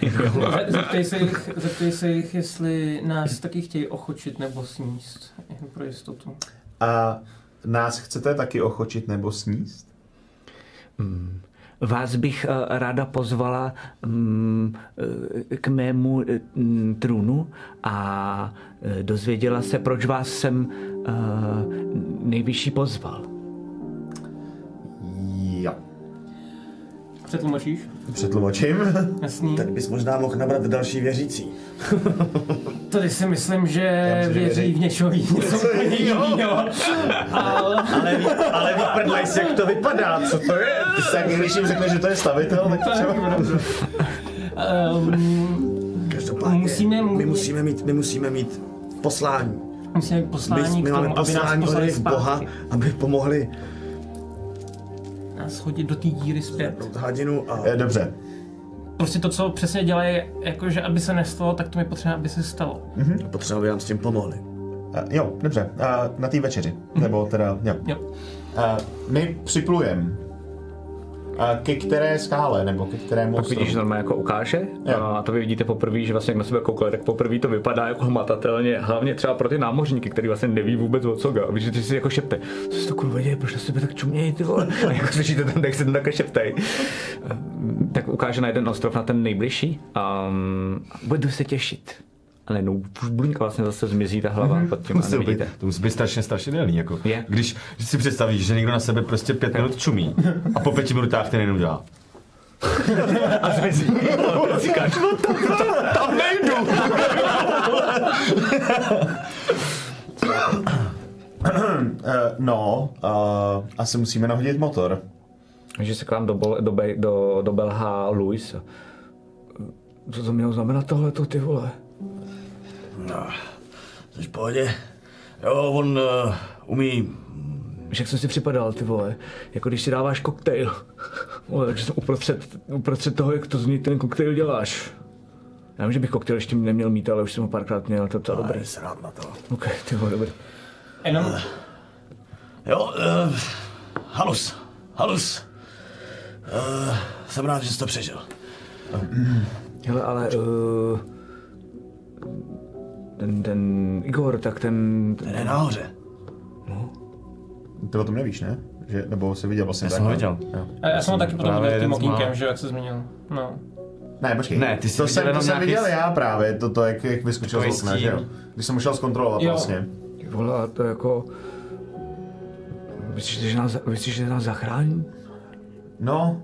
Zeptej se jich, jestli nás taky chtějí ochočit nebo sníst, jen pro jistotu. A nás chcete taky ochočit nebo sníst? Vás bych ráda pozvala k mému trůnu a dozvěděla se, proč vás jsem nejvyšší pozval. Jo. Přetlumočíš? Přetlumočím. Jasný. Tak bys možná mohl nabrat další věřící. Tady si myslím, že věří v něčeho jiného. Ale vyprdlej si, jak to vypadá, co to je? Ty se taky, když jim řekne, že to je stavitel, tak to třeba... Každopádně, my musíme mít poslání. Musíme mít poslání my k tomu, máme poslání od jejich Boha, aby pomohli nás hodit do té díry zpět. Hadinu a... Dobře. Prostě to, co přesně dělají, jakože aby se nestalo, tak to mi potřeba, aby se stalo. Potřeba, aby nám s tím pomohli. Jo, dobře. Na té večeři. Nebo teda, jo. My připlujeme. Ke které skále, nebo ke kterému tak vidíš, že normálně jako ukáže a to vy vidíte poprvé, že vlastně jak na sebe koukali, tak poprvé to vypadá jako hmatatelně, hlavně třeba pro ty námořníky, kteří vlastně neví vůbec o co ga. A vidíte, že si jako šepte, co se to kurva děje, proč na sebe tak čumějí, ty vole, a jako slyšíte ten, jak se tam také šeptej. Tak ukáže na jeden ostrov, na ten nejbližší a budu se těšit. Ale no, už blinka vlastně zase zmizí ta hlava pod tím a nevidíte. To musí být strašidelný, jako. Je. Když si představíš, že někdo na sebe prostě 5 minut čumí a po 5 minutách ten jenom dělá. A zmizí. A ty říkáš, no tam nejdu. Asi musíme nahodit motor. Takže se k vám do belhá Luis. Co to mělo znamenat tohleto, ty vole? No, jsi v pohodě. Jo, on umí... Víš, jak jsem si připadal, ty vole, jako když si dáváš koktejl. Vole, takže jsem uprostřed toho, jak to zní, ten koktejl děláš. Já vím, že bych koktejl ještě neměl mít, ale už jsem ho párkrát měl, to je docela dobrý. Jsem rád na to. Ok, ty vole, dobrý. Jenom... Jo, halus. Jsem rád, že jsi to přežil. Hele, ale... Ten Igor, tak ten je nahoře. No. Ty o tom nevíš, ne? Že, nebo jsi viděl vlastně Já jsem ho viděl. Já jsem ho taky potom viděl tím okýnkem, že jak se zmínil. No. Ne, počkej. Ne, ty jsi to jsem nějaký... viděl já právě, to jak vyskočil z okna, že jo? Když jsem musel zkontrolovat vlastně. Vole, to jako... Myslíš, že nás zachrání? No.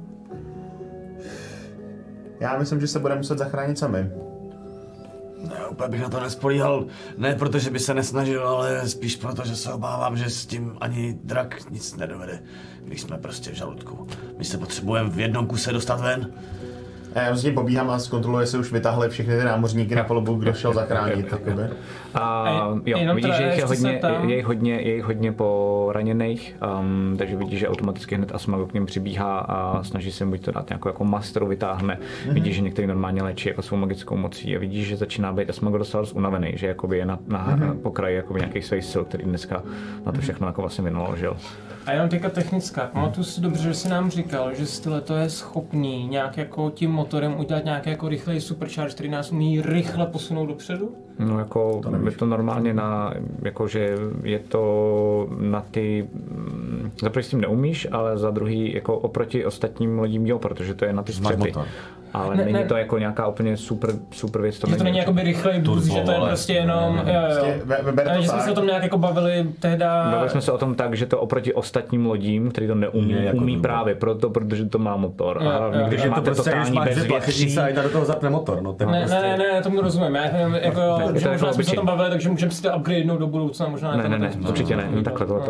Já myslím, že se budeme muset zachránit sami. Ne, úplně bych na to nespolíhal, ne protože by se nesnažil, ale spíš proto, že se obávám, že s tím ani drak nic nedovede, když jsme prostě v žaludku. My se potřebujeme v jednom kuse dostat ven. Já s tím pobíhám a zkontroluji, jestli už vytáhli všechny ty námořníky na palubu, kdo šel zachránit. Jo, vidíš, že je jich hodně poraněných, takže vidíš, že automaticky hned Asmago k ním přibíhá a snaží se buď to dát nějakou jako masteru, vytáhne. Vidíš, že některý normálně léčí jako svou magickou mocí a vidíš, že začíná být Asmago docela unavený, že jakoby je na pokraji jakoby nějakých svých sil, který dneska na to všechno jako vlastně vynaložil. A jenom teďka technická, pamatuju si dobře, že jsi nám říkal, že to je schopný nějak jako tím motorem udělat nějaký jako rychlej supercharge, který nás umí rychle posunout dopředu? No jako je to normálně na, jakože je to na ty, za první s tím neumíš, ale za druhý jako oproti ostatním lodím jo, protože to je na ty střepy. Ale není to jako nějaká úplně super věc. To není jakoby rychlej boost, že to je prostě jenom, jo. Že jsme se o tom nějak jako bavili tehda. Bavili jsme se o tom tak, že to oproti ostatním lodím, který to neumí, umí právě proto, protože to má motor. A hlavně, když máte totální bezvětří. A do toho zapne motor, no. Ne, tomu rozumím. Jako možná jsme se o tom bavili, takže můžeme si to upgradenout do budoucna, možná. Ne, určitě ne, takhle tohleto.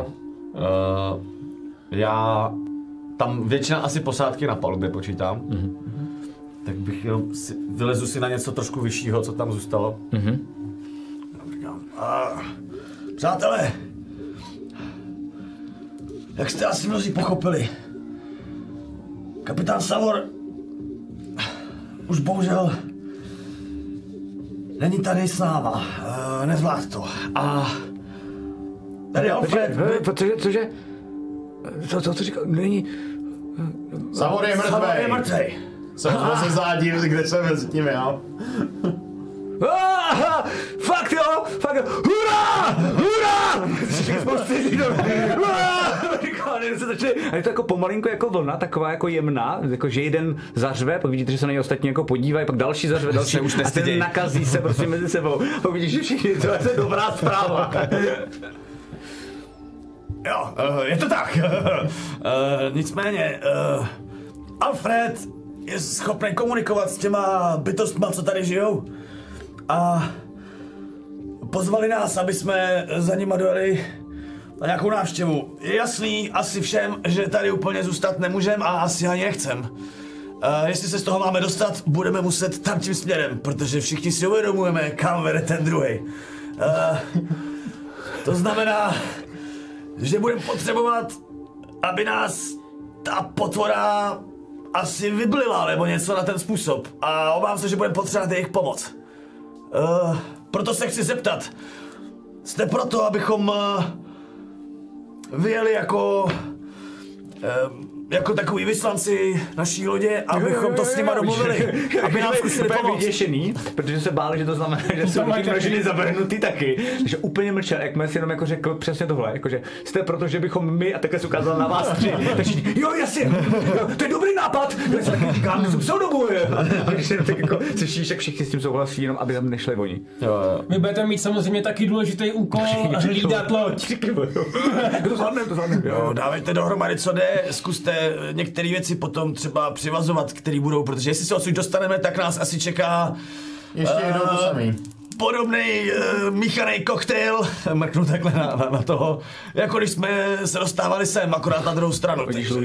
Já tam většina asi posádky na palubě počítám. Tak bych jenom vylezu si na něco trošku vyššího, co tam zůstalo. Říkám, přátelé, jak jste asi mnozí pochopili, Kapitán Savor už bohužel není tady s náma. Nezvlád to. A tady Alfred. Cože? Co říkal? Není... Savor je mrtvej. Savor je mrtvej. Jsem se zádím, kde jsem mezi tím, jo? Fakt jo! Hurá! A je to jako pomalinko jako vlna, taková jako jemná, jako že jeden zařve, pak vidíte, že se na něj ostatní jako podívají, pak další zařve, další už a ten nakazí se prostě mezi sebou. Pak vidíš, že všichni, to je dobrá zpráva. Jo, je to tak. Nicméně, Alfred je schopný komunikovat s těma bytostma, co tady žijou. A pozvali nás, aby jsme za nima dojeli na nějakou návštěvu. Je jasný asi všem, že tady úplně zůstat nemůžem a asi ani nechcem. Jestli se z toho máme dostat, budeme muset tam tím směrem, protože všichni si uvědomujeme, kam vede ten druhej. To znamená, že budeme potřebovat, aby nás ta potvora asi vyblila, nebo něco na ten způsob. A obávám se, že budeme potřebovat jejich pomoc. Proto se chci zeptat, jste proto, abychom vyjeli jako takový vyslanci naší lodě, abychom to s nima domluvili, aby nám zkusili pomoct. Vyděšený, protože se báli, že to znamená, že jsou ty množiny zavrhnutý taky. Takže úplně mlčel, jak si jenom jako řekl přesně tohle, jakože jste proto, že bychom my, a takhle se ukázal na vás tři. Takže jo, jasně, jo, to je dobrý nápad, já se taky říkám, že jsou pseudoboje. A když se tak jako slyšíš, jak všichni s tím souhlasí, jenom aby tam nešli oni. Vy budete mít samozřejmě taky důležitý úkol hlídat loď. To zvládneme. Jo, dávejte dohromady, co jde, zkuste některé věci potom třeba přivazovat, které budou, protože jestli se odsud dostaneme, tak nás asi čeká ještě jednou to samý. Podobný míchaný koktejl, mrknu takhle na toho, jako když jsme se dostávali sem, akorát na druhou stranu.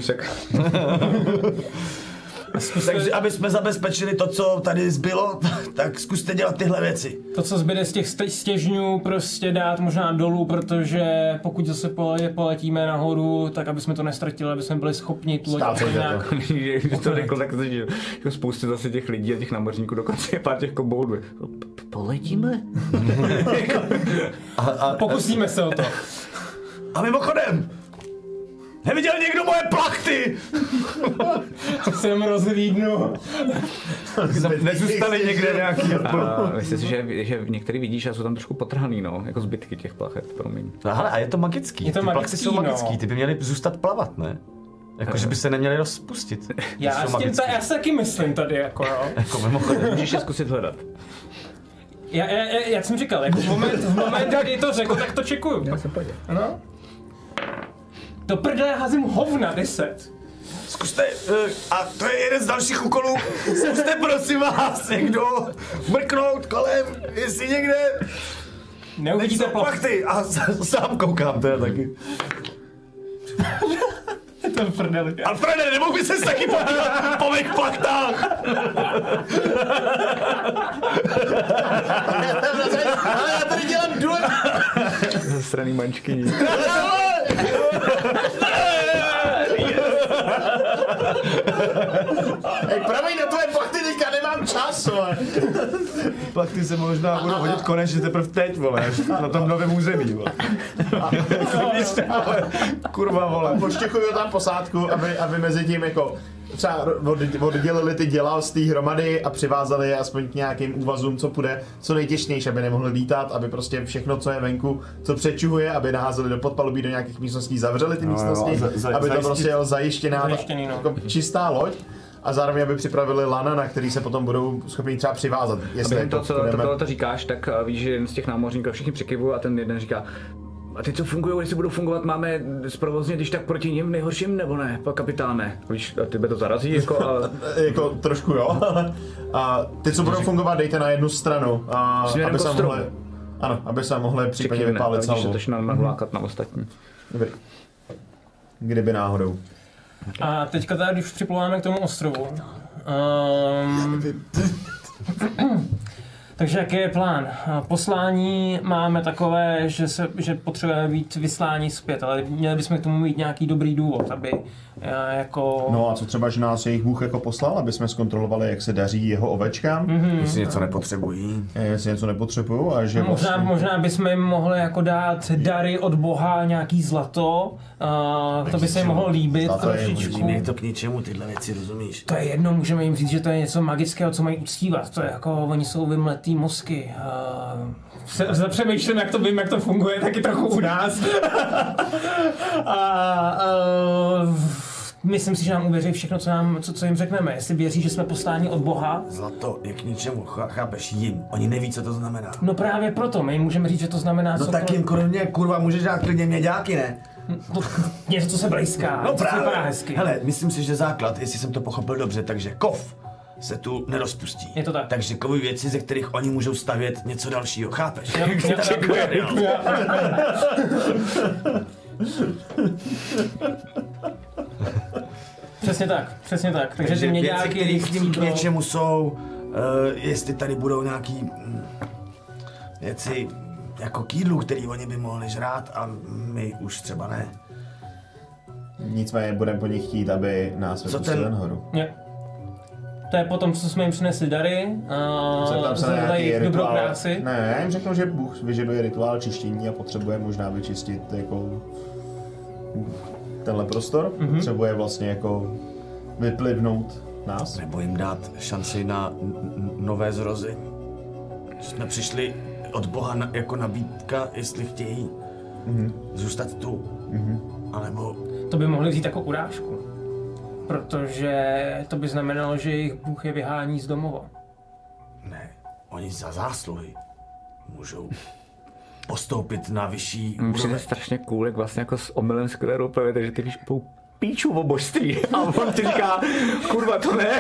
Takže aby jsme zabezpečili to, co tady zbylo, tak zkuste dělat tyhle věci. To, co zbyde z těch stěžňů, prostě dát možná dolů, protože pokud zase poletíme nahoru, tak aby jsme to nestratili, aby jsme byli schopni tu loď nějak... Když to řekl, tak to je spousty zase těch lidí a těch námořníků, dokonce je pár těch koboldů. Poletíme? Pokusíme se o to. A mimochodem, neviděl někdo moje plachty? Tak se jenom rozhlídnu. Nezůstali někde nějaký. Myslím si, že některý vidíš a jsou tam trošku potrhaný, no, jako zbytky těch plachet, promiň. No hele, a je to magický. Je to ty magický, plachty jsou magický, ty by měly zůstat plavat, ne? Jako, že by se neměli rozpustit. Já si taky myslím tady, jako jo. Jako mimochodem. Můžeš je zkusit hledat. Jak jsem říkal, jako v moment, kdy to řekl, tak to čekuju. Já se pojď. Ano? Do prdele házím hovna 10. Zkuste, a to je jeden z dalších úkolů, zkuste prosím vás někdo mrknout kolem, jestli někde Neuvidíte plachty. A sám koukám teda taky. To prdeli. Alfrede, nemohl by ses taky podívat po mých plachtách? Ale já tady dělám Ze strany mančkyní. Ej, promiň, na tvoje plachty teďka nemám čas, vole. Plachty se možná budou hodit konečně teprve teď, vole, na tom novém území, vole. Kurva, vole. Poštěchuju tam posádku, aby mezi tím jako třeba oddělili ty děla z té hromady a přivázali je aspoň k nějakým úvazům, co půjde, co nejtěžnější, aby nemohli lítat, aby prostě všechno, co je venku, co přečuhuje, aby naházeli do podpalubí, do nějakých místností, zavřeli ty místnosti, aby to prostě jel zajištěná jako čistá loď. A zároveň, aby připravili lana, na který se potom budou schopni třeba přivázat. Jestli to říkáš, tak víš, že jeden z těch námořníků všichni přikivují a ten jeden říká: a ty, co fungují, jestli budou fungovat, máme zprovoznit, když tak proti nim nejhorším, nebo ne, kapitáne? Víš, a tebe to zarazí, jako a... jako trošku jo, a ty, co budou fungovat, dejte na jednu stranu, aby se mohli... Ano, aby se mohli případně vypálit salvu. Vidíš, že to nahulákat na ostatní. Dobrý. Kdyby náhodou. A teďka tady, když připlouváme k tomu ostrovu, Takže jaký je plán? Poslání máme takové, že potřebujeme být vysláni zpět, ale měli bychom k tomu mít nějaký dobrý důvod, aby jako... No a co třeba, že nás jejich Bůh jako poslal, aby jsme zkontrolovali, jak se daří jeho ovečkám? Jestli něco nepotřebují. Jestli něco nepotřebují a že Možná bychom jim mohli jako dát dary od Boha, nějaký zlato, to by se jim mohlo líbit trošičku. Je to k ničemu tyhle věci, rozumíš? To je jedno, můžeme jim říct, že to je něco magického, co mají uctívat. To je jako, oni jsou vymletý mozky. Zapřemýšlím, jak to vím, jak to funguje, taky trochu u nás. Myslím si, že nám uvěří všechno, co jim řekneme. Jestli věří, že jsme posláni od Boha. Zlato je k ničemu, chápeš, jim. Oni neví, co to znamená. No právě proto, my jim můžeme říct, že to znamená... No tak jim kromě, kurva, můžeš dát klidně měďáky, ne? Něco, co se blízká, no právě. Vypadá hezky. Hele, myslím si, že základ, jestli jsem to pochopil dobře, takže kov se tu nerozpustí. Je to tak. Takže kovy věci, ze kterých oni můžou stavět něco dalšího, chápeš? Přesně tak. Takže ty věci, které s tím k něčemu jsou, jestli tady budou nějaký věci jako k jídlu, který oni by mohli žrát a my už třeba ne. Nicméně budeme po nich chtít, aby nás vypustili nahoru. Je. To je potom, co jsme jim přinesli dary, Zeptám se na nějaký dobrou rituál. práci. Ne, já jim řeknu, že Bůh vyžaduje rituál čištění a potřebuje možná vyčistit jako tenhle prostor. Potřebuje vlastně jako vyplivnout nás. Nebo jim dát šanci na nové zrození. Jsme přišli od Boha jako nabídka, jestli chtějí zůstat tu. Anebo... To by mohli vzít jako urážku. Protože to by znamenalo, že jejich Bůh je vyhání z domova. Ne, oni za zásluhy můžou postoupit na vyšší úroveň. Je strašně cool, jak vlastně jako s omylem skvělou povědět, že ty víš píču o božství a on ti říká, kurva to ne.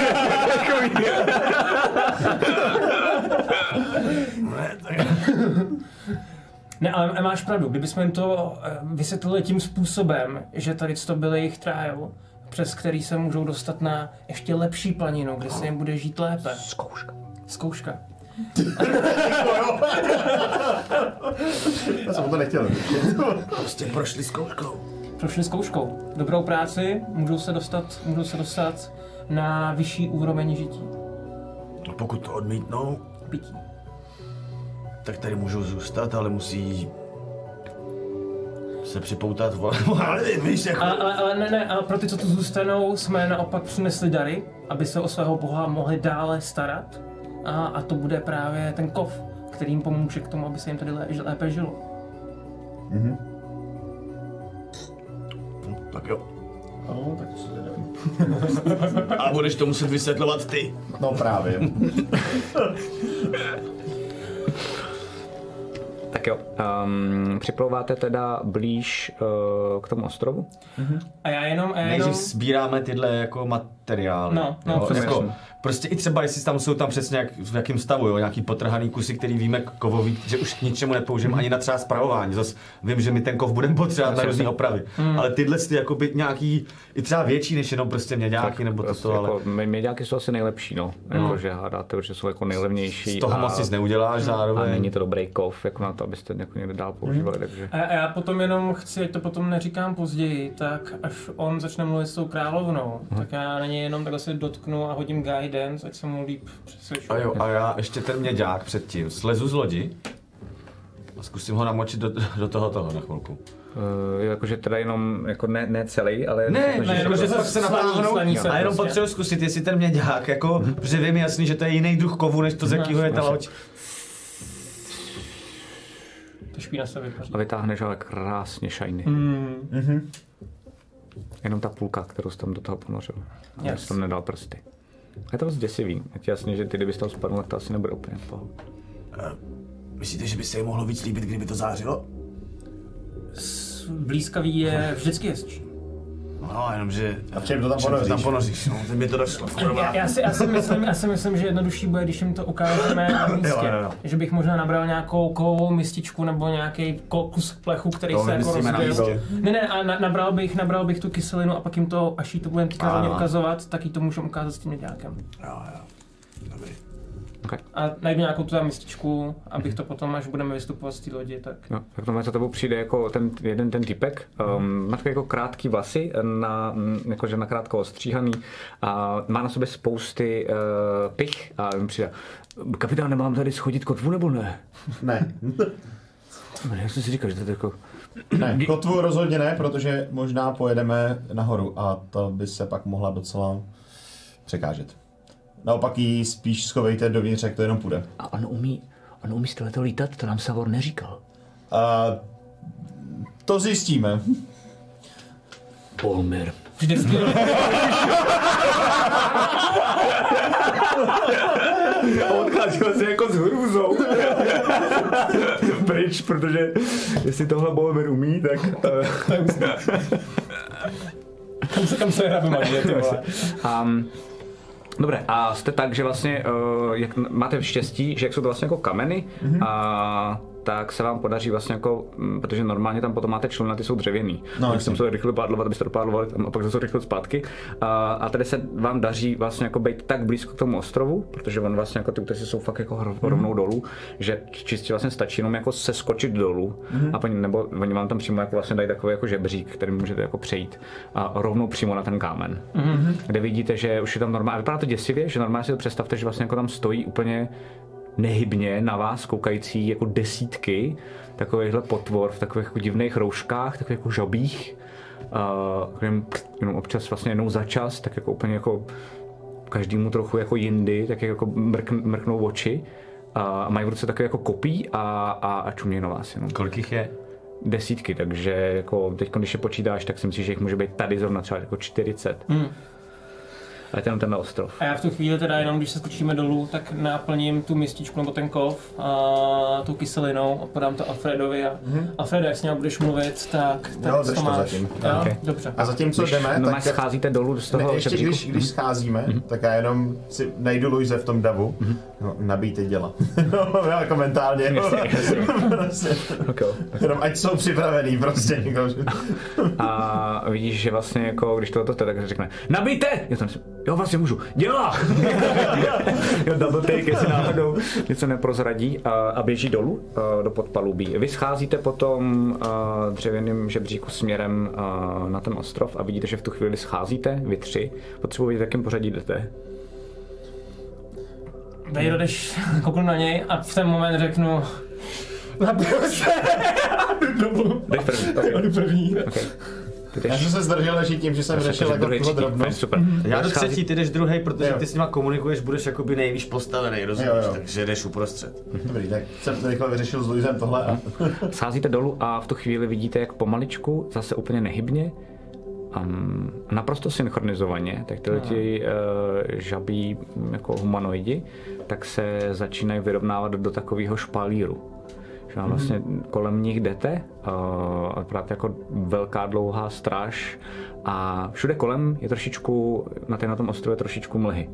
Ne, ale máš pravdu, kdybychom jim to vysvětlili tím způsobem, že tady to byl jejich trial, přes který se můžou dostat na ještě lepší planinu, kde se jim bude žít lépe. Zkouška. Já jsem to nechtěl. Prostě prošli zkouškou. Dobrou práci, můžou se dostat na vyšší úroveň žití. No pokud to odmítnou, pití. Tak tady můžou zůstat, ale musí se připoutat, víš, jako... Ale pro ty, co tu zůstanou, jsme naopak přinesli dary, aby se o svého Boha mohli dále starat. A to bude právě ten kov, který jim pomůže k tomu, aby se jim tady lépe žilo. Tak jo. No, tak se A budeš to muset vysvětlovat ty. No právě. Tak jo, připlouváte teda blíž k tomu ostrovu? A já jenom... Nejdřív sbíráme tyhle jako materiály. No, jako, prostě i třeba, jestli tam jsou tam přesně v jakém stavu, jo, nějaký potrhaný kusy, který víme kovový, že už k ničemu nepoužijeme ani na třeba spravování. Zas vím, že my ten kov budeme potřebovat na různé opravy. Ale tyhle ty jakoby nějaký, i třeba větší než jenom prostě měďáky nebo prostě toto, ale... Jako, měďáky jsou asi nejlepší, no. Jako, že hádáte, že jsou jako nejlevnější. Z toho moc nic neuděláš zároveň. A není to dobrý kov, jako na to, abyste jako někde dál používali, takže... A já potom jenom chci, ať to potom neříkám později, tak až on začne mluvit s tou královnou, tak já na něj jenom takhle se dotknu a hodím guidance, ať se mu líp přesvědčuje. A jo, a já ještě ten měďák předtím slezu z lodi a zkusím ho namočit do toho na chvilku. Jakože teda jenom, jako ne celý, ale... Ne, jakože se natáhnout a jenom potřebuji zkusit, jestli ten měďák, jako, protože vím jasný, že to je jiný druh kovu, než to, z jakýho je ta loď. Ta špína se vypaří. A vytáhneš ale krásně shiny. Jenom ta půlka, kterou jsi tam do toho ponořil. Já jsem tam nedal prsty. Je to dost děsivý. Je ti jasný, že ty, kdybys tam spadl, tak to asi nebude úplně v pohodě. Myslíte, že by se jí mohlo víc líbit, kdyby to zářilo? Blízkavý je vždycky hezčí. No, jenomže... A v čem to tam ponoříš? No, teď mi to došlo. Já si myslím, že jednodušší bude, když jim to ukážeme na místě. Jo. Že bych možná nabral nějakou kovovou mističku nebo nějaký kus plechu, který to se jako rozbil. Ne, a nabral bych tu kyselinu a pak jim to, až jí to budeme ukazovat, tak jí to můžeme ukázat s tím měďákem. Jo. Dobrý. Okay. a najdu nějakou tu místičku, abych to potom, až budeme vystupovat z té lodi, tak... No, tak tomu za tebou přijde jako ten typek, má jako krátký vlasy, jakože nakrátko ostříhaný a má na sobě spousty pich a jim přijde, kapitáne, mám tady schodit kotvu nebo ne? Ne. Já jsem si říkal, že to je jako... Ne, kotvu rozhodně ne, protože možná pojedeme nahoru a to by se pak mohla docela překážet. Naopak ji spíš schovejte dovnitř, jak to jenom půjde. A on umí to lítat, to nám Savor neříkal. To zjistíme. Polmir. Vždycky. Odcházil se jako s hrůzou. Pryč, protože jestli tohle Bolmer umí, tak... Kam se hra vymaží, ty vole. Dobré, a jste tak, že vlastně jak máte štěstí, že jak jsou to vlastně jako kameny, tak se vám podaří vlastně jako, protože normálně tam potom máte čluna, ty jsou dřevěný. No, tak se museli rychle pádlovat, abyste dopádlovali a pak zase rychle zpátky. A tady se vám daří vlastně jako být tak blízko k tomu ostrovu, protože on vlastně jako ty útesy jsou fakt jako rovnou dolů, že čistě vlastně stačí jenom jako seskočit dolů a nebo oni vám tam přímo jako vlastně dají takový jako žebřík, který můžete jako přejít a rovnou přímo na ten kámen. Kde vidíte, že už je tam normálně, vypadá to děsivě, že normálně si to představte, že vlastně jako tam stojí úplně nehybně na vás koukající jako desítky takovýchhle potvor v takových jako divných rouškách, takových jako žabích, jenom občas vlastně jednou za čas, tak jako úplně jako každému trochu jako jindy, tak jako mrknou oči a mají v ruce takové jako kopí a čumějí na vás jenom. Kolik jich je? Desítky, takže jako teď, když je počítáš, tak si myslíš, že jich může být tady zrovna třeba jako 40. A je to jenom tenhle ostrov. A já v tu chvíli teda jenom, když se skočíme dolů, tak naplním tu mističku nebo ten kov tou kyselinou a podám to Alfredovi a Alfredo, jak s ním budeš mluvit, tak to máš. Zatím. Okay. Dobře. A zatímco jdeme, tak scházíte dolů z toho ještě když scházíme, tak já jenom si najdu Luise v tom davu, nabijte děla. Jako mentálně. Jenom ať jsou připravený prostě. A vidíš, že vlastně jako, když tohoto tak řekne, nabijte! Jo, vlastně můžu. Dělá! Jo, double take, jestli náhodou něco neprozradí a běží dolů do podpalubí. Vy scházíte potom dřevěným žebříku směrem na ten ostrov a vidíte, že v tu chvíli scházíte, vy tři. Potřebuji vědět, jakým pořadí jdete. Vejdo, jdeš, kouknu na něj a v ten moment řeknu napiju se! Jdeš první. Okay. První. Okay. Já jsem se zdržel než tím, že jsem řešil jako tuhle drobnost. Super. Já jdu třetí, ty jdeš druhej, protože ty s nima komunikuješ, budeš jakoby nejvíc postavený, rozumíš, takže jdeš uprostřed. Dobrý, tak jsem to rychle vyřešil s Luisem tohle a... Scházíte dolů a v tu chvíli vidíte, jak pomaličku, zase úplně nehybně, naprosto synchronizovaně, tak tyhle žabí jako humanoidi, tak se začínají vyrovnávat do takového špalíru. Že vlastně kolem nich jdete, právě jako velká dlouhá stráž a všude kolem je trošičku, na tom ostrově trošičku mlhy.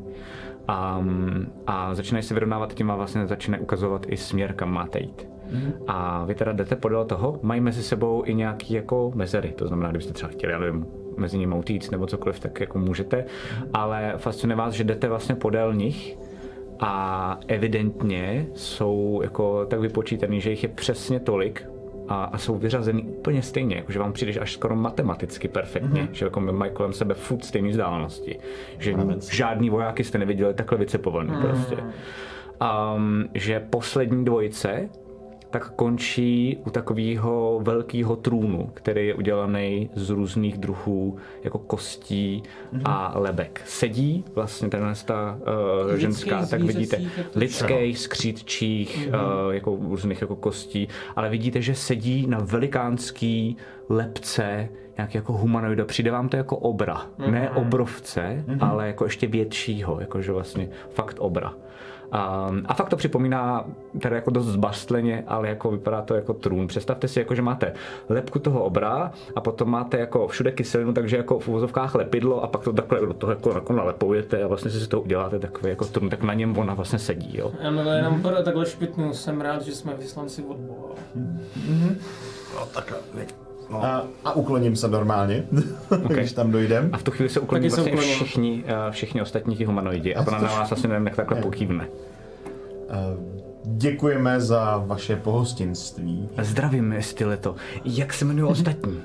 A začínají se vyrovnávat, tím vám vlastně začínají ukazovat i směr, kam máte jít. A vy teda jdete podél toho, mají mezi sebou i nějaký jako mezery, to znamená, kdybyste třeba chtěli, já nevím, mezi nimi utíct nebo cokoliv, tak jako můžete, ale fascinuje vás, že jdete vlastně podél nich a evidentně jsou jako tak vypočítaný, že jich je přesně tolik a jsou vyřazený úplně stejně, jakože vám přijdeš až skoro matematicky perfektně, že jako mají kolem sebe furt stejné vzdálenosti, že žádný vojáky jste neviděli takhle vycepovaný prostě. Že poslední dvojice tak končí u takového velkého trůnu, který je udělaný z různých druhů jako kostí a lebek. Sedí vlastně ta ženská, tak vidíte lidských, skřítčích, jako různých jako kostí, ale vidíte, že sedí na velikánský lebce nějaký jako humanoida. Přijde vám to jako obra. Ne obrovce, ale jako ještě většího, jakože vlastně fakt obra. A fakt to připomíná teda jako dost zbastleně, ale jako vypadá to jako trůn. Představte si, jako, že máte lebku toho obra a potom máte jako všude kyselinu, takže jako v uvozovkách lepidlo a pak to takhle do toho jako nalepujete a vlastně si z toho uděláte takový jako trůn, tak na něm ona vlastně sedí, jo. Já jenom takhle špitnu, jsem rád, že jsme vyslanci od Boha. No takhle. No. A ukloním se normálně, když tam dojdem. A v tu chvíli se ukloní vlastně všichni ostatní humanoidi a ona na vás asi nevím, jak takhle pokývne. Děkujeme za vaše pohostinství. Zdravím, Stiletto. Jak se jmenují ostatní?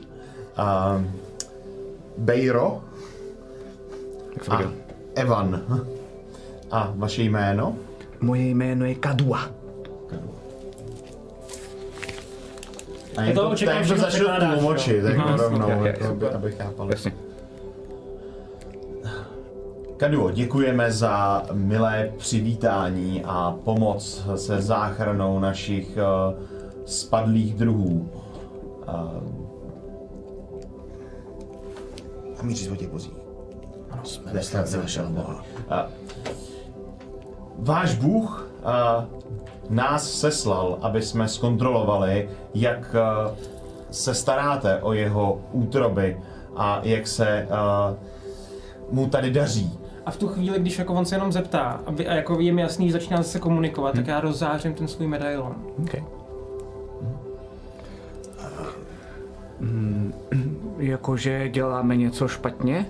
Bejro a Evan. A vaše jméno? Moje jméno je Kadua. A je to ten, že začnu tlumočit, tak rovnou, abych chápal. Jasně. Kaduo, děkujeme za milé přivítání a pomoc se záchranou našich spadlých druhů. A míří jsme těch vozích. Ano, jsme vyslance vašeho boha. Váš bůh nás seslal, aby jsme zkontrolovali, jak se staráte o jeho útroby a jak se mu tady daří. A v tu chvíli, když jako on se jenom zeptá a jako je mi jasný, že začíná zase komunikovat, tak já rozzářím ten svůj medailon. Okay. Jakože děláme něco špatně?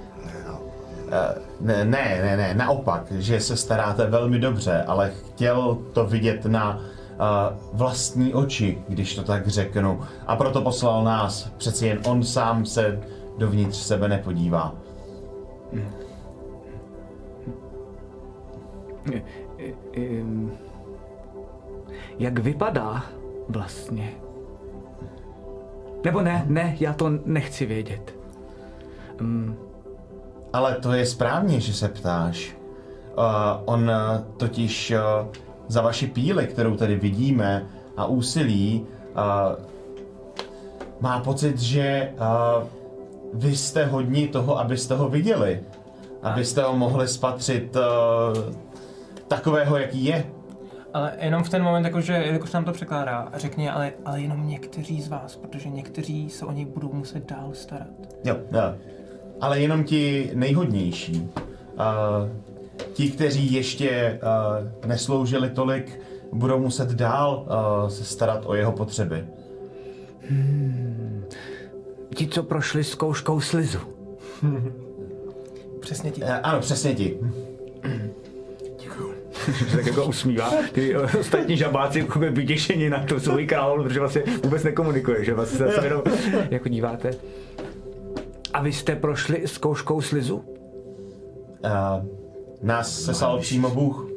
Ne, naopak, že se staráte velmi dobře, ale chtěl to vidět na vlastní oči, když to tak řeknu. A proto poslal nás, přeci jen on sám se dovnitř sebe nepodívá. Jak vypadá vlastně? Nebo ne, já to nechci vědět. Ale to je správně, že se ptáš. On totiž za vaši píli, kterou tady vidíme, a úsilí, má pocit, že vy jste hodní toho, abyste ho viděli. Abyste ho mohli spatřit takového, jaký je. Ale jenom v ten moment, jakože, jelikož nám to překládá, řekni, ale jenom někteří z vás, protože někteří se o něj budou muset dál starat. Jo. Ale jenom ti nejhodnější. Ti, kteří ještě nesloužili tolik, budou muset dál se starat o jeho potřeby. Ti, co prošli zkouškou slizu. Přesně ti. Ano, přesně ti. Děkuju. Tak jako usmívá. Ty ostatní žabáci vyděšení na tu svůj královnu, protože vlastně vůbec nekomunikuje, že vás se jenom jako díváte. A vy jste prošli zkouškou slizu? Nás sesal přímo Bůh.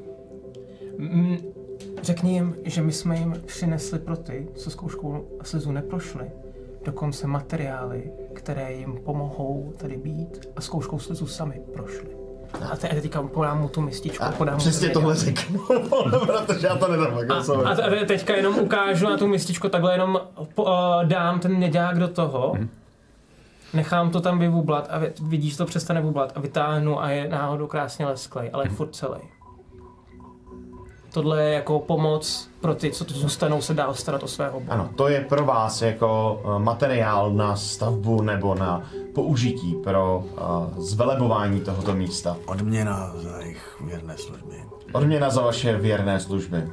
Řekni jim, že my jsme jim přinesli pro ty, co zkouškou slizu neprošli, dokonce materiály, které jim pomohou tady být a zkouškou slizu sami prošli. A teďka podám mu tu mističku. Přesně tohle řeknu, protože já to nedám. A teďka jenom ukážu na tu mističku, takhle jenom dám ten měďák do toho, nechám to tam vyvublat a vidíš, to přestane vublat a vytáhnu a je náhodou krásně lesklej, ale je furt celý. Tohle je jako pomoc pro ty, co tu zůstanou se dál starat o svého boha. Ano, to je pro vás jako materiál na stavbu nebo na použití pro zvelebování tohoto místa. Odměna za jejich věrné služby. Odměna za vaše věrné služby.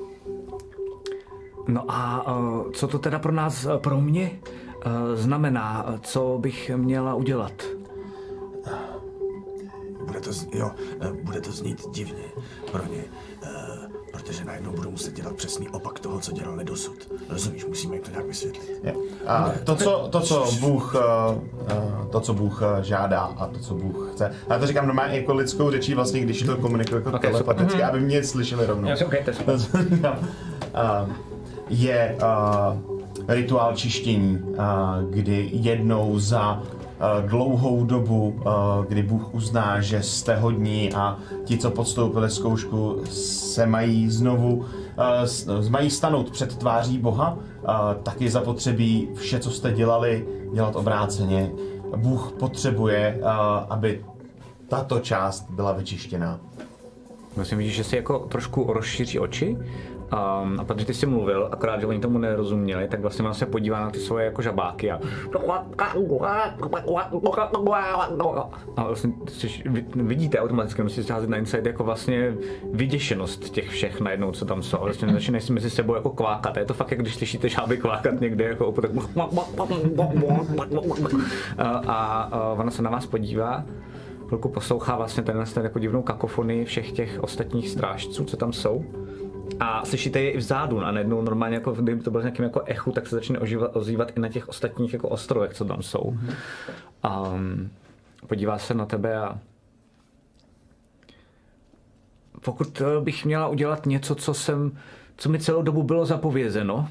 No a co to teda pro nás, pro mě, znamená? Co bych měla udělat? Bude to znít divně pro ně, protože najednou budou muset dělat přesný opak toho, co dělali dosud. Rozumíš, musíme jim to nějak vysvětlit. A to, co Bůh žádá a to, co Bůh chce. Já to říkám normálně jako lidskou řečí, vlastně, když to komunikuje jako telepaticky, aby mě slyšeli rovnou. Je rituál čištění, kdy jednou za dlouhou dobu, kdy Bůh uzná, že jste hodní a ti, co podstoupili zkoušku, se mají znovu mají stanout před tváří Boha, tak je zapotřebí vše, co jste dělali, dělat obráceně. Bůh potřebuje, aby tato část byla vyčištěná. Vlastně vidíš, že si jako trošku rozšíří oči. A protože ty jsi mluvil, akorát, že oni tomu nerozuměli, tak vlastně on se podívá na ty svoje jako žabáky a vlastně vidíte automaticky, musíte házet na inside jako vlastně vyděšenost těch všech najednou, co tam jsou. Vlastně začínají si mezi sebou jako kvákat. Je to fakt, jak když slyšíte žáby kvákat někde jako opět a ona se na vás podívá, chvilku poslouchá vlastně ten jako divnou kakofonii všech těch ostatních strážců, co tam jsou. A slyšíte je i vzadu a najednou normálně, jako kdyby to bylo nějakým jako echu, tak se začne ozývat i na těch ostatních jako ostrovech, co tam jsou. Podívá se na tebe a pokud bych měla udělat něco, co mi celou dobu bylo zapovězeno,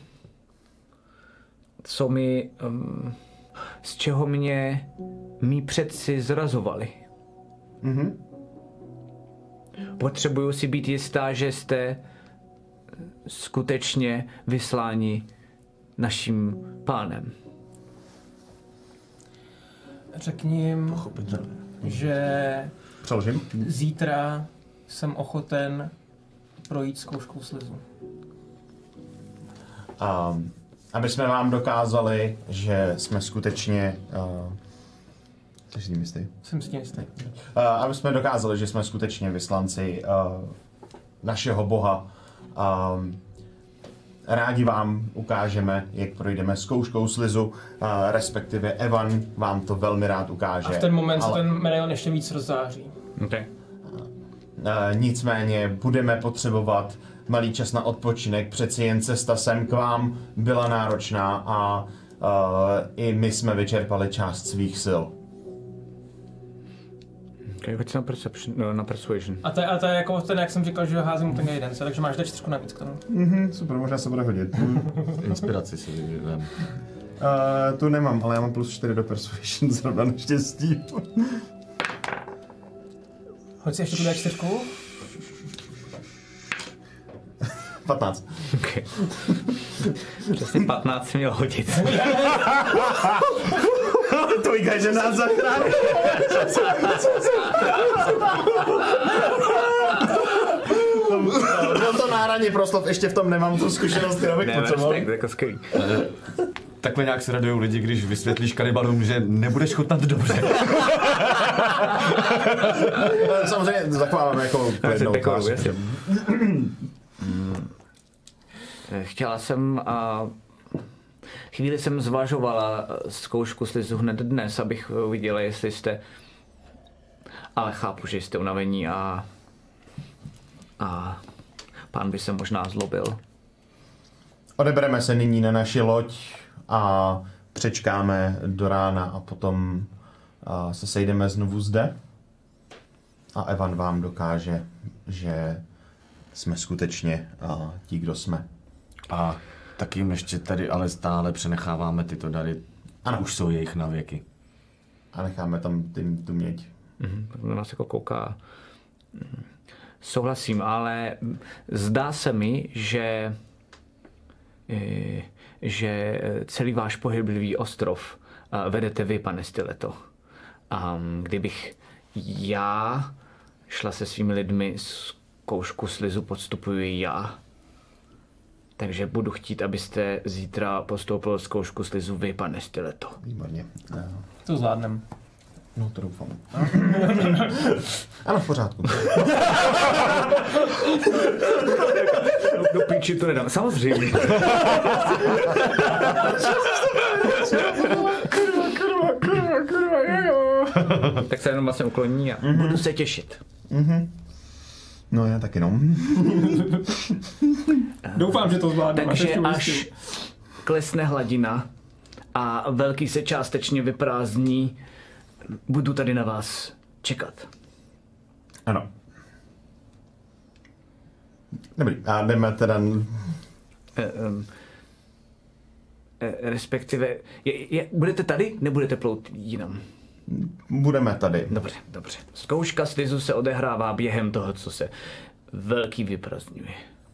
z čeho mě mí předci zrazovali. Potřebuju si být jistá, že jste skutečně vysláni naším pánem. Řekni jim, že Přeložím. Zítra jsem ochoten projít zkouškou slizu. Aby jsme vám dokázali, že jsme skutečně... Jsi s tím jistý? Jsem s tím jistý. Aby jsme dokázali, že jsme skutečně vyslanci našeho boha. Rádi vám ukážeme, jak projdeme zkouškou slizu, respektive Evan vám to velmi rád ukáže. A v ten moment se ten medailon ještě víc rozzáří. Okay. Nicméně budeme potřebovat malý čas na odpočinek, přeci jen cesta sem k vám byla náročná a i my jsme vyčerpali část svých sil. Okay, hoď na persuasion. A to je jako ten, jak jsem říkal, že házím mu ten guidance, takže máš D4 navíc k tomu. Super, možná se bude hodit. Inspiraci si vyvím. Tu nemám, ale já mám +4 do persuasion, zrovna naštěstí. Hoď si ještě tu D4. 15. Okay. Přesně 15 si měl hodit. Tvojka, že nás zachrání. Byl to náhradní proslov, ještě v tom nemám tu zkušenost, kterou bych potřeboval. Ne, jako skvělý. Takhle nějak se radujou lidi, když vysvětlíš kanibalům, že nebudeš chutnat dobře. Samozřejmě zachováváme jako klidnou tvář. Chtěla jsem chvíli jsem zvažovala zkoušku slizu hned dnes, abych uviděla, jestli jste... Ale chápu, že jste unavení a pán by se možná zlobil. Odebereme se nyní na naši loď a přečkáme do rána a potom se sejdeme znovu zde. A Evan vám dokáže, že jsme skutečně ti, kdo jsme. A tak jim ještě tady ale stále přenecháváme tyto dary. Ano. Už jsou jejich na věky. A necháme tam tu měď. Na nás jako kouká. Souhlasím, ale zdá se mi, že celý váš pohyblivý ostrov vedete vy, pane Stiletto. A kdybych já šla se svými lidmi zkoušku slizu, podstupuji já. Takže budu chtít, abyste zítra postoupil zkoušku slizu vy, pane Stiletto. Výborně. To zvládnem. No, to doufám. Ano, v pořádku. Do píči to nedám. Samozřejmě. Tak se jenom vlastně ukloní a budu se těšit. No, já taky no. Doufám, že to zvládneme. Takže až klesne hladina a velký se částečně vyprázdní, budu tady na vás čekat. Ano. Dobrý, a jdeme teda... Respektive, budete tady, nebudete plout jinam? Budeme tady. Dobře, dobře. Zkouška slizu se odehrává během toho, co se velký vyprázdňuje.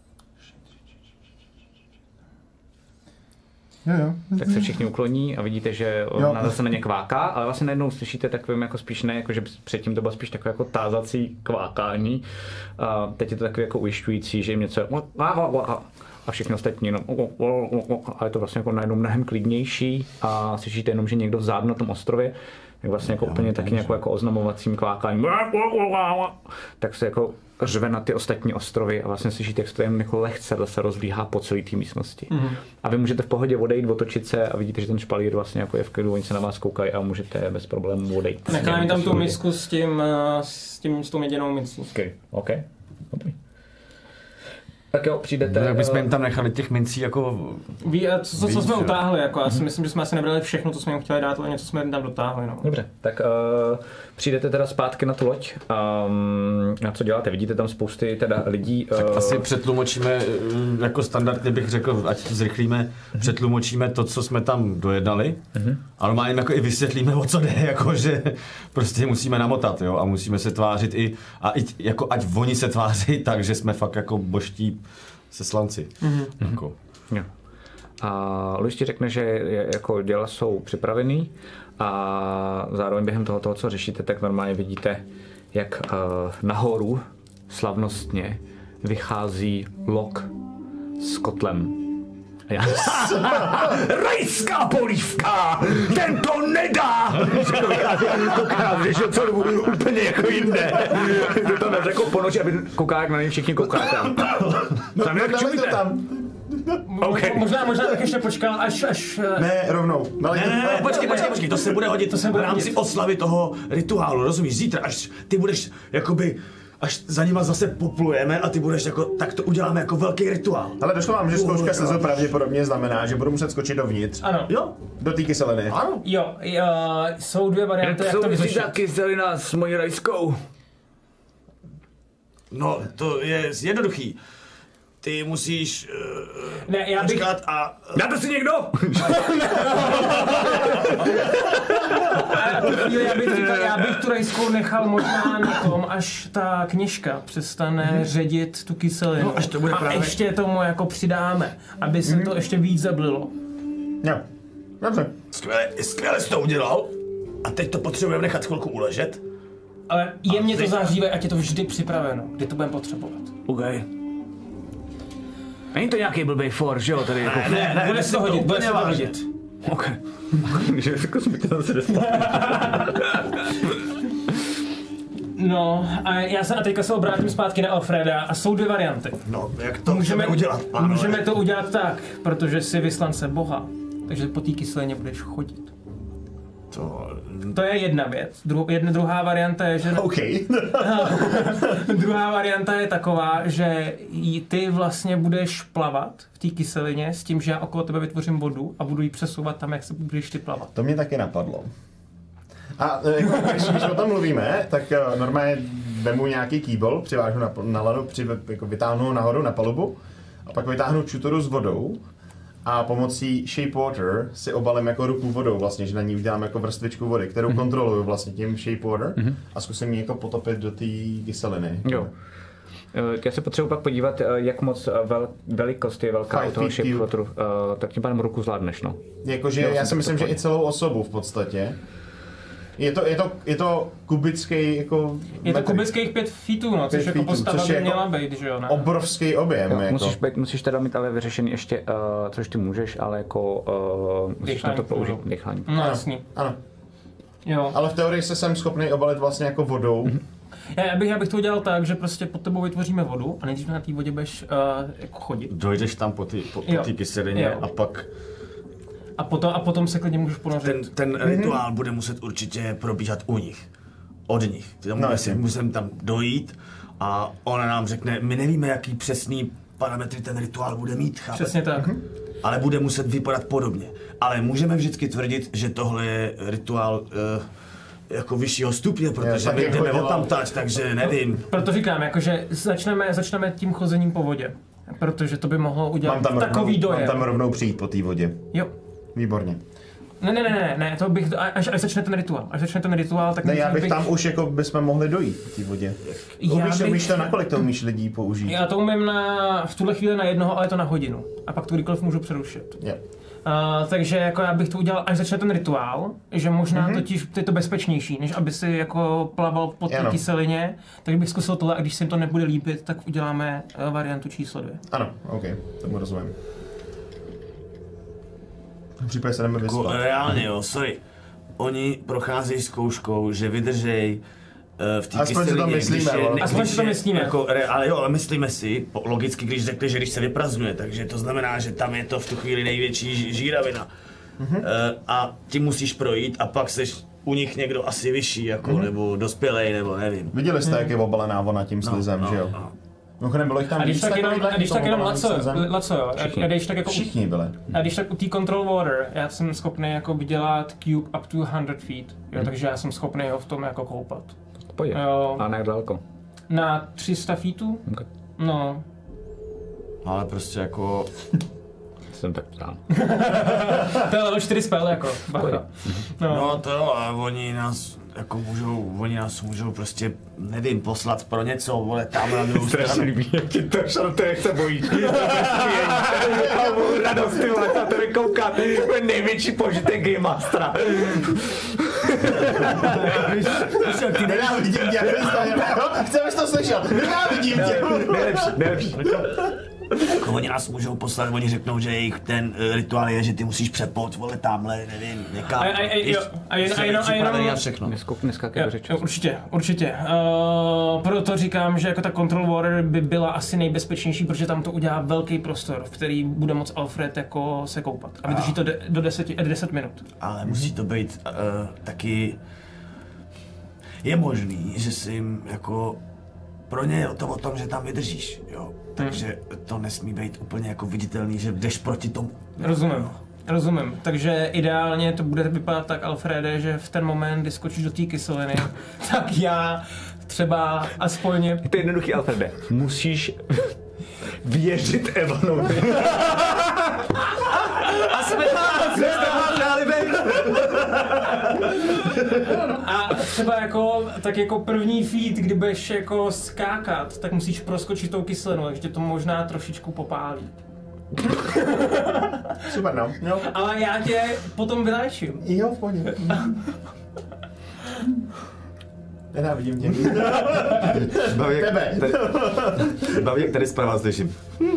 Jo. Tak se všichni ukloní a vidíte, že ona zase na ně kváká, ale vlastně najednou slyšíte takovým jako spíš ne, jako že předtím to bylo spíš takové jako tázací kvákání. A teď je to takový jako ujišťující, že jim něco a všichni ostatní jenom a je to vlastně jako najednou mnohem klidnější a slyšíte jenom, že někdo vzadu na tom ostrově, tak vlastně jako úplně taky nějakou jako oznamovacím kvákáním, tak se jako řve na ty ostatní ostrovy a vlastně slyšíte, jak se to jen jako lehce zase rozlíhá po celé té místnosti. A vy můžete v pohodě odejít, otočit se a vidíte, že ten špalír vlastně jako je v klidu, oni se na vás koukají a můžete bez problémů odejít. Necháme tam tu misku s tou měděnou mincí. OK. Dobrý. Tak jo, přijdete. Tak bychom jim tam nechali těch mincí jako... Co jsme utáhli, jako já si myslím, že jsme asi nebrali všechno, co jsme jim chtěli dát, ale něco jsme jim tam dotáhli, no. Dobře, tak přijdete teda zpátky na tu loď. A co děláte? Vidíte tam spousty teda lidí. Tak asi přetlumočíme, jako standardně bych řekl, ať zrychlíme, přetlumočíme to, co jsme tam dojednali. A normálně jako i vysvětlíme, o co jde, jako že prostě musíme namotat, jo, a musíme se tvářit jako ať oni se tváří tak, že jsme fakt jako božtí seslanci. Jako. Jo. A Luis ti řekne, že jako děla jsou připravený a zároveň během toho, co řešíte, tak normálně vidíte, jak nahoru slavnostně vychází Lok s kotlem. Rajská polívka! Ten to nedá! Kouká, řešil celou dobu úplně jako jinde. To tam jako po noči, aby kouká, jak na něj všichni koukáte. Tam jak čumíte? Okay. Možná tak ještě počkal, až... Ne, rovnou. Ne, počkej, to se bude hodit, v rámci oslavy toho rituálu, rozumíš? Zítra, až ty budeš, jakoby, až za nima zase poplujeme a ty budeš jako, tak to uděláme jako velký rituál. Ale došlo vám, že zkouška slezu pravděpodobně znamená, že budu muset skočit dovnitř. Ano. Jo? Do té kyseliny. Ano. Jo, jsou dvě varianty, jak to vyřešit. Ta kyselina s mojí rajskou. No, to je jednoduchý. Ty musíš ne, já bych... a... Dáte si někdo? já bych tu rajskou nechal možná na tom, až ta knížka přestane ředit tu kyselinu. No, až to bude a právě... ještě tomu jako přidáme, aby se to ještě víc zablilo. Jo, dobře. Skvěle jsi to udělal. A teď to potřebujeme nechat chvilku uležet. Ale jemně to zahřívají, ať je to vždy připraveno, kdy to budeme potřebovat. OK. Není to nějaký blbej for, že jo? Tady jako... Ne, bude se to hodit. OK. Že jako jsme tě zase dostali. No, a teďka se obrátím zpátky na Alfreda a jsou dvě varianty. No, jak to můžeme udělat, pánové? Můžeme to udělat tak, protože jsi vyslance Boha, takže po té kyselině budeš chodit. To je jedna věc. Druhá varianta je, že... OK. Druhá varianta je taková, že ty vlastně budeš plavat v té kyselině s tím, že já okolo tebe vytvořím vodu a budu ji přesouvat tam, jak se budeš ty plavat. To mě taky napadlo. A když o tom mluvíme, tak normálně vemu nějaký kýbl, přivážu na ladu, jako vytáhnu ho nahoru na palubu a pak vytáhnu čutoru s vodou a pomocí Shape Water si obalím jako ruku vodou vlastně, že na ní udělám jako vrstvičku vody, kterou kontroluju vlastně tím Shape Water a zkusím ji jako potopit do té kyseliny. Jo. Já se potřebuji pak podívat, jak moc velikost je velká u toho Shape Wateru, tak tím pádem ruku zvládneš, no. Jakože já si myslím, že i celou osobu v podstatě. Je to kubický jako... Je to kubických 5 feetů, no, což jako postava by měla být, že jo? Ne? Obrovský objem. Jo, jako. musíš teda mít ale vyřešený ještě, což ty můžeš, ale jako musíš na to použít dechání. No jasný. Ano. Jo. Ale v teorii se jsem schopný obalit vlastně jako vodou. Já bych to udělal tak, že prostě pod tebou vytvoříme vodu a nejdřív na té vodě budeš jako chodit. Dojdeš tam po té kyselině a pak... A potom se klidně můžeš ponořit. Ten rituál bude muset určitě probíhat u nich. Od nich. Musíme tam dojít a ona nám řekne, my nevíme, jaký přesný parametry ten rituál bude mít, chápeš? Přesně tak. Ale bude muset vypadat podobně. Ale můžeme vždycky tvrdit, že tohle je rituál jako vyššího stupně, protože my jdeme odtamtať, takže nevím. Proto říkám, jakože začneme tím chozením po vodě. Protože to by mohlo udělat takový dojem. Mám tam rovnou přijít po té vodě. Jo. Výborně. Ne, to bych, až začne ten rituál, tak... Ne, já bych tam už jako bychom mohli dojít po té vodě. Umíš to, nakolik to umíš lidí použít? Já to umím v tuhle chvíli na jednoho, ale je to na hodinu. A pak to kdykoliv můžu přerušit. Yeah. Takže jako já bych to udělal, až začne ten rituál, že možná totiž je to bezpečnější, než aby si jako plaval po té kyselině, tak bych zkusil tohle a když se jim to nebude líbit, tak uděláme variantu číslo 2. Ano, OK, tomu rozumím. V případě se jdeme vyspat. Reálně jo, sorry. Oni procházejí zkouškou, že vydržej v té kyselině. Aspoň si to myslíme. Jako, ale jo, ale myslíme si, logicky, když řekli, že když se vyprazdňuje, takže to znamená, že tam je to v tu chvíli největší žíravina. A ty musíš projít a pak seš u nich někdo asi vyšší, jako, nebo dospělej, nebo nevím. Viděli jste, jak je obalená ona tím slizem, že jo? Mimochodem bylo jich tam víc takových, a když tak jenom Laco, jo. A když tak jako všichni byli. A když tak u té Control Water, já jsem schopný jako vydělat cube up to 100 feet, jo, takže já jsem schopný ho v tom jako koupat. Pojď. A jak daleko? Na 300 feetů? Okay. No. Ale prostě jako... Jsem tak ptál. To je level 4 spell jako, bacha. No to jo, ale oni nás můžou prostě, nevím, poslat pro něco, vole, tam na druhou stranu. Strašně líbí, jak ti to šrote, jak se bojíš. A můj radost, ty vole, na tebe koukat, to je největší požitek Game Mastera. Ty nenávidím tě, chceš, abys to slyšel, nenávidím tě. Nejlepší. Jako oni nás můžou poslat, oni řeknou, že jejich ten rituál je, že ty musíš přepout, vole, tamhle, nevím, někam. A jenom všechno. Neskakej do řeči. Určitě. Proto říkám, že jako ta Control Water by byla asi nejbezpečnější, protože tam to udělá velký prostor, v který bude moc Alfred jako se koupat. A vydrží to do 10 minut. Ale musí to být taky... Je možný, že si jim jako... Pro ně je to o tom, že tam vydržíš, jo. Takže to nesmí být úplně jako viditelný, že jdeš proti tomu. Rozumím. Takže ideálně to bude vypadat tak, Alfrede, že v ten moment, kdy skočíš do té kyseliny, tak já třeba aspoň... Je to jednoduchý, Alfrede. Musíš věřit Evanovi. A jsme A třeba jako, tak jako první feat, kdy budeš jako skákat, tak musíš proskočit tou kyselinu, takže tě to možná trošičku popálí. Super, no. Jo. Ale já tě potom vyléčím. Jo, v pohodě. Nenávidím tě. Tebe. Baví, jak tady zprava slyším.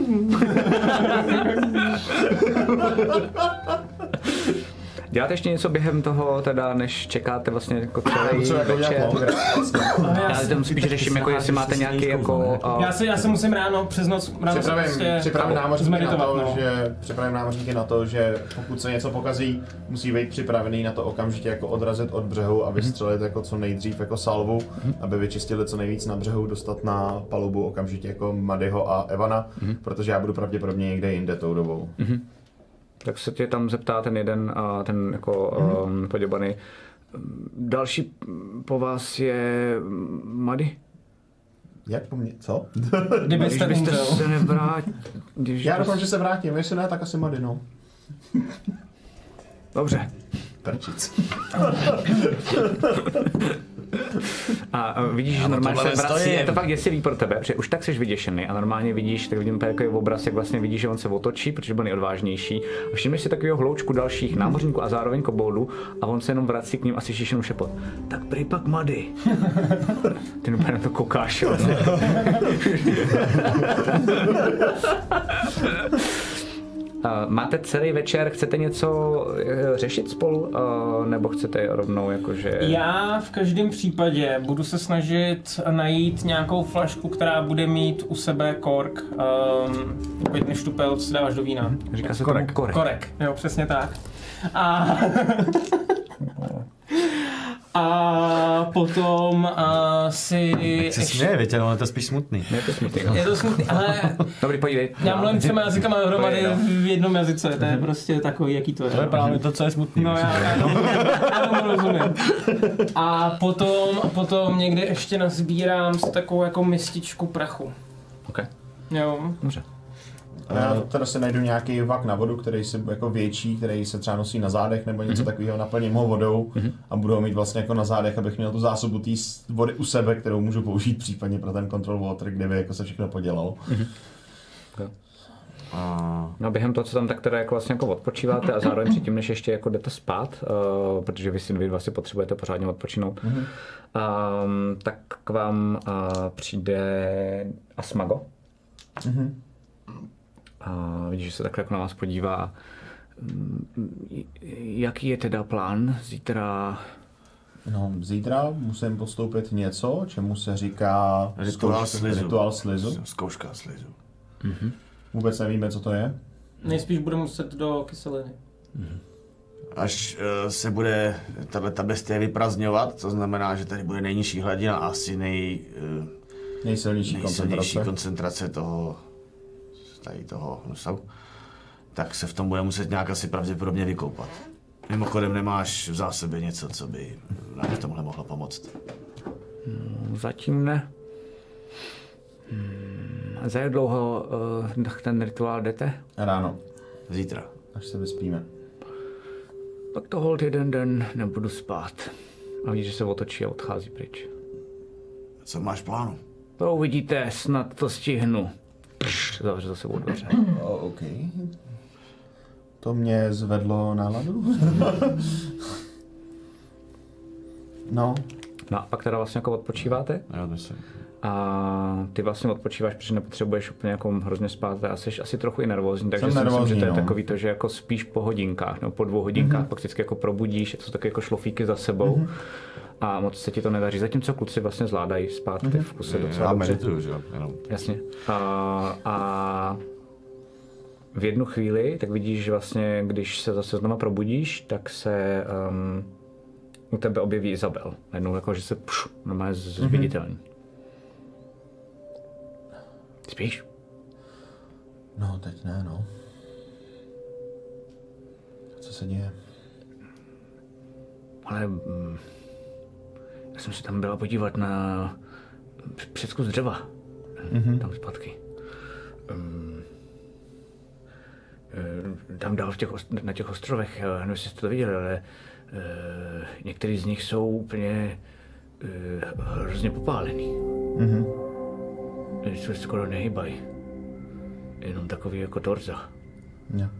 Děláte ještě něco během toho, teda, než čekáte vlastně jako celý večer? Já tam spíš řeším, jako jestli máte nějaký jako... Já se musím ráno, přes noc, připravím námořníky na to, že pokud se něco pokazí, musí být připravený na to okamžitě jako odrazit od břehu a vystřelit jako co nejdřív jako salvu, aby vyčistili co nejvíc na břehu, dostat na palubu okamžitě jako Madyho a Evana, protože já budu pravděpodobně někde jinde tou dobou. Tak se tě tam zeptá ten jeden, ten jako poděbaný. Další po vás je Mady? Jak po mně? Co? Kdybyste se nevrátili. Já doufám, že se vrátím, jestli ne, tak asi Mady, no. Dobře. Prčic. A vidíš, že normálně se vrací, je to fakt děsivý pro tebe, protože už tak jsi vyděšený a normálně vidíš, tak vidím takový obraz, jak vlastně vidíš, že on se otočí, protože byl nejodvážnější. A všimneš si takového hloučku dalších námořníků a zároveň koboldů a on se jenom vrací k ním a slyšíš jenom šepot. Tak prý pak Mady. Ty úplně na to koukáš, jo. Máte celý večer, chcete něco řešit spolu, nebo chcete rovnou jakože... Já v každém případě budu se snažit najít nějakou flašku, která bude mít u sebe kork, takový ten štupel, co si dáváš do vína. Říká se korek. Korek, jo, přesně tak. A potom si... Tak se směje, víte, ale to je spíš smutný. Je to smutný, ale... Dobrý, podívej. Já mluvím 3 jazykama dohromady v jednom jazyce, to je prostě takový, jaký to je. To je právě to, co je smutný. No já tomu rozumím. A potom někde ještě nazbírám si takovou jako mističku prachu. OK. Jo. Dobře. Já teda si najdu nějaký vak na vodu, který je jako větší, který se třeba nosí na zádech nebo něco takového, naplním ho vodou a budu ho mít vlastně jako na zádech, abych měl tu zásobu té vody u sebe, kterou můžu použít případně pro ten control water, kdyby jako se všechno podělalo. Okay. No během toho, co tam tak teda jako vlastně jako odpočíváte a zároveň předtím, než ještě jako jdete spát, protože vy vlastně potřebujete pořádně odpočinout, tak k vám přijde Asmago. A vidíš, že se takhle jako na vás podívá. Jaký je teda plán zítra? No, zítra musím podstoupit něco, čemu se říká rituál slizu. Zkouška slizu. Vůbec nevíme, co to je. Nejspíš bude muset do kyseliny. Až se bude ta bestie vyprazňovat, to znamená, že tady bude nejnižší hladina a asi nejsilnější koncentrace toho hnusu, tak se v tom bude muset nějak asi pravděpodobně vykoupat. Mimochodem nemáš v zásobě něco, co by nám v tomhle mohlo pomoct? Zatím ne. Za jak dlouho ten rituál jdete? Ráno. Zítra. Až se vyspíme. Tak to holt jeden den nebudu spát. A vidíš, že se otočí a odchází pryč. Co máš plánu? To uvidíte, snad to stihnu. Zavře za sebou dveře. OK. To mě zvedlo náladu. No. No a pak teda vlastně jako odpočíváte? Já myslím. A ty vlastně odpočíváš, protože nepotřebuješ úplně jako hrozně spát a jsi asi trochu i nervózní, takže jsem myslím, že to je takový to, že jako spíš po hodinkách, no po 2 hodinkách, pak vždycky jako probudíš, to jsou taky jako šlofíky za sebou a moc se ti to nedaří. Zatímco kluci vlastně zvládají spát ty v kuse docela dobře. Já medituju, že jo? Jasně. A v jednu chvíli, tak vidíš, že vlastně, když se zase znova probudíš, tak se u tebe objeví Izabel. Najednou jako, že se normálně zviditelní. Spíš? No, teď ne, no. Co se děje? Ale já jsem se tam byla podívat na předku z dřeva. Tam zpátky. Tam dál na těch ostrovech, nevím, jestli jste to viděli, ale některý z nich jsou úplně hrozně popálený. Se skoro nehybají. Jenom takový jako torza. Yeah.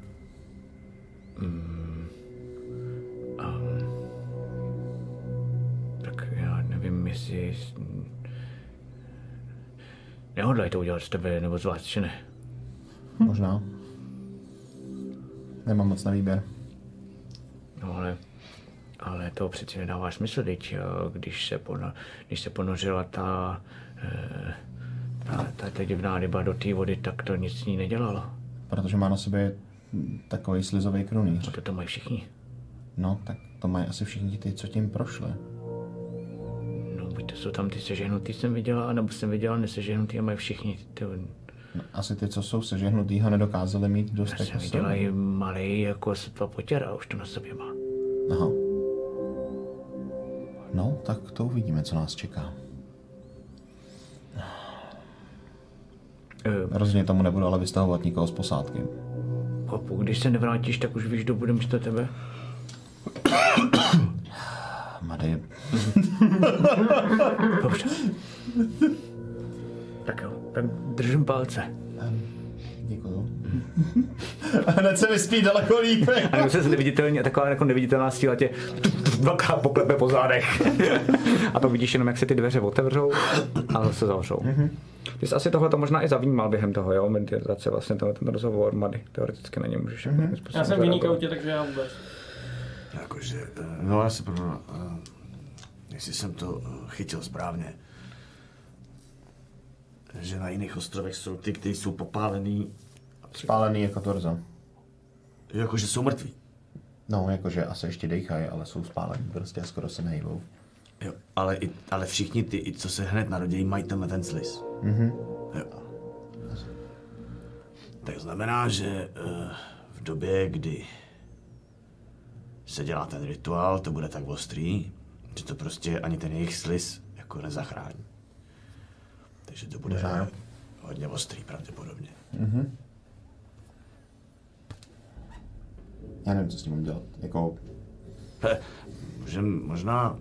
Tak já nevím, jestli nehodlají to udělat z tebe nebo z vás, či ne? Možná. Nemám moc na výběr. No ale to přeci nedává smysl, teď, když se ponořila ta divná ryba do té vody, tak to nic s ní nedělalo. Protože má na sobě takový slizový krunýř. A to mají všichni. No, tak to mají asi všichni ty, co tím prošli. No, buď to jsou tam ty sežehnutý jsem viděla, nebo jsem viděla nesežehnutý a mají všichni. No, asi ty, co jsou sežehnutý, ho nedokázali mít dost jako já jsem viděla i malej jako sotva potěra, už to na sobě má. Aha. No, tak to uvidíme, co nás čeká. Rozhodně tomu nebudu ale vystavovat nikoho z posádky. Chápu, když se nevrátíš, tak už víš, kdo bude místo tebe? Mady. Dobře. Tak jo, tak držím palce. Děkuju. Hned se vyspí daleko líp. A nebo se neviditelný, taková jako neviditelná síla tě dvakrát poklepe po zádech. A pak vidíš jenom, jak se ty dveře otevřou a zase zavřou. Ty jsi asi tohle to možná i zavnímal během toho, jo, meditace, vlastně ten rozhovor Mady. Teoreticky na něm můžeš. Já jsem v jiný koutě, takže já vůbec. Jakože, no já si prvnu, jestli jsem to chytil správně, že na jiných ostrovech jsou ty, kteří jsou popálený. Spálený jako torzo. Jakože jsou mrtví. No, jakože asi ještě dejchají, ale jsou spálení, prostě skoro se nehýbou. Jo, ale všichni ty, co se hned narodějí, mají tenhle ten sliz. Jo. Tak znamená, že v době, kdy se dělá ten rituál, to bude tak ostrý, že to prostě ani ten jejich sliz jako nezachrání. Takže to bude hodně ostrý pravděpodobně. Já nevím, co s tím mám dělat. Jako... Můžem možná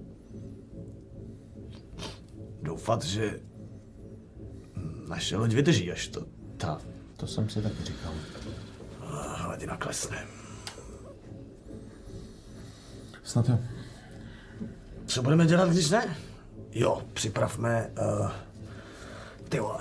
doufat, že naše loď vydrží, až To jsem si taky říkal. Hladina klesne. Snad jo. Co budeme dělat, když ne? Jo, připravme... ty vole.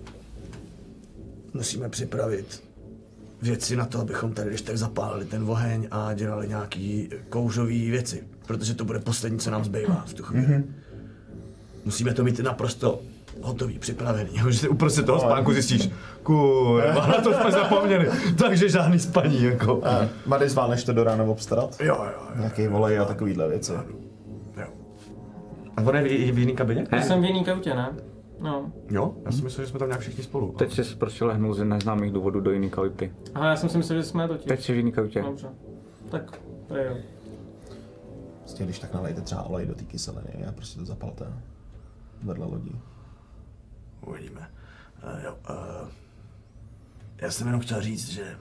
Musíme připravit věci na to, abychom tady když tak zapálili ten oheň a dělali nějaký kouřový věci. Protože to bude poslední, co nám zbývá v tu chvíli. Musíme to mít naprosto hotový, připravený. Že uprostřed toho spánku zjistíš, kurva, na to jsme zapomněli. Takže žádný spaní, jako. Mady, zvládneš to do rána obstarat? Jo. Nějaký volej a takovýhle věci. Jo. A on je v jiný kabině? Já jsem v jiný kautě, ne? No. Jo? Já si myslím, že jsme tam nějak všichni spolu. Teď jsi prostě lehnul z neznámých důvodů do jiný kajuty. Aha, já jsem si myslel, že jsme totiž. Teď jsi v jiný kajutě. Dobře. Tak, to je jo. Prostě když tak nalejte třeba olej do té kyseliny a prostě to zapalte vedle lodí. Uvidíme. Já jsem jenom chtěl říct, že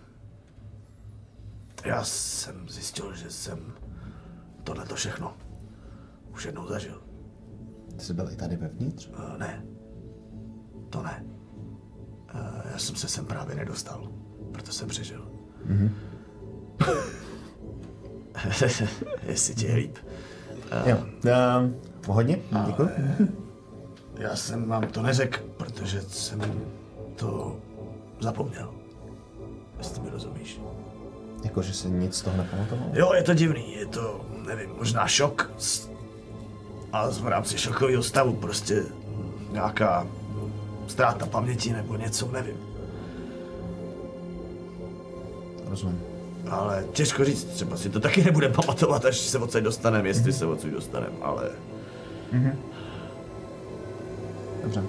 já jsem zjistil, že jsem tohleto všechno už jednou zažil. Ty jsi byl i tady vevnitř? Ne. To ne. Já jsem se sem právě nedostal, proto jsem přežil. Jestli ti je líp. Jo. Hodně, děkuji. Já jsem vám to neřekl, protože jsem to zapomněl. Jestli mi rozumíš. Jako, že se nic z toho nepamatoval? Jo, je to divný, je to, nevím, možná šok. Ale v rámci šokového stavu prostě nějaká ztráta paměti nebo něco, nevím. Rozumím. Ale těžko říct, třeba si to taky nebude pamatovat, až se odsud dostaneme, jestli se odsud dostaneme, ale... Dobře.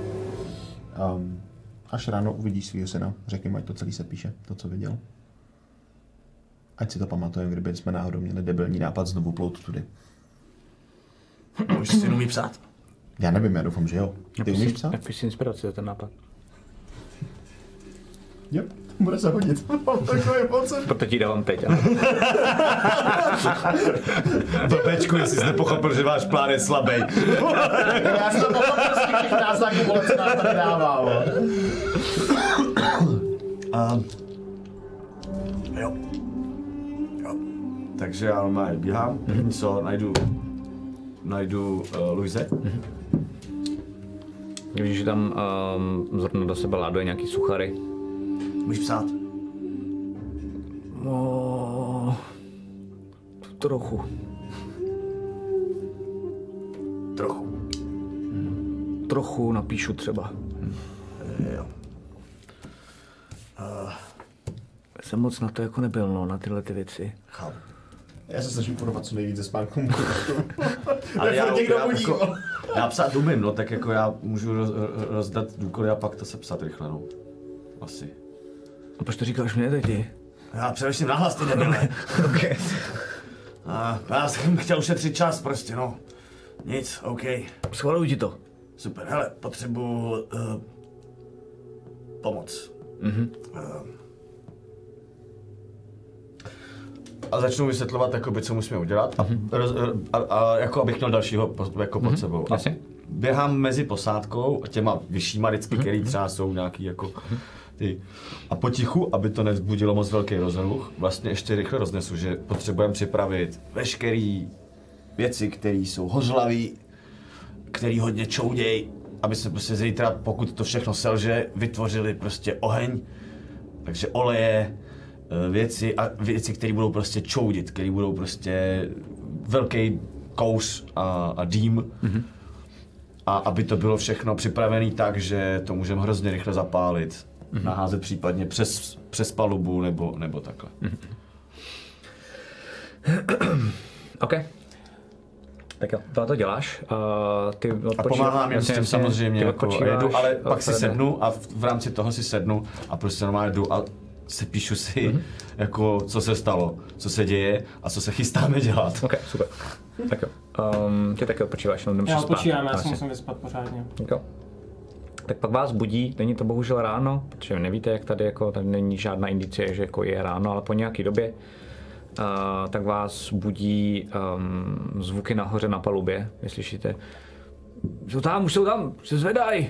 Až ráno uvidíš svýho syna, řekni mu, ať to celý se píše, to, co viděl. Ať si to pamatujeme, kdyby jsme náhodou měli debilní nápad znovu plout tudy. Můžeš si umí psát? Já nevím, já doufám, že jo. Ty umíš psát? Napiš si inspiraci za ten nápad. Jo, bude se hodit. Mám takový pocit. Proto ti dávám teď, ano. Blbečku, jestli jsi nepochopil, že váš plán je slabý. Já jsem to pochopil z těch náznaků, co nám tady dával. Jo. Takže já normálně běhám, co najdu Luise. Víš, že tam zrovna do sebe láduje nějaký suchary. Můžeš psát? No, trochu. Trochu napíšu třeba. Jo. Jsem moc na to jako nebyl, no, na tyhle ty věci. Chápu. Já se snažím porovat co nejvíc ze spánku. Ale já psát umím, no, tak jako já můžu rozdat úkoly a pak to se psat rychle, no. Asi. A proč to říkáš mě teď? Já přemýšlím nahlas, ty debile. Okay. Já jsem chtěl ušetřit čas prostě, no. Nic, OK. Schvaluji ti to. Super, hele, potřebuji pomoc. A začnu vysvětlovat, jakoby, co musíme udělat a jako abych měl dalšího jako pod sebou. Jasně. Běhám mezi posádkou a těma vyššíma vždycky, který třeba jsou nějaký jako ty. A potichu, aby to nevzbudilo moc velký rozruch, vlastně ještě rychle roznesu, že potřebujeme připravit veškeré věci, které jsou hořlavé, které hodně čouděj, aby se prostě zítra, pokud to všechno selže, vytvořili prostě oheň, takže oleje, věci, které budou prostě čoudit, které budou prostě velký kouř a dým. A aby to bylo všechno připravené tak, že to můžeme hrozně rychle zapálit. Naházet případně přes palubu nebo takhle. OK. Tak jo, to děláš. Ty a pomáhám jim s tím samozřejmě, jako jedu, ale pak si sednu a v rámci toho si sednu a prostě normálně jdu a sepíšu si, jako, co se stalo, co se děje a co se chystáme dělat. OK, super. Tak jo. Ty taky odpočíváš, jenom já odpočívám, já si musím vyspat pořádně. Jo. Tak pak vás budí, není to bohužel ráno, protože nevíte, jak tady, jako, tady není žádná indicie, že jako je ráno, ale po nějaké době tak vás budí zvuky nahoře na palubě, slyšíte. Už jsou tam, se zvedají.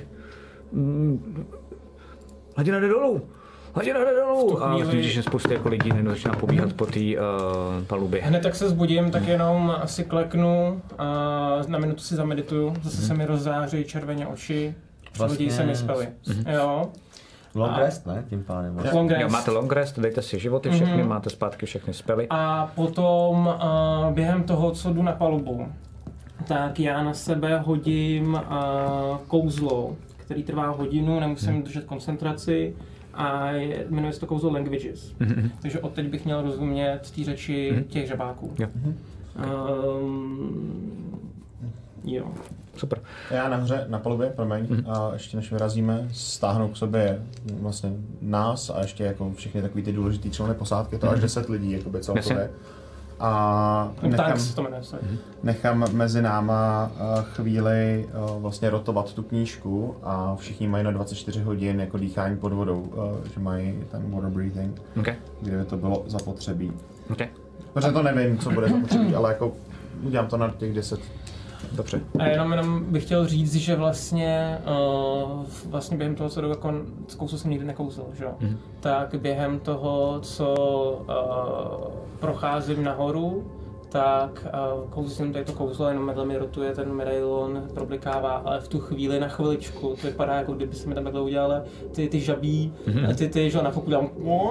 Hladina jde dolů. A vidíš, že spousty jako lidí začíná pobíhat po té palubě. Hned tak se zbudím, tak jenom asi kleknu a na minutu si zamedituju, zase se mi rozzáří červeně oči, přehodí se mi spely. Jo. Long rest, ne? Tím pádem. Long rest. Jo, máte long rest, dejte si životy všechny, máte zpátky všechny spely. A potom během toho, co jdu na palubu, tak já na sebe hodím kouzlo, který trvá hodinu, nemusím držet koncentraci. A jmenuje se to kouzlo Languages. Takže od teď bych měl rozumět té řeči těch žabáků. Jo. Jo. super. Já nahoře na palubě, promiň, a ještě než vyrazíme, stáhnou k sobě vlastně nás a ještě jako všechny takový ty důležitý členy posádky, to až 10 lidí, jakoby celkově. A nechám mezi náma chvíli vlastně rotovat tu knížku a všichni mají na 24 hodin jako dýchání pod vodou, že mají ten water breathing, kdyby to bylo zapotřebí. Protože to nevím, co bude zapotřebí, ale jako udělám to na těch 10. Dobře. A jenom bych chtěl říct, že vlastně během toho, co jako zkousil jsem nikdy nekouzl, že jo? Tak během toho, co procházím nahoru, tak kouzl jsem tady to kouzlo, jenom medle mi rotuje ten medailon, problikává, ale v tu chvíli, na chviličku, to vypadá jako kdyby se mi tam takhle udělali ty žabí, ty že na chvilku dám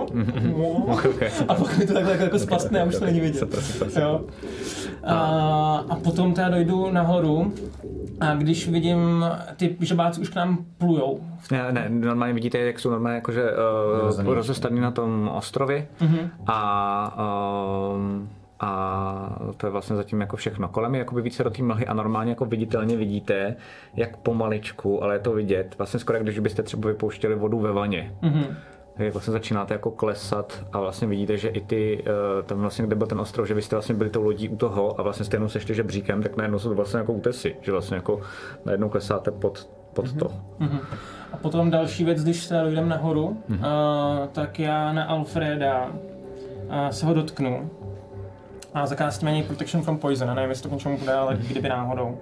a pak mi to takhle jako splaskne a už to není vidět. Jo? A potom teda dojdu nahoru a když vidím, ty žabáci už k nám plujou. Ne, normálně vidíte, jak jsou normálně jakože rozestaný na tom ostrově a to je vlastně zatím jako všechno. Kolem je jakoby více do té mlhy a normálně jako viditelně vidíte, jak pomaličku, ale je to vidět, vlastně skoro jak když byste třeba vypouštěli vodu ve vaně. Tak vlastně začínáte jako klesat a vlastně vidíte, že i ty, tam vlastně, kde byl ten ostrov, že vy jste vlastně byli tou lodí u toho a vlastně jste jenom sešli žebříkem, tak najednou jsou to vlastně jako útesy, že vlastně jako najednou klesáte pod to. A potom další věc, když se dojdem nahoru, tak já na Alfreda se ho dotknu a zakázíme něj Protection from Poison, nevím, jestli to k něčemu bude, ale kdyby náhodou.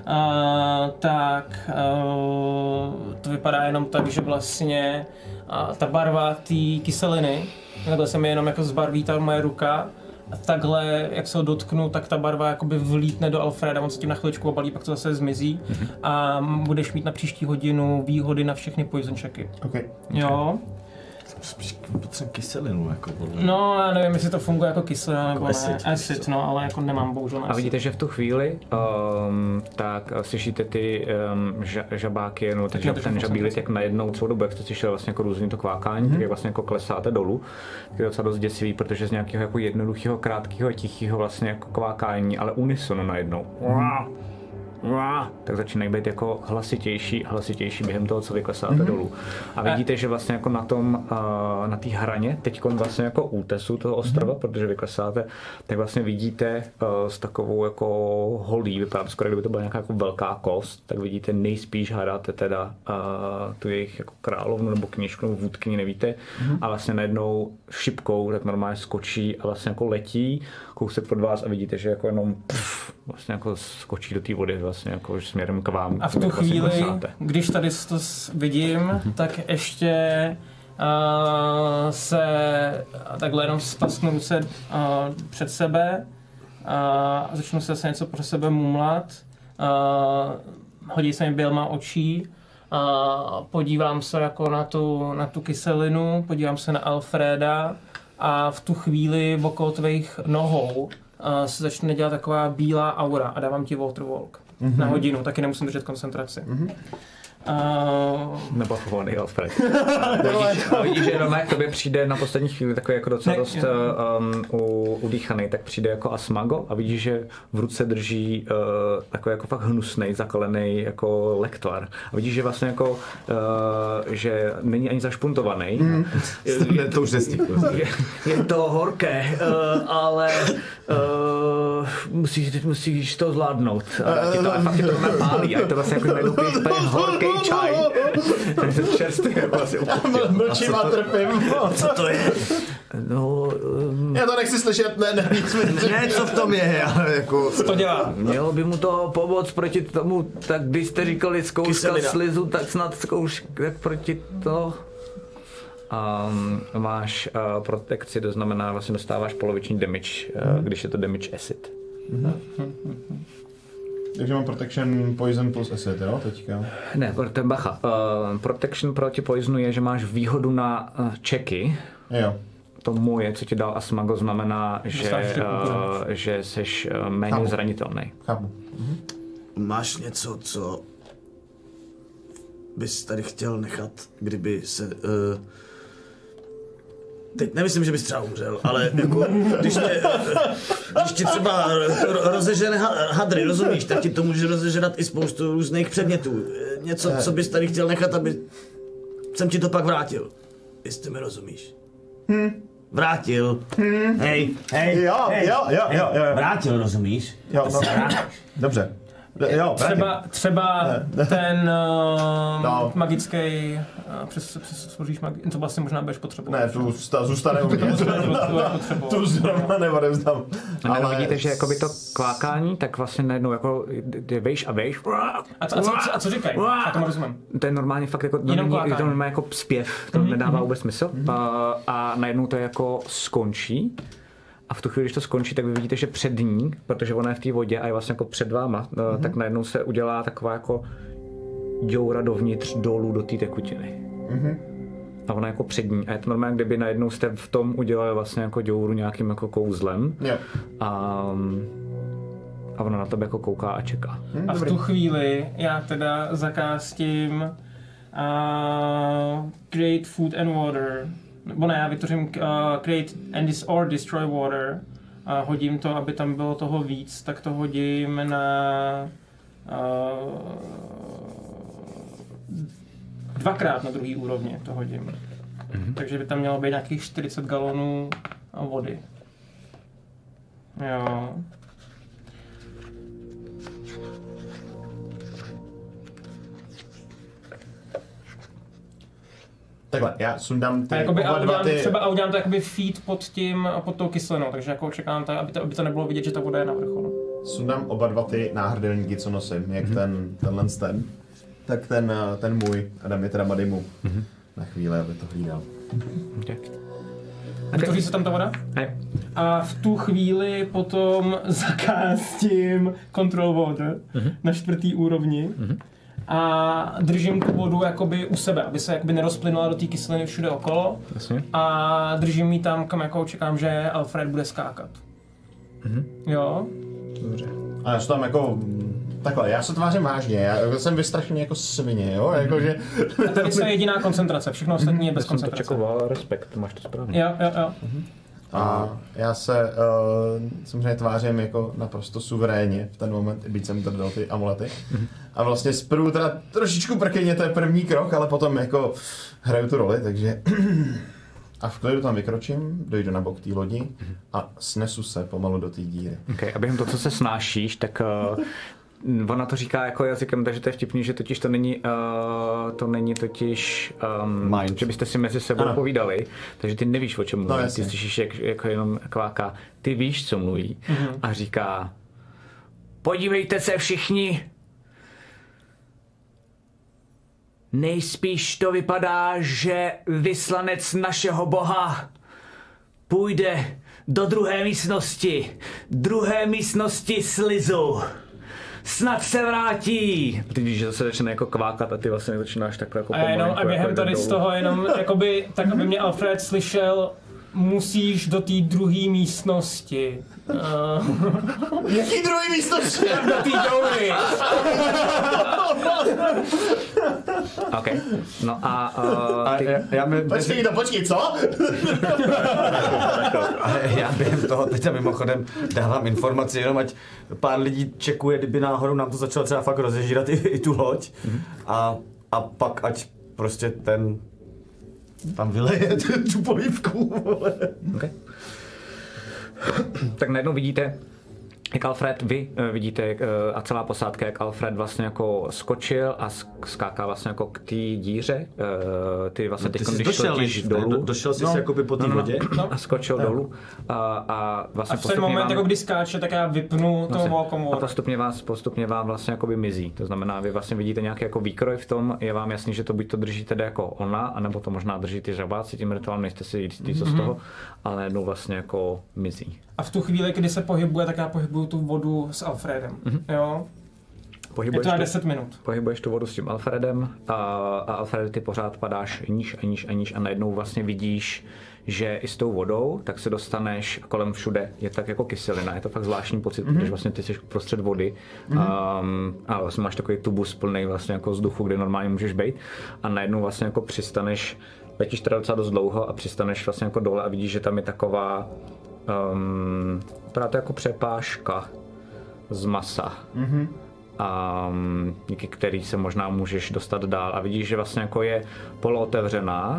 Tak to vypadá jenom tak, že vlastně ta barva té kyseliny, takhle se mi jenom jako zbarví ta moje ruka, a takhle, jak se ho dotknu, tak ta barva jakoby vlítne do Alfreda, on se tím na chviličku obalí, pak to zase zmizí a budeš mít na příští hodinu výhody na všechny poison checky. Jo? Spíš potřebuji kyselinu, jako podle. No, já nevím, jestli to funguje jako kyselina nebo ne. Acid, no, ale jako nemám bohužel na acid. A vidíte, že v tu chvíli tak slyšíte ty žabáky, no, ten žabí lid, jak najednou celou dobu, jak jste slyšeli vlastně jako různý to kvákání, tak jak vlastně jako klesáte dolů. Tak je docela dost děsivý, protože z nějakého jako jednoduchého, krátkého, tichého vlastně jako kvákání, ale unisono najednou. Tak začínají být jako hlasitější během toho, co vy klesáte dolů. A vidíte, že vlastně jako na té hraně, teď vlastně jako útesu toho ostrova, protože vy klesáte, tak vlastně vidíte s takovou jako holí, vypadá to skoro, kdyby to byla nějaká jako velká kost, tak vidíte, nejspíš hádáte teda tu jejich jako královnu nebo knížku nebo vůdkyni, nevíte, a vlastně najednou šipkou tak normálně skočí a vlastně jako letí kousek pod vás a vidíte, že jako jenom vlastně jako skočí do té vody vlastně jako směrem k vám. A v tu chvíli, když tady to vidím, tak ještě se takhle jenom splasknu ruce před sebe a začnu se něco pro sebe mumlat. Hodí se mi bělma očí. Podívám se jako na tu kyselinu, podívám se na Alfreda a v tu chvíli okolo tvých nohou se začne dělat taková bílá aura a dávám ti waterwalk na hodinu, taky nemusím držet koncentraci. Nebo chovaný Alfred. Vidíš, že normálně k tobě přijde na poslední chvíli takový jako docela dost udýchaný, tak přijde jako Asmago a vidíš, že v ruce drží takový jako fakt hnusnej, zakalený jako lektvar. A vidíš, že vlastně jako, že není ani zašpuntovaný. To už nestihl. Je to horké, ale musíš to zvládnout. Fakt tě to napálí a je to vlastně jako nedoupěš horký čaj. Takže čerstvý je vlastně úplně. Mlčím a trpím. Co to je? No, já to nechci slyšet, ne, co v tom je, ale jako... Co to dělá? Mělo by mu to pomoct proti tomu, tak když jste říkali zkouška slizu, tak snad tak proti to... Máš protekci, to znamená vlastně dostáváš poloviční damage, když je to damage acid. Takže mám protection poison plus acid, jo, teďka? Ne, ten bacha. Protection proti poisonu je, že máš výhodu na checky. Jo. To moje, co ti dal Asmago, znamená, že jsi méně zranitelný. Chápu. Máš něco, co bys tady chtěl nechat, kdyby se teď nemyslím, že bys třeba umřel, ale jako, když ti třeba rozežene hadry, rozumíš, tak ti to může rozežrat i spoustu různých předmětů. Něco, co bys tady chtěl nechat, aby jsem ti to pak vrátil. Jestli mi rozumíš. Vrátil. Hej. Jo. Vrátil, rozumíš? Jo, no. Dobře. Jo, třeba ten magický, složíš magii, to vlastně možná budeš potřebovat. Ne, tu zůstane u mě. Tu zrovna neodevzdám. Ale vidíte, že jakoby to kvákání, tak vlastně najednou jako vejš a vejš. A co říkají? Já tomu rozumím. To je normálně fakt jako, je to normálně jako zpěv, to nedává vůbec smysl. A najednou to jako skončí. A v tu chvíli, když to skončí, tak vy vidíte, že před ní, protože ona je v té vodě a je vlastně jako před váma, tak najednou se udělá taková jako děura dovnitř dolů do té tekutiny. A ona jako před ní. A je to normálně, kdyby najednou jste v tom udělali vlastně jako děuru nějakým jako kouzlem. A ona na tebe jako kouká a čeká. A v tu chvíli já teda zakástím create food and water. Nebo ne, já vytvořím create and destroy water a hodím to, aby tam bylo toho víc, tak to hodím na dvakrát na druhý úrovni to hodím. Takže by tam mělo být nějakých 40 galonů vody. Jo. Takhle, já sundám ty udělám to jakoby feed pod tou kyselinou, takže jako čekám, aby to nebylo vidět, že ta voda je na vrcholu. Sundám oba dva ty náhrdelníky, co nosím, jak tenhle tak ten můj a dám je teda Madimu na chvíli, aby to hlídal. Vytvoří se tam ta voda? Ne. A v tu chvíli potom zakástím control water na 4. úrovni. A držím tu vodu jakoby u sebe, aby se jakoby nerozplynula do té kyseliny všude okolo. Jasně. A držím ji tam, kam jako čekám, že Alfred bude skákat. Jo? Dobře. A já tam jako... Takhle, já se tvářím vážně, já jsem vystrašený jako svině, jo? Jakože... A tady je jediná koncentrace, všechno ostatní je bez koncentrace. Já jsem to čekoval, respekt, máš to správně. Jo. A já se samozřejmě tvářím jako naprosto suverénně v ten moment, byť jsem tady dal ty amulety. A vlastně zprvu teda trošičku prkejně, to je první krok, ale potom jako hraju tu roli, takže... A v klidu tam vykročím, dojdu na bok té lodi a snesu se pomalu do té díry. Okay, a během toho, co se snášíš, tak ona to říká jako jazykem, takže to je vtipný, že totiž to není totiž, že byste si mezi sebou povídali, takže ty nevíš, o čem mluví, ty slyšíš, jak jenom kváká, ty víš, co mluví a říká, podívejte se všichni, nejspíš to vypadá, že vyslanec našeho boha půjde do druhé místnosti slizu. Snad se vrátí! Když zase začne jako kvákat a ty vlastně začínáš takhle jako pomalu. A během tady z toho jenom jakoby, tak aby mě Alfred slyšel, musíš do té druhé místnosti. Jaký druhý místnosti? Do té doury. OK. No a Počkej, co? Já během toho teď mimochodem dávám informaci, jenom ať pár lidí čekuje, kdyby náhodou nám to začalo třeba fakt rozežírat i tu loď. A pak ať prostě ten tam vyleje tu polívku. Okay. Tak najednou vidíte, jak Alfred, vy vidíte a celá posádka, jak Alfred vlastně jako skočil a skáká vlastně jako k té díře. Ty vlastně teď, když letíš dolů. Došel jsi jakoby po té vodě? A skočil dolů. A vlastně v ten moment, jako když skáče, tak já vypnu toho volkomu. A postupně vám vlastně jakoby mizí. To znamená, vy vlastně vidíte nějaký jako výkroj v tom, je vám jasný, že to buď to drží tedy jako ona, anebo to možná drží ty žabáci tím rituálem, nejste si jistý, co z toho, ale najednou vlastně jako mizí. A v tu chvíli, kdy se pohybuje, tak já pohybuju tu vodu s Alfredem, jo? Je to na 10 minut. Pohybuješ tu vodu s tím Alfredem a Alfred, ty pořád padáš níž a najednou vlastně vidíš, že i s tou vodou, tak se dostaneš kolem všude, je tak jako kyselina, je to fakt zvláštní pocit, protože vlastně ty jsi prostřed vody a vlastně máš takový tubus plný vlastně jako vzduchu, kde normálně můžeš být a najednou vlastně jako přistaneš letíš teda docela dost dlouho a přistaneš vlastně jako dole a vidíš, že tam je taková právě jako přepážka z masa. Díky který se možná můžeš dostat dál a vidíš, že vlastně jako je polootevřená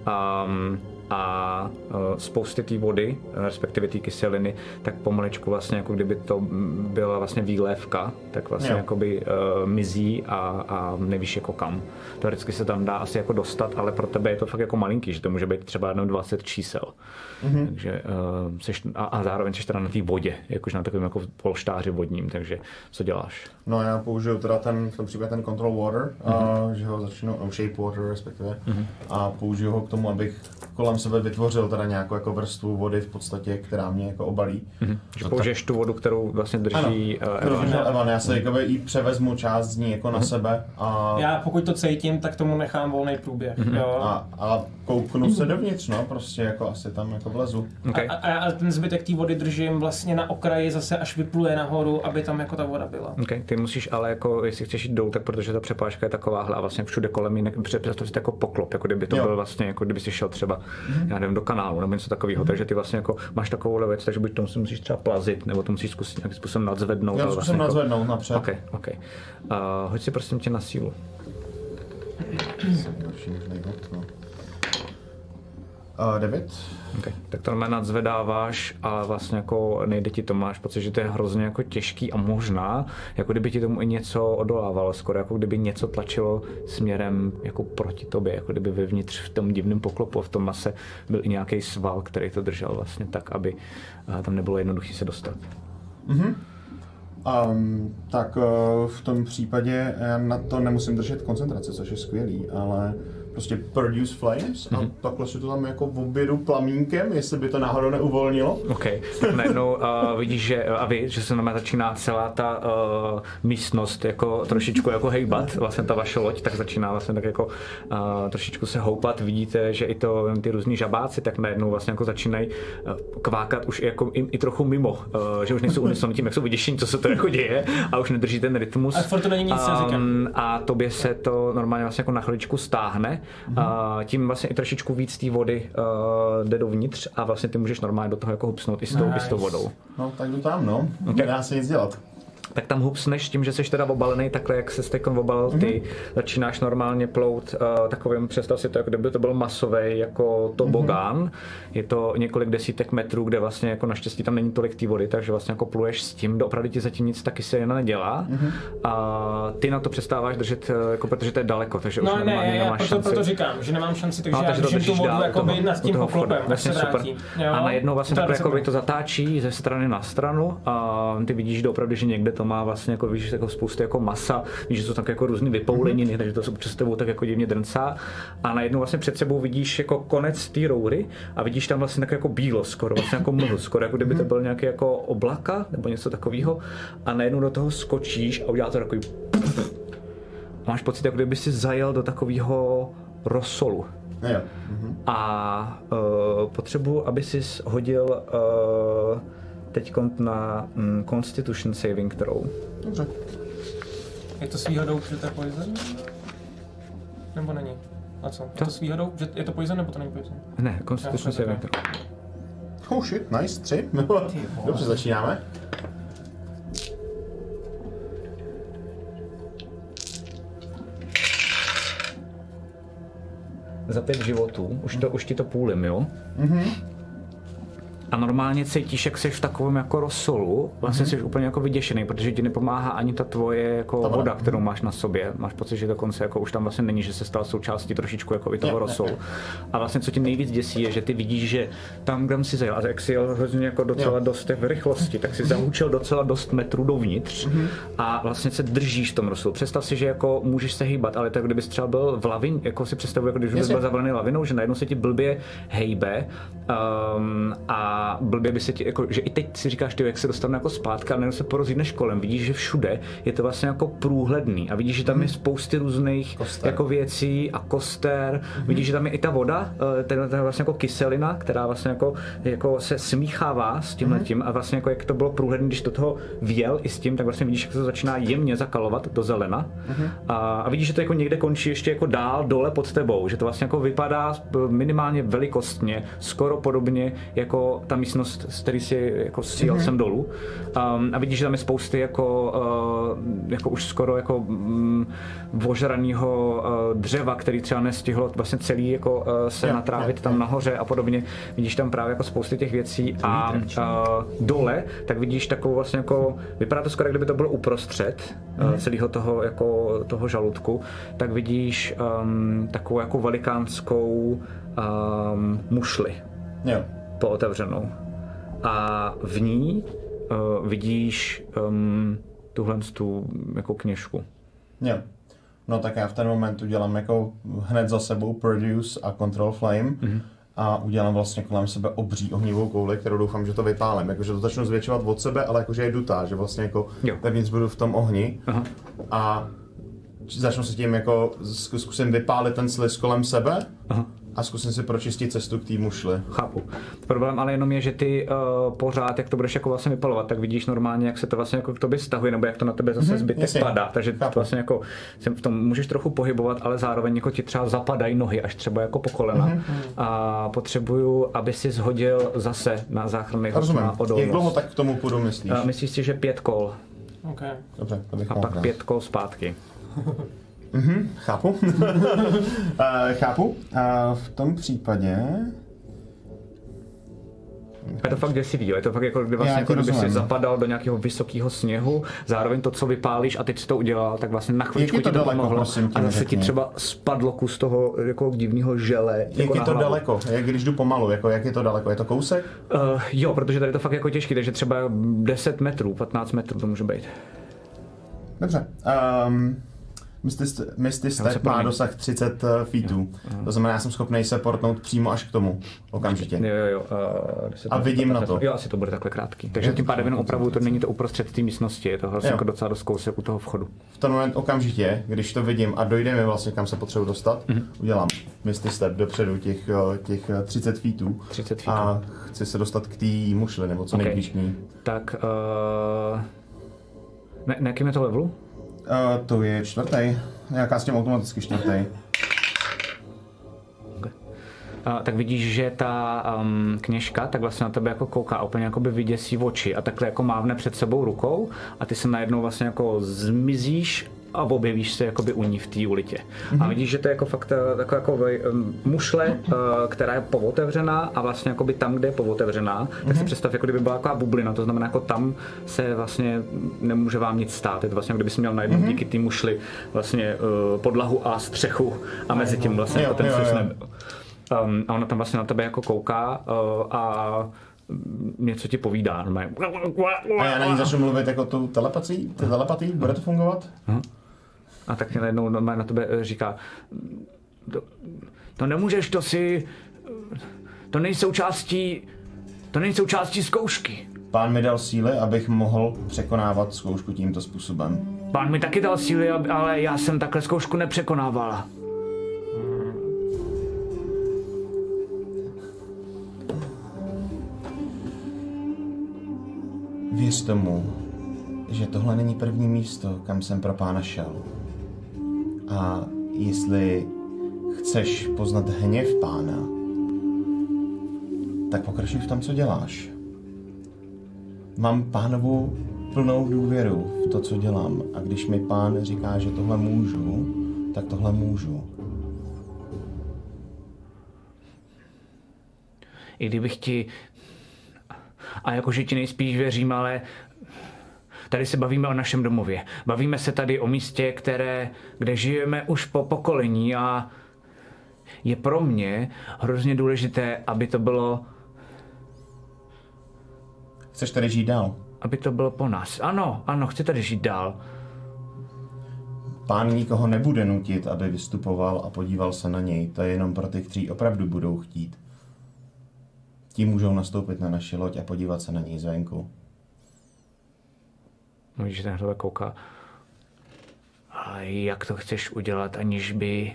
a spousty té vody, respektive té kyseliny, tak pomaličku vlastně jako kdyby to byla vlastně výlévka, tak vlastně jakoby mizí a nevíš jako kam. Teoreticky se tam dá asi jako dostat, ale pro tebe je to fakt jako malinký, že to může být třeba jenom 20 čísel. Takže a zároveň jsi teda na té vodě, jakož na takovém jako polštáři vodním, takže co děláš? No já použiju teda v tom případě ten control water, že ho začnu, shape water respektive, a použiju ho k tomu, abych kolem sebe vytvořil teda nějakou jako vrstvu vody v podstatě, která mě jako obalí. Že použiješ tu vodu, kterou vlastně drží Evan. Já se jakoby i převezmu část z ní jako na sebe. A já pokud to cítím, tak tomu nechám volný průběh. Jo. A kouknu se dovnitř, no, prostě jako asi tam jako vlezu. Okay. A ten zbytek té vody držím vlastně na okraji zase, až vypluje nahoru, aby tam jako ta voda byla. Okay. Ty musíš ale jako, jestli chceš jít dolů, tak protože ta přepážka je takováhle a vlastně všude kolem jinak, představ si jako poklop, jako kdyby to byl vlastně, jako kdyby si šel třeba, já nevím, do kanálu nebo něco takového, takže ty vlastně jako máš takovou věc, takže buď to musíš třeba plazit, nebo to musíš zkusit nějakým způsobem nadzvednout. Já zkusím vlastně nadzvednout jako napřed. Okay. Hoď si prosím tě na sílu. 9. Okay. Tak to nadzvedáváš a vlastně jako nejde ti to, máš pocit, že to je hrozně jako těžký a možná, jako kdyby ti tomu i něco odolávalo, skoro jako kdyby něco tlačilo směrem jako proti tobě, jako kdyby vevnitř v tom divném poklopu, v tom mase byl i nějaký sval, který to držel vlastně tak, aby tam nebylo jednoduché se dostat. Tak v tom případě já na to nemusím držet koncentraci, což je skvělý, ale prostě produce flames a takhle si to tam jako objedu plamínkem, jestli by to náhodou neuvolnilo. OK, tak najednou vidíš, že že se nám začíná celá ta místnost jako trošičku jako hejbat, vlastně ta vaše loď, tak začíná vlastně tak jako trošičku se houpat, vidíte, že i ty různý žabáci tak najednou vlastně jako začínají kvákat už jako i trochu mimo, že už nejsou unisoni tím, jak jsou vyděšení, co se to jako děje a už nedrží ten rytmus. A furt to není nic s jazykem. A tobě se to normálně vlastně jako na chviličku stáhne. Tím vlastně i trošičku víc té vody jde dovnitř a vlastně ty můžeš normálně do toho jako hupsnout i s tou vodou. No tak jdu tam, no. Nedá se nic dělat. Tak tam hupsneš tím, že jsi teda obalený, takhle jak se teď obalil ty, začínáš normálně plout takovým, představ si to, jako kdyby to byl masový jako tobogán. Je to několik desítek metrů, kde vlastně jako naštěstí tam není tolik té vody, takže vlastně jako pluješ s tím, opravdu ti zatím nic taky se jen nedělá. A ty na to přestáváš držet, jako protože to je daleko, takže už normálně nemáš šanci. Proto říkám, že nemám šanci, takže já držím tu vodu jakoby nad tím poklopem, vlastně super. A najednou vlastně takhle jako to zatáčí ze strany na stranu a ty vidíš opravdu, že někde to má vlastně jako víš, jako spousty jako masa, víš, že jsou tak jako různý vypouleniny, takže to přes tebou tak jako divně drncá a najednou vlastně před sebou vidíš jako konec té roury a vidíš tam vlastně tak jako bílo skoro, vlastně jako mlhu, skoro jako kdyby to byl nějaký jako oblaka nebo něco takového a najednou do toho skočíš a udělá to takový a máš pocit, jako kdyby si zajel do takového rosolu. A potřebuji, aby si hodil teď na Constitution saving throw. Dobře. Je to s výhodou, že to je poison? Nebo není? A co? Je to s výhodou, že je to poison nebo to není poison? Ne, Constitution saving throw. Oh shit, nice, 3. Dobře, začínáme. Za 5 životů, už ti to půlim, jo? A normálně cítíš, jak jsi v takovém jako rosolu, vlastně jsi úplně jako vyděšený, protože ti nepomáhá ani ta tvoje jako voda, kterou máš na sobě. Máš pocit, že dokonce jako už tam vlastně není, že se stal součástí trošičku jako i toho rosolu. A vlastně co ti nejvíc děsí je, že ty vidíš, že tam, kde jsi zajel, a jak jsi jel hrozně jako docela dost v rychlosti, tak si zahučil docela dost metrů dovnitř a vlastně se držíš v tom rosolu. Představ si, že jako můžeš se hýbat, ale to jako kdybys třeba byl v lavin, jako si představuji, jako když bys byl zavalený lavinou, že najednou se ti blbě hejbe a a blbě by se ti, jako, že i teď si říkáš, ty, jak se dostanu jako zpátky, ale jenom se porozjídneš kolem, vidíš, že všude je to vlastně jako průhledný a vidíš, že tam je spousty různých jako věcí a koster, vidíš, že tam je i ta voda, to je vlastně jako kyselina, která vlastně jako se smíchává s tímhletím a vlastně jako jak to bylo průhledný, když do toho vjel i s tím, tak vlastně vidíš, jak se to začíná jemně zakalovat do zelena a vidíš, že to jako někde končí ještě jako dál dole pod tebou, že to vlastně jako vypadá minimálně velikostně, skoro podobně jako ta místnost, z který si jako sjel sem dolů. A vidíš, že tam je spousty jako už skoro jako ožranýho dřeva, který třeba nestihlo vlastně celý jako se natrávit tam nahoře a podobně. Vidíš tam právě jako spousty těch věcí a dole, tak vidíš takovou vlastně jako, vypadá to skoro, kdyby to bylo uprostřed celého toho žaludku, tak vidíš takovou jako velikánskou mušli pootevřenou. A v ní vidíš tuhle tu jako kněžku. Jo. No tak já v ten moment udělám jako hned za sebou Produce a Control Flame a udělám vlastně kolem sebe obří ohnivou kouli, kterou doufám, že to vypálím. Jakože to začnu zvětšovat od sebe, ale jakože je dutá, že vlastně jako vevnitř budu v tom ohni. A začnu se tím jako zkusím vypálit ten sliz kolem sebe. A zkusím si pročistit cestu k té mušli. Chápu. Problém ale jenom je, že ty pořád, jak to budeš jako vlastně vypalovat, tak vidíš normálně, jak se to vlastně jako k tobě stahuje, nebo jak to na tebe zase zbytek spadá. Takže to vlastně jako v tom můžeš trochu pohybovat, ale zároveň jako ti třeba zapadají nohy, až třeba jako po kolena. A potřebuju, aby si zhodil zase na záchranný hod na odolnost. Jak dlouho tak k tomu půjdu, myslíš? Myslíš si, že 5 kol. Okay. Dobře, to bych a pak 5 kol zpátky. Chápu. Chápu. V tom případě... Je to fakt děsivý, je to fakt jako kdyby vlastně jako kdyby si zapadal do nějakého vysokého sněhu, zároveň to, co vypálíš a teď si to udělal, tak vlastně na chvíličku ti to pomohlo a zase ti třeba spadlo kus toho jako divného žele. Jak jako je to daleko? Jak když jdu pomalu, jako jak je to daleko? Je to kousek? Jo, protože tady je to fakt jako těžký, takže třeba 10 metrů, 15 metrů to může být. Dobře. Misty Step má dosah 30 feetů. To znamená, já jsem schopný se portnout přímo až k tomu okamžitě. Jo. A vidím na to. Jo, asi to bude takhle krátký. Takže tím pádem jenom opravdu to není to uprostřed té místnosti, je to vlastně jako docela dost kousek u toho vchodu. V ten moment okamžitě, když to vidím a dojde mi vlastně, kam se potřebuji dostat, udělám Misty Step dopředu těch 30 feetů. A chci se dostat k té mušli, nebo co nejblíž k ní. Tak, na jakým je to levelu? To je 4. Nějaká s tím automaticky 4. Tak vidíš, že ta kněžka tak vlastně na tebe jako kouká, úplně jako by vyděsí oči a takhle jako mávne před sebou rukou a ty se najednou vlastně jako zmizíš a objevíš se jakoby u ní v té ulitě. A vidíš, že to je jako fakt taková jako mušle, která je pootevřená a vlastně jakoby tam, kde je pootevřená, tak si představ, jako kdyby byla taková bublina, to znamená, jako tam se vlastně nemůže vám nic stát. Je to vlastně, kdyby jsi měl najednou díky té mušli vlastně podlahu a střechu a mezi tím vlastně jako ten svět nebyl. A ona tam vlastně na tebe jako kouká a něco ti povídá. A já na ní začnu mluvit jako tu telepatii, bude to fungovat? A tak najednou na tebe říká, to nemůžeš, to není součástí zkoušky. Pán mi dal síly, abych mohl překonávat zkoušku tímto způsobem. Pán mi taky dal síly, ale já jsem takhle zkoušku nepřekonávala. Věř tomu, že tohle není první místo, kam jsem pro pána šel. A jestli chceš poznat hněv pána, tak pokračuj v tom, co děláš. Mám pánovu plnou důvěru v to, co dělám. A když mi pán říká, že tohle můžu, tak tohle můžu. I kdybych ti... A jakože ti nejspíš věřím, ale tady se bavíme o našem domově. Bavíme se tady o místě, kde žijeme už po pokolení a je pro mě hrozně důležité, aby to bylo... Chceš tady žít dál? Aby to bylo po nás. Ano, chci tady žít dál. Pán nikoho nebude nutit, aby vystupoval a podíval se na něj. To je jenom pro ty, kteří opravdu budou chtít. Ti můžou nastoupit na naši loď a podívat se na ní zvenku. No, když ten člověk kouká. A jak to chceš udělat, aniž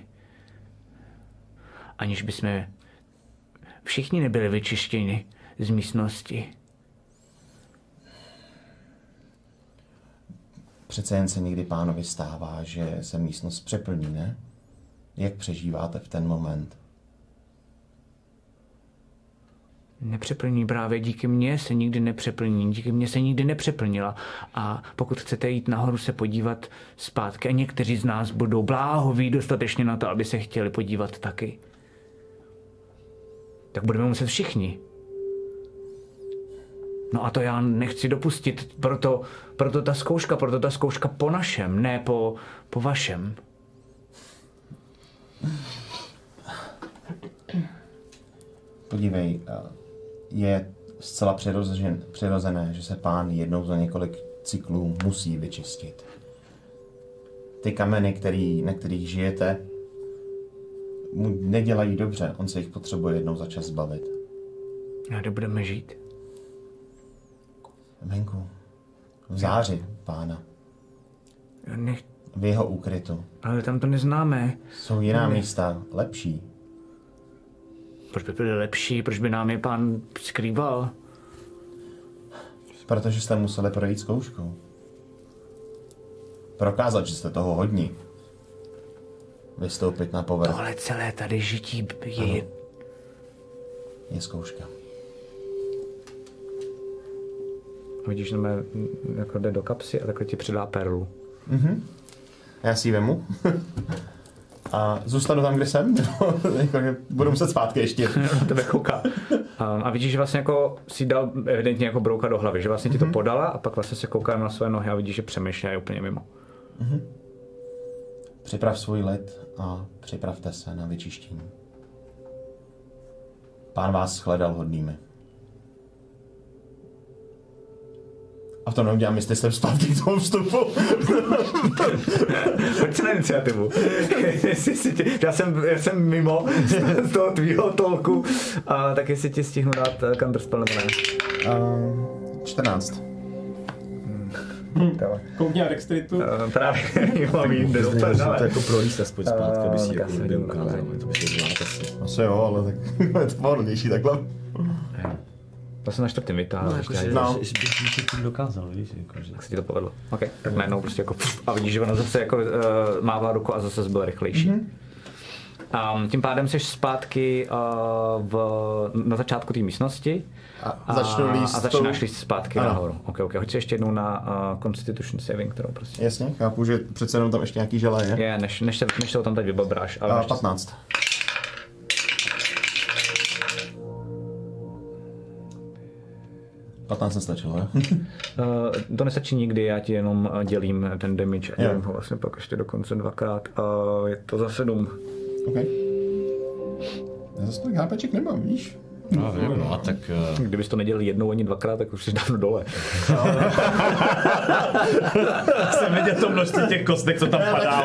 by jsme všichni nebyli vyčištěni z místnosti? Přece jen se někdy pánovi stává, že se místnost přeplní, ne? Jak přežíváte v ten moment? Nepřeplní právě díky mně se nikdy nepřeplní, díky mně se nikdy nepřeplnila. A pokud chcete jít nahoru se podívat zpátky, a někteří z nás budou bláhoví dostatečně na to, aby se chtěli podívat taky, tak budeme muset všichni. No a to já nechci dopustit, proto ta zkouška po našem, ne po vašem. Podívej, je zcela přirozené, že se pán jednou za několik cyklů musí vyčistit. Ty kameny, na kterých žijete, mu nedělají dobře, on se jich potřebuje jednou za čas zbavit. A kde budeme žít? Venku. V záři pána. V jeho úkrytu. Ale tam to neznáme. Jsou jiná místa, lepší. Proč by byly lepší? Proč by nám je pán skrýval? Protože jste museli projít zkouškou. Prokázat, že jste toho hodní. Vystoupit na povrch. Ale celé tady žití je zkouška. Vidíš, že jako jde do kapsy a takhle ti přidá perlu. Mhm. Já si ji vemu. A zůstanu tam, kde jsem? Budu muset zpátky ještě. Na tebe kouká. A vidíš, že vlastně jako si dal evidentně jako brouka do hlavy, že vlastně ti to podala a pak vlastně se kouká na své nohy a vidíš, že přemýšlí a je úplně mimo. Připrav svůj lid a připravte se na vyčištění. Pán vás shledal hodnými. A v tom neudělám, jestli jsem zpátky k tomu vstupu. Pojď se na iniciativu. já jsem mimo z toho tvýho tolku, tak jestli ti stihnu dát counterspell nebo ne. 14. Koukni na dexteritu. Právě mám jít do to jako prolíst aspoň zpátky, aby si jako by ukázal. To by si zvládl. Asi jo, ale tak je to pohodlnější takhle. To jsem na čtvrtým vytáhl. Že bych tím dokázal, víš? Tak se ti to povedlo. OK, tak najednou prostě jako a vidíš, že ona zase jako mává ruku a zase byl rychlejší. Tím pádem jsi zpátky na začátku té místnosti a začínáš líst zpátky nahoru. OK. Hoď si ještě jednou na Constitution Saving, kterou prostě. Jasně, chápu, že přece jenom tam ještě nějaký želé je. Je, než se ho tam teď vybabráš. 15. Nestačilo, jo? To nestačí nikdy, já ti jenom dělím ten damage a dělím ho vlastně pak ještě dokonce dvakrát. Je to za 7. OK. Já zase tolik HPček nemám, víš? No, vím, no a tak... Kdybys to nedělal jednou ani dvakrát, tak už jsi dávno dole. Jsem viděl to množství těch kostek, co tam padá.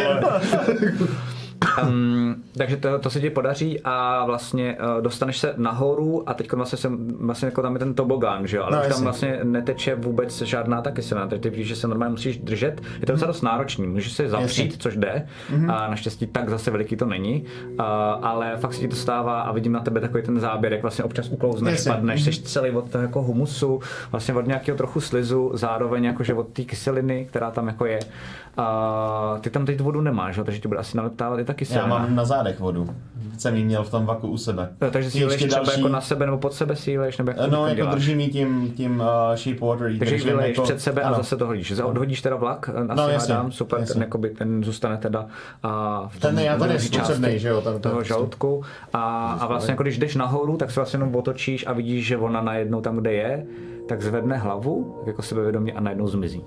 Takže to se ti podaří a vlastně dostaneš se nahoru a teď vlastně jako tam je ten tobogán, že jo, ale tam vlastně neteče vůbec žádná ta kyselina, takže ty víš, že se normálně musíš držet, je to docela dost náročný, můžeš se zavřít, což jde, a naštěstí tak zase veliký to není, ale fakt se ti to stává a vidím na tebe takový ten záběr, jak vlastně občas uklouzneš, spadneš, jsi celý od toho jako humusu, vlastně od nějakého trochu slizu, zároveň jakože od té kyseliny, která tam jako je. Ty tam teď vodu nemáš, takže ti bude asi naleptávat i ta kyselina. Já mám na zádech vodu. Jsem jí měl v tom vaku u sebe. Takže si jíleš třeba jako na sebe nebo pod sebe si jíleš? Nebo jak no, jako držím jí tím sheep water. Takže ji vyleješ před sebe a zase to hodíš. Odhodíš teda vlak, asi hádám, super, ten zůstane teda v tom největší části toho žaludku. A vlastně jako když jdeš nahoru, tak se vlastně jenom otočíš a vidíš, že ona najednou tam, kde je, tak zvedne hlavu, jako sebevědomě a najednou zmizí.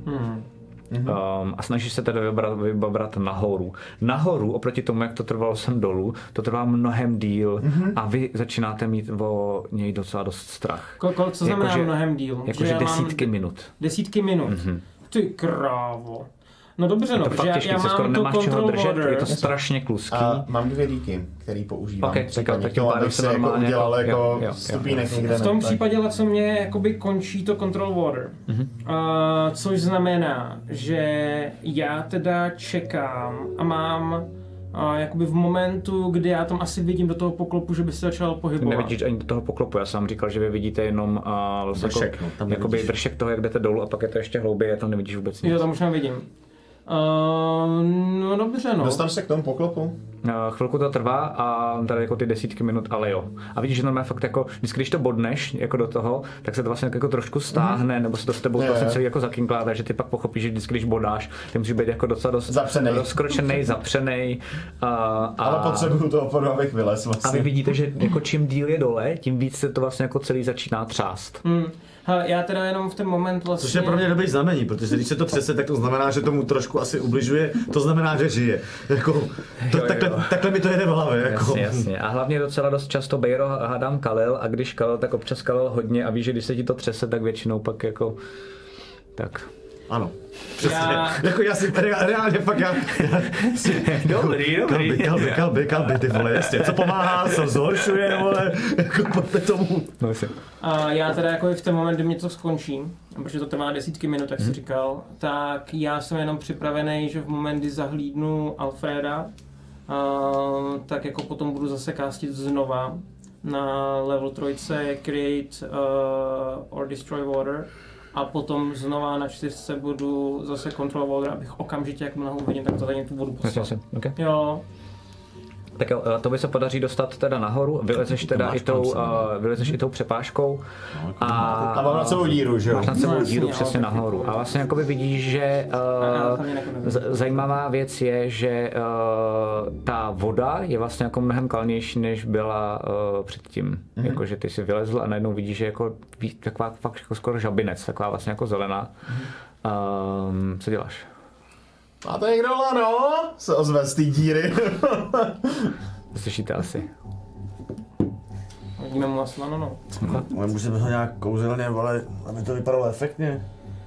A snažíš se teda vybrat nahoru. Nahoru, oproti tomu, jak to trvalo sem dolů, to trvá mnohem díl a vy začínáte mít o něj docela dost strach. Co znamená mnohem díl? Jakože desítky minut. Desítky minut? Ty krávo. No dobře, no, protože já mám to control water. Je to strašně kluský. A mám 2 díky, který používám. Okay, tak tím abych si jako udělal jako stupínek někde. V tom případě, co mě jakoby končí to control water. Což znamená, že já teda čekám a mám jakoby v momentu, kdy já tam asi vidím do toho poklopu, že by se začal pohybovat. Nevidíš ani do toho poklopu, já jsem vám říkal, že vy vidíte jenom dršek, jakoby dršek toho, jak jdete dolů a pak je to ještě hlouběji a tam nevidíš vůbec nic. Jo, tam už nevidím. No dobře, no. Dostaneš se k tomu poklopu? Chvilku to trvá a tady jako ty desítky minut, ale jo. A vidíš, že normálně fakt jako, když to bodneš jako do toho, tak se to vlastně jako trošku stáhne, nebo se to s tebou vlastně celý jako zakinklá, takže ty pak pochopíš, že vždycky, když bodáš, ty musíš být jako docela rozkročenej, zapřenej. Ale potřebuju to oporu, abych vylez vlastně. A vy vidíte, že jako čím díl je dole, tím víc se to vlastně jako celý začíná třást. Hele, já teda jenom v ten moment vlastně... Což je pro mě dobrý znamení, protože když se to třese, tak to znamená, že tomu trošku asi ubližuje, to znamená, že žije. Jako, takhle mi to jede v hlavě. Jako. Jasně. A hlavně docela dost často Bejro hádám kalil a když kalil, tak občas kalil hodně a víš, že když se ti to třese, tak většinou pak jako... Tak... Ano. Přesně. Jako já si reálně fakt Dobrý. Kalby, ty vole, jasně. Co pomáhá, co zhoršuje, vole, jako pojďte tomu. No jasně. A já teda jako v ten moment, kdy mě to skončí, protože to trvá desítky minut, jak jsi říkal, tak já jsem jenom připravený, že v moment, kdy zahlídnu Alfreda, tak jako potom budu zase castit znova na level 3 Create or Destroy Water. A potom znova na 4 budu zase control water, abych okamžitě, jak mnoho uvidím, tak to tady tu vodu poslat. Okay. Jo. Tak jo, to by se podaří dostat teda nahoru, vylezeš teda vylezeš i tou přepážkou a mám na celou díru, že jo? Máš na celou díru přesně nahoru a vlastně jakoby vidíš, že zajímavá věc je, že ta voda je vlastně jako mnohem kalnější, než byla předtím. Jakože ty si vylezl a najednou vidíš, že jako taková fakt jako skoro žabinec, taková vlastně jako zelená. Co děláš? A to někdo lano? Se ozve z té díry. Slyšíte asi. Vidíme mu asi lano, no. Ale můžeme ho nějak kouzelně, ale aby to vypadalo efektně.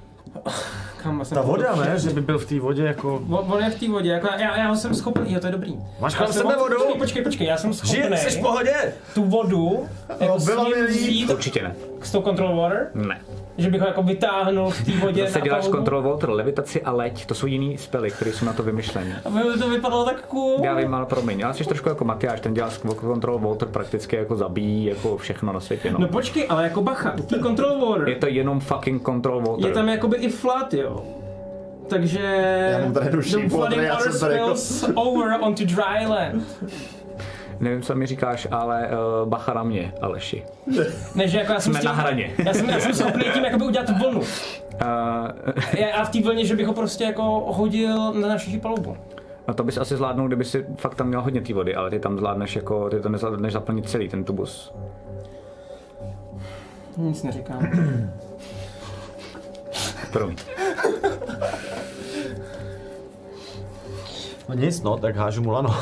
Ta voda, ne? Že by byl v té vodě jako... On je v té vodě, jako já ho jsem schopný, jo, to je dobrý. Máš kolem sebe vodu? Počkej, já jsem schopný. Jsi v pohodě? Tu vodu, jako s ním vzít... Určitě ne. S tou control water? Ne. Že bych ho jako vytáhnul v té vodě. Zase děláš control water, levitaci a leď, to jsou jiný spely, které jsou na to vymyšlené. Aby to vypadalo tak cool. Já vím, ale promiň, ale jsi trošku jako Matyáš, ten dělá control water, prakticky jako zabíjí jako všechno na světě. No počkej, ale jako bacha, u té control water. Je to jenom fucking control water. Je tam jakoby i flat, jo. Takže... Já mám tady duší water spills over onto dry land. Nevím, co mi říkáš, ale bacha na mě, Aleši. Ne, že jako já jsem Jsme na hraně. Já jsem schopný tím jakoby udělat vlnu. A v té vlně, že bych ho prostě jako hodil na naši palubu. No to bys asi zvládnul, kdyby si fakt tam měl hodně té vody, ale ty tam zvládneš jako, ty to nezvládneš zaplnit celý ten tubus. Nic neříkám. Promiň. No nic, no, tak hážu mu lano.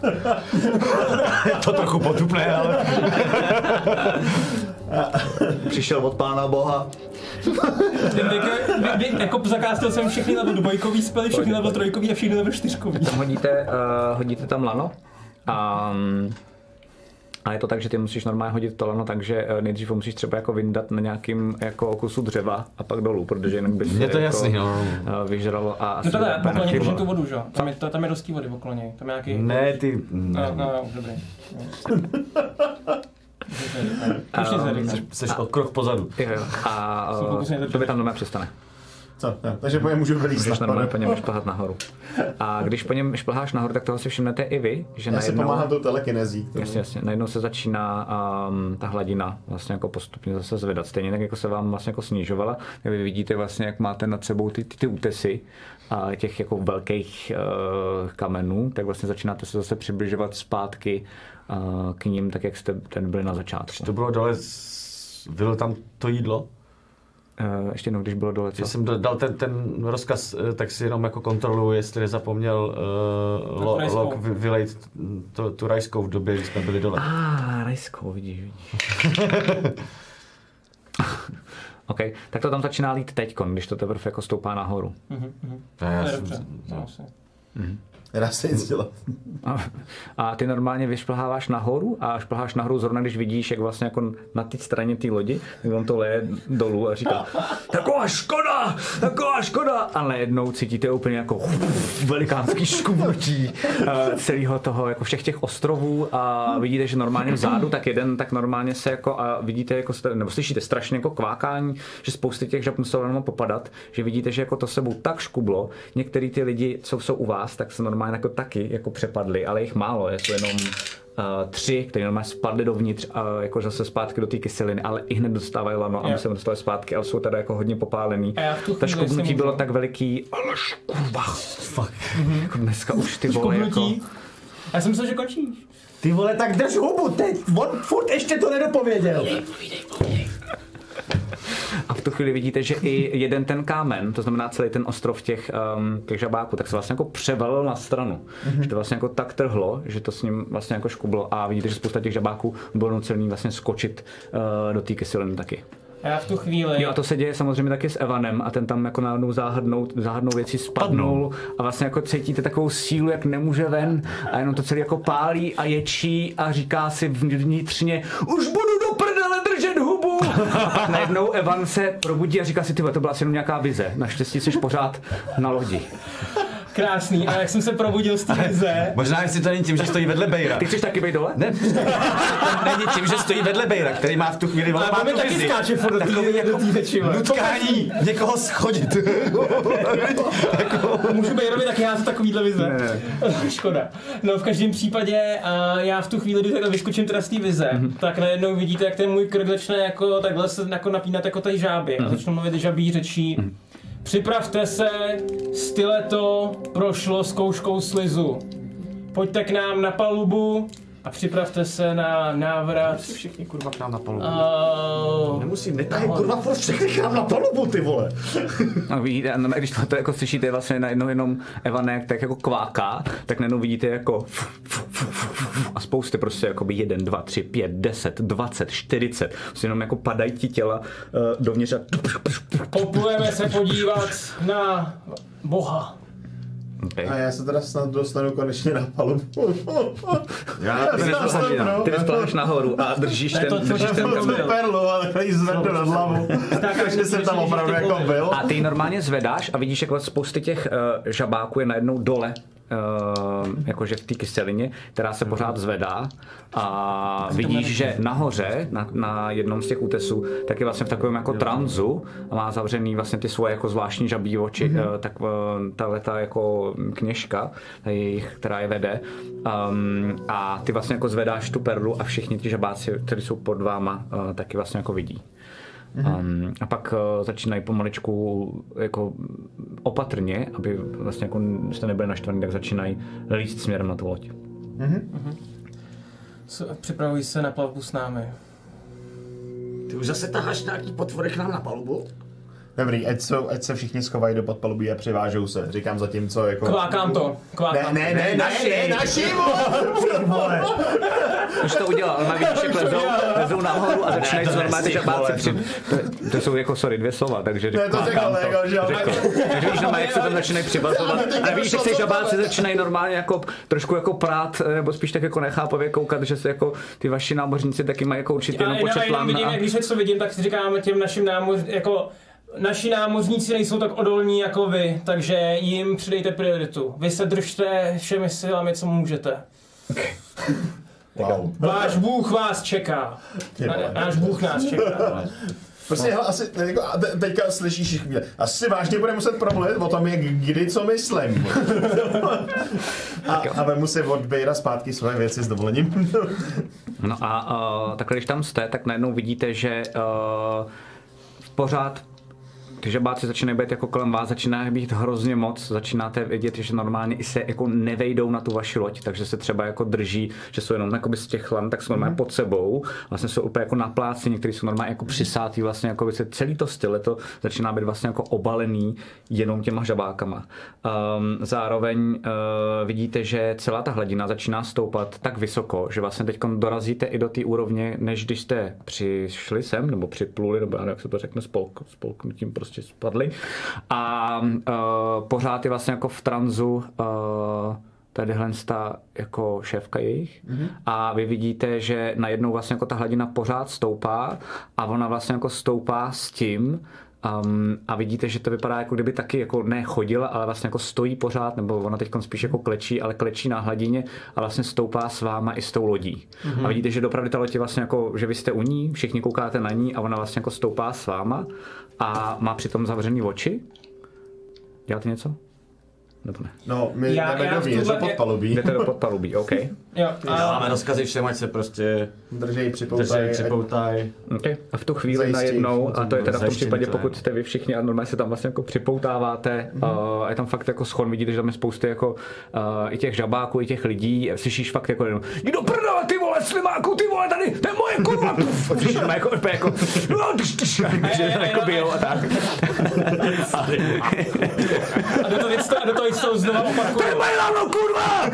Je to trochu potupné, ale... Přišel od Pána Boha. Jako zakástil jsem všechny level 2 spely, všechny level 3 a všechny level 4. Tam hodíte tam lano a je to tak, že ty musíš normálně hodit to lano, takže nejdřív musíš třeba jako vyndat na nějakým jako kusu dřeva a pak dolů, protože jinak by se to jasný, vyžralo a no takhle, okolo něj držím tu vodu, že? Tam je dost vody okolo něj, tam je nějaký... Ne, ty... No, dobrý. Jsi o krok pozadu. A to by tam normálně přestane. Co? Takže po něm můžu vylízt. Můžeš normálně po něm šplhat nahoru. A když po něm šplháš nahoru, tak toho si všimnete i vy, že já si pomáhám tou telekinezí. Jasně, najednou se začíná ta hladina vlastně jako postupně zase zvedat. Stejně tak jako se vám vlastně jako snižovala. Vy vidíte vlastně, jak máte nad sebou ty útesy těch jako velkých kamenů, tak vlastně začínáte se zase přibližovat zpátky k ním, tak jak jste ten byli na začátku. To bylo dole, bylo tam to jídlo? Ještě jednou, když bylo dole, co? Když jsem dal ten rozkaz, tak si jenom jako kontroluji, jestli nezapomněl Lok vylejt tu rajskou v době, kdy jsme byli dole. Rajskou, vidíš. Okay. Tak to tam začíná lít teďkon, když to teprve jako stoupá nahoru. Nedá se nic dělat. A ty normálně vyšplháváš nahoru a šplháš nahoru zrovna, když vidíš, jak vlastně jako na té straně té lodi, tak on to leje dolů a říká taková škoda! A najednou cítíte úplně jako velikánský škubnutí celého toho, jako všech těch ostrovů a vidíte, že normálně vzadu, tak jeden, tak normálně se jako a vidíte, jako, nebo slyšíte strašně jako kvákání, že spousty těch žab muselo jenom popadat, že vidíte, že jako to sebou tak škublo, některý ty lidi, co jsou u vás, tak se normálně jako taky jako přepadli, ale jich málo, jsou jenom 3, kteří normálně spadli dovnitř a jako zase zpátky do té kyseliny, ale i hned dostávají lano a my se dostali zpátky, ale jsou teda jako hodně popálený. Ta škubnutí bylo tak veliký, ale škurva, fuck, jako dneska už ty vole jako... Já jsem myslel, že končíš. Ty vole, tak drž hubu teď, on furt ještě to nedopověděl. Povídej. A v tu chvíli vidíte, že i jeden ten kámen, to znamená celý ten ostrov těch žabáků, tak se vlastně jako převalil na stranu. Že to vlastně jako tak trhlo, že to s ním vlastně jako škublo a vidíte, že spousta těch žabáků bylo nucený vlastně skočit do té kyseliny taky. A já v tu chvíli... Jo, a to se děje samozřejmě taky s Evanem a ten tam jako náhodou záhadnou věcí spadnul a vlastně jako cítíte takovou sílu, jak nemůže ven a jenom to celý jako pálí a ječí a říká si vnitřně už budu do prdele držet hubu. A pak najednou Evan se probudí a říká si, tyhle, to byla asi jenom nějaká vize. Naštěstí jsi pořád na lodi. Krásný, a jak jsem se probudil z té vize... Možná jestli to není tím, že stojí vedle Bejra. Ty chceš taky být dole? Ne, to není tím, že stojí vedle Bejra, který má v tu chvíli ale máme taky skáče furt do té větší. Nutkání někoho schodit. Můžu Bejrovi taky házet takovýhle vize. Ne. Škoda. No v každém případě já v tu chvíli, kdy takhle vyskočím teda z té vize, tak najednou vidíte, jak ten můj krk začne jako takhle se jako napínat jako tady žáby a začnu mluvit žabí řečí. Připravte se, styleto prošlo zkouškou slizu. Pojďte k nám na palubu a připravte se na návrat. Všichni kurva k nám na palubu. Nemusím, netahy kurva furt všechny k nám na palubu, ty vole. No vidíte, no, když to jako slyšíte vlastně najednou jenom Evanek tak jako kváká, tak najednou vidíte jako a spousty prostě jakoby 1, 2, 3, 5, 10, 20, 40. Prostě jenom jako padají ti těla dovnitř a... Poplujeme se podívat na Boha. Okay. A já se teda snad dostanu konečně na palubu. Ty vyspláváš nahoru a držíš ten perlu a takhle jí zvednu nad hlavu. Takže jsem tam opravdu jako byl. A ty ji normálně zvedáš a vidíš, jak spousty těch žabáků je najednou dole. Jakože v té kyselině, která se pořád zvedá a vidíš, že nahoře, na jednom z těch útesů, tak je vlastně v takovém jako tranzu a má zavřený vlastně ty svoje jako zvláštní žabí oči, tak ta jako kněžka, která je vede a ty vlastně jako zvedáš tu perlu a všichni ti žabáci, kteří jsou pod váma, taky vlastně jako vidí. A pak začínají pomaličku jako opatrně, aby vlastně jako jste nebyli naštvaní, tak začínají líst směrem na tu loď. Připravuj se na plavbu s námi. Ty už zase taháš nějaký potvory k nám na palubu? Dobrý, ať se všichni schovají do podpalubí a přivážou se. Říkám zatím, co jako... Kvákám to. Ne, naši! Už to udělal, ale vidíš, jak lezou nahoru a začínají se normálně žabáci to jsou jako, sorry, 2 slova, takže kvákám to. Takže víš, jak se tam začínají přivazovat. A víš, jak se žabáci začínají normálně jako trošku jako prát, nebo spíš tak jako nechápavě koukat, že se jako ty vaši námořníci taky mají jako určitě jenom počet plán. Když to vidím, tak si říkám těm našim naši námořníci nejsou tak odolní jako vy, takže jim přidejte prioritu. Vy se držte všemi silami, co můžete. Okay. Wow. Váš Bůh vás čeká. Náš Bůh nás čeká. Prostě asi, jako, teďka slyšíš chvíli. Asi vážně bude muset promluvit o tom, jak kdy co myslím. a vemu si od Bejra zpátky svoje věci s dovolením. No a takhle, když tam jste, tak najednou vidíte, že pořád ty žabáci začínají být jako kolem vás, začíná být hrozně moc, začínáte vidět, že normálně i se jako nevejdou na tu vaši loď, takže se třeba jako drží, že jsou jenom z těch lan, tak jsou normálně pod sebou, vlastně jsou úplně jako napláci, někteří jsou normálně jako přisátí, vlastně jako celý to styl, to začíná být vlastně jako obalený jenom těma žabákama. Zároveň vidíte, že celá ta hladina začíná stoupat tak vysoko, že vlastně teď dorazíte i do té úrovně, než když jste přišli sem, nebo připluli, nebo jak se to řekne, spolknutím prostě spadli. A pořád je vlastně jako v tranzu tadyhle ta jako šéfka jejich. A vy vidíte, že najednou vlastně jako ta hladina pořád stoupá a ona vlastně jako stoupá s tím, a vidíte, že to vypadá, jako kdyby taky jako ne chodila, ale vlastně jako stojí pořád, nebo ona teď spíš jako klečí, ale klečí na hladině a vlastně stoupá s váma i s tou lodí. A vidíte, že dopravdy ta loď je vlastně jako, že vy jste u ní, všichni koukáte na ní a ona vlastně jako stoupá s váma a má přitom zavřený oči. Děláte něco? Nebo ne? No, my jdeme dovnitř do podpalubí. Jdete do podpalubí, OK. Jo, dáváme rozkazy všem, ať se prostě držej, připoutaj. Okay. A v tu chvíli najednou, a to je teda v tom případě, pokud jste vy všichni a normálně se tam vlastně jako připoutáváte, a je tam fakt jako schon, vidíte, že tam je spousty jako i těch žabáků, i těch lidí, slyšíš fakt jako jenom, jdi do prdele, ty vole, slimáku, ty vole, tady, to je moje kurva, slyšíš jako, jako bijou a tak. A do toho jistou znova opakuju. To je moje lano, kurva!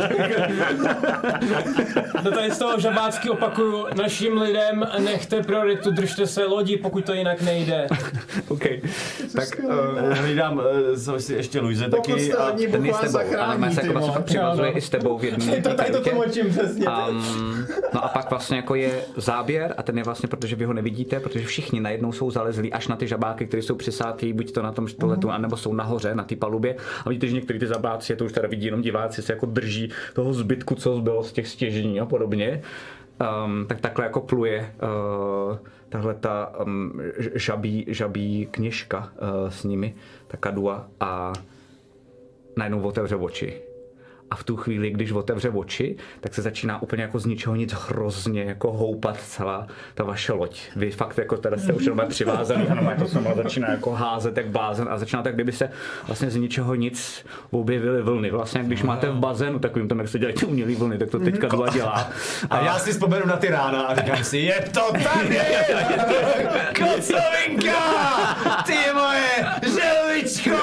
Do toho jistou žabácky opakuju, našim lidem nechte prioritu, držte se lodi, pokud to jinak nejde. OK. Tak hlídám si ještě Luise taky a ten je s tebou, ale má se jako vlastně fakt přivazuje i s tebou v jedné Tady to tlumočím přesně. No a pak vlastně jako je záběr a ten je vlastně, protože vy ho nevidíte, protože všichni najednou jsou zalezlí až na ty žabáky, které jsou přisátý, buď to na tom štoletu, anebo jsou nahoře na té palubě. A vidíte, že některý ty žabáci, to už teda vidí jenom diváci, se jako drží toho zbytku, co zbylo z těch stěžení a podobně. Tak takhle jako pluje tahle ta žabí kněžka s nimi, ta Kadua, a najednou otevře oči. A v tu chvíli, když otevře oči, tak se začíná úplně jako z ničeho nic hrozně jako houpat celá ta vaše loď. Vy fakt jako teda jste už jenom přivázaný a to sama začíná jako házet jak blázen a začíná tak, kdyby se vlastně z ničeho nic objevily vlny. Vlastně když máte v bazénu takovým tam, jak se dělají ty umělý vlny, tak to teďka Kadua dělá. A já si vzpomenu na ty rána a říkám si, je to tady! Kocovinka! Ty moje želvičko!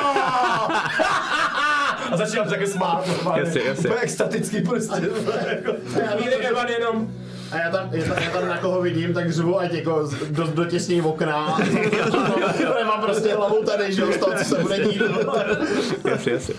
A začínám také smát. Úplně extatický prostě. Evan jenom. A já tam na koho vidím, tak řvu, ať jako dotěsní okna. Mám prostě hlavu tady, že jo, z toho, co se bude dít. Jasně.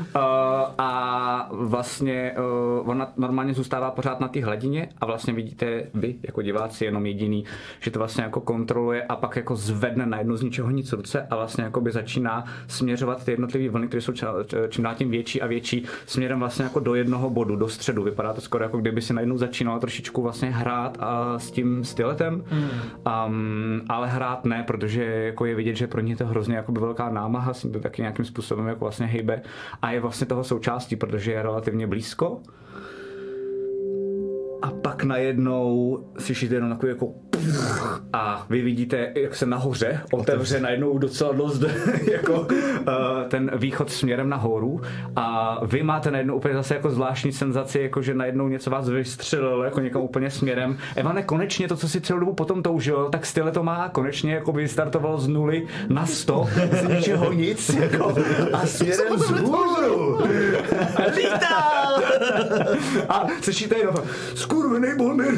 A vlastně ona normálně zůstává pořád na té hladině a vlastně vidíte vy jako diváci jenom jediný, že to vlastně jako kontroluje a pak jako zvedne najednou z ničeho nic ruce a vlastně jako by začíná směřovat ty jednotlivé vlny, které jsou čím dál tím větší a větší, směrem vlastně jako do jednoho bodu, do středu. Vypadá to skoro jako kdyby si najednou začínalo trošičku vlastně hrát s tím styletem, ale hrát ne, protože jako je vidět, že pro ně to hrozně jako by velká námaha, s ním to taky nějakým způsobem jako vlastně hejbe a je vlastně toho součástí, protože je relativně blízko. A pak najednou slyšíte jenom takový jako a vy vidíte, jak se nahoře otevře najednou docela dost jako ten východ směrem nahoru a vy máte najednou úplně zase jako zvláštní senzaci, jako že najednou něco vás vystřelilo jako někam úplně směrem. Evane, konečně to, co si celou dobu potom toužil, tak style to má, konečně jako by startovalo z 0 na 100, z ničeho nic jako, a směrem vzhůru. Lítá! A slyšíte jenom skurvený Bolmir.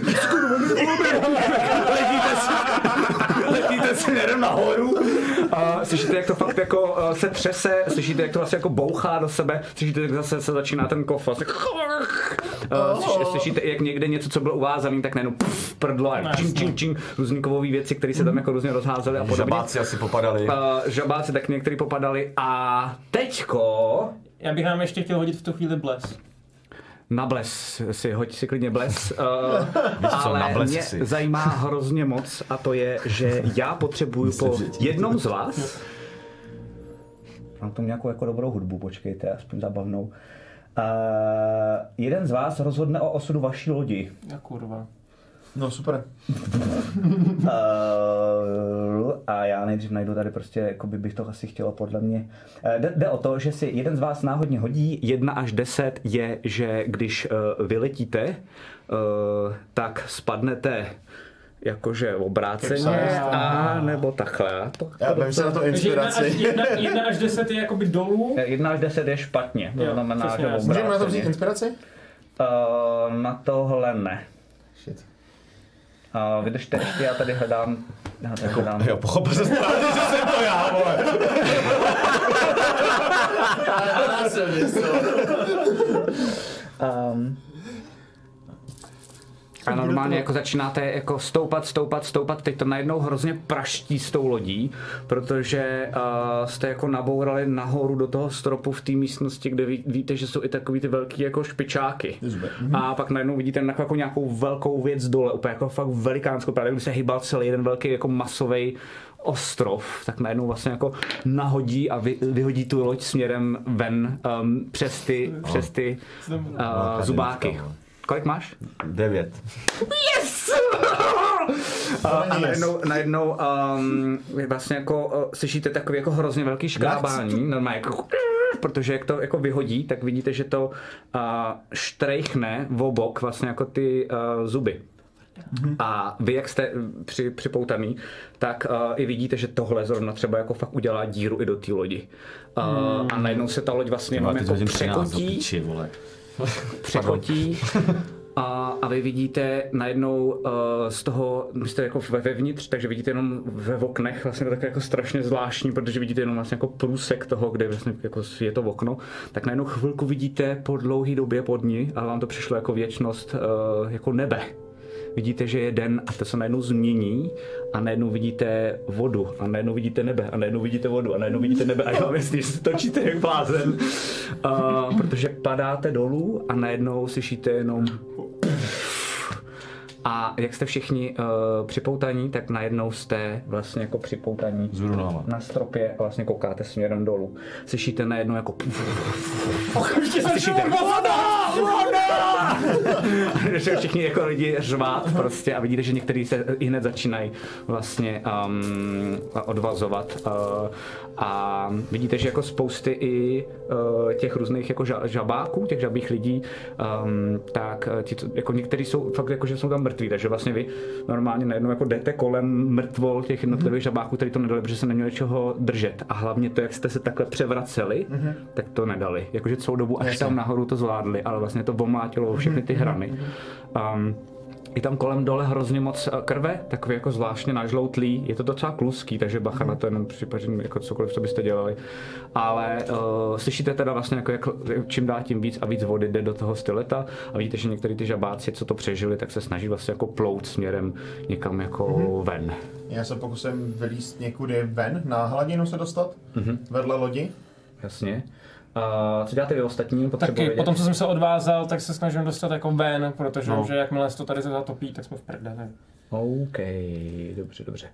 Letíte směrem nahoru a slyšíte, jak to fakt jako se třese, slyšíte, jak to vlastně jako bouchá do sebe, slyšíte, jak zase se začíná ten kof vlastně slyšíte, jak někde něco, co bylo uvázaný, tak najednou prdlo a čing, různý kovový věci, které se tam jako různě rozházely a podobně. Žabáci asi popadali. Žabáci tak některý popadali a teďko... Já bych nám ještě chtěl hodit v tu chvíli bles. Na bles hoď si klidně bles, ale mě zajímá hrozně moc a to je, že já potřebuju po jednom z vás, mám tam nějakou jako dobrou hudbu, počkejte, aspoň zabavnou, jeden z vás rozhodne o osudu vaší lodi. Ja kurva. No super. A já nejdřív najdu tady prostě, jakoby bych to asi chtělo podle mě. Jde o to, že si jeden z vás náhodně hodí, 1 až 10 je, že když vyletíte, tak spadnete jakože obráceně, a nebo takhle. Já vím se na to inspiraci. 1 až 10 je jakoby dolů. 1 až 10 je špatně, to znamená, že obráceně. Můžeme na to vzít inspiraci? Na tohle ne. Shit. Vydržte ještě, já tady hledám. Jo, pochopil se správně, že jsem to já, vole. A normálně jako začínáte jako stoupat, teď to najednou hrozně praští s tou lodí, protože jste jako nabourali nahoru do toho stropu v té místnosti, kde víte, že jsou i takový ty velký jako špičáky. A pak najednou vidíte jako nějakou velkou věc dole, úplně jako fakt velikánskou, právě když se hýbal celý jeden velký jako masový ostrov, tak najednou vlastně jako nahodí a vyhodí tu loď směrem ven přes ty zubáky. Kolik máš? 9. Yes! A najednou vlastně jako slyšíte takový jako hrozně velký škrábání, normálně jako, protože jak to jako vyhodí, tak vidíte, že to štrejchne v obok vlastně jako ty zuby. A vy, jak jste připoutaný, tak i vidíte, že tohle zrovna třeba jako fakt udělá díru i do té lodi. A najednou se ta loď vlastně jenom jako překotí a vy vidíte najednou z toho, jste jako vevnitř, takže vidíte jenom ve oknech, vlastně to tak jako strašně zvláštní, protože vidíte jenom vlastně jako průsek toho, kde vlastně jako je to okno, tak najednou chvilku vidíte po dlouhý době pod ní a vám to přišlo jako věčnost jako nebe. Vidíte, že je den a to se najednou změní a najednou vidíte vodu a najednou vidíte nebe a najednou vidíte vodu a najednou vidíte nebe a já myslím, že se točíte jak blázen, protože padáte dolů a najednou slyšíte jenom a jak jste všichni připoutaní, tak najednou jste vlastně jako připoutaní na stropě a vlastně koukáte směrem dolů. Slyšíte najednou jako slyšíte voda! Všichni jako lidi řvát prostě a vidíte, že někteří se i hned začínají vlastně odvazovat a vidíte, že jako spousty i těch různých jako žabáků, těch žabých lidí, tak jako někteří jsou fakt jako, že jsou tam mrtví, takže vlastně vy normálně najednou jako jdete kolem mrtvol těch jednotlivých žabáků, který to nedali, protože se neměli čeho držet. A hlavně to, jak jste se takhle převraceli, tak to nedali. Jakože celou dobu až tam nahoru to zvládli, ale vlastně to omlátilo všechny ty hrany. Je tam kolem dole hrozně moc krve, takový jako zvláštně nažloutlý, je to docela kluský, takže bacha na to jenom připadně jako cokoliv, co byste dělali. Ale slyšíte teda vlastně jako jak čím dál tím víc a víc vody jde do toho styleta a vidíte, že některý ty žabáci, co to přežili, tak se snaží vlastně jako plout směrem někam jako ven. Já se pokusím vylízt někudy ven, na hladinu se dostat, vedle lodi. Jasně. Co děláte vy ostatní? Taky, potom co jsem se odvázal, tak se snažím dostat jako ven, protože že jakmile se to tady zatopí, tak jsme v prdeli. OK, dobře.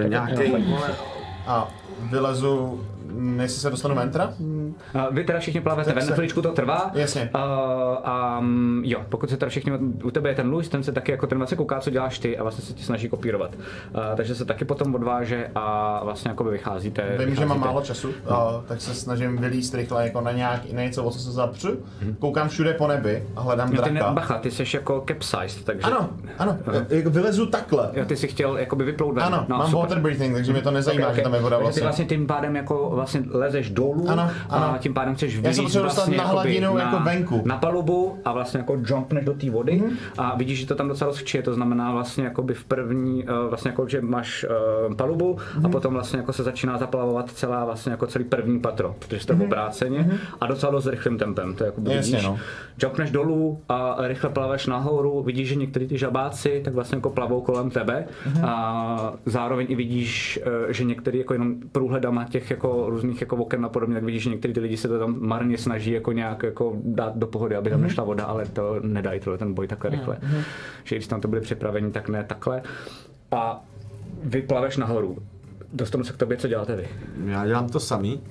A vylezu, jestli se dostanu ven teda? Vy teda všichni plavete ven, chviličku to trvá. Jasně. Jo, pokud se teda všichni, u tebe je ten Luis, ten se taky jako ten vlastně kouká, co děláš ty a vlastně se ti snaží kopírovat. Takže se taky potom odváže a vlastně jako vycházíte. Vím, že mám málo času, tak se snažím vylízt rychle jako na něco, o co se zapřu. Koukám všude po nebi a hledám draka. Bacha, ty jsi jako capsized, takže... Ano, vylezu takhle. Jo, ty jsi chtěl jakoby vyplout ven. Ano, mám water breathing, takže mě to nezajímá, že tam je voda vlastně. Ty vlastně tím pádem jako vlastně lezeš dolů a tím pádem chceš vylízt vlastně na hladinu jako venku. Na palubu a vlastně jako jumpneš do té vody a vidíš, že to tam docela rozchčije, to znamená vlastně jakoby v první, vlastně jako, že máš palubu a potom vlastně jako se začíná zaplavovat celá vlastně jako celý první patro, protože jste obráceně a docela dost rychlým tempem, to jakoby vidíš. Jumpneš dolů a rychle plaveš nahoru, vidíš, že některý ty žabáci tak vlastně jako plavou kolem tebe a zároveň i vidíš, že některý jako jenom průhledama těch jako různých jako oken a podobně, tak vidíš, že některý ty lidi se to tam marně snaží jako nějak jako dát do pohody, aby tam nešla voda, ale to nedají ten boj takhle rychle. Že když tam to byli připraveni, tak ne takhle. A vy plaveš nahoru. Dostanu se k tobě, co děláte vy? Já dělám to samý.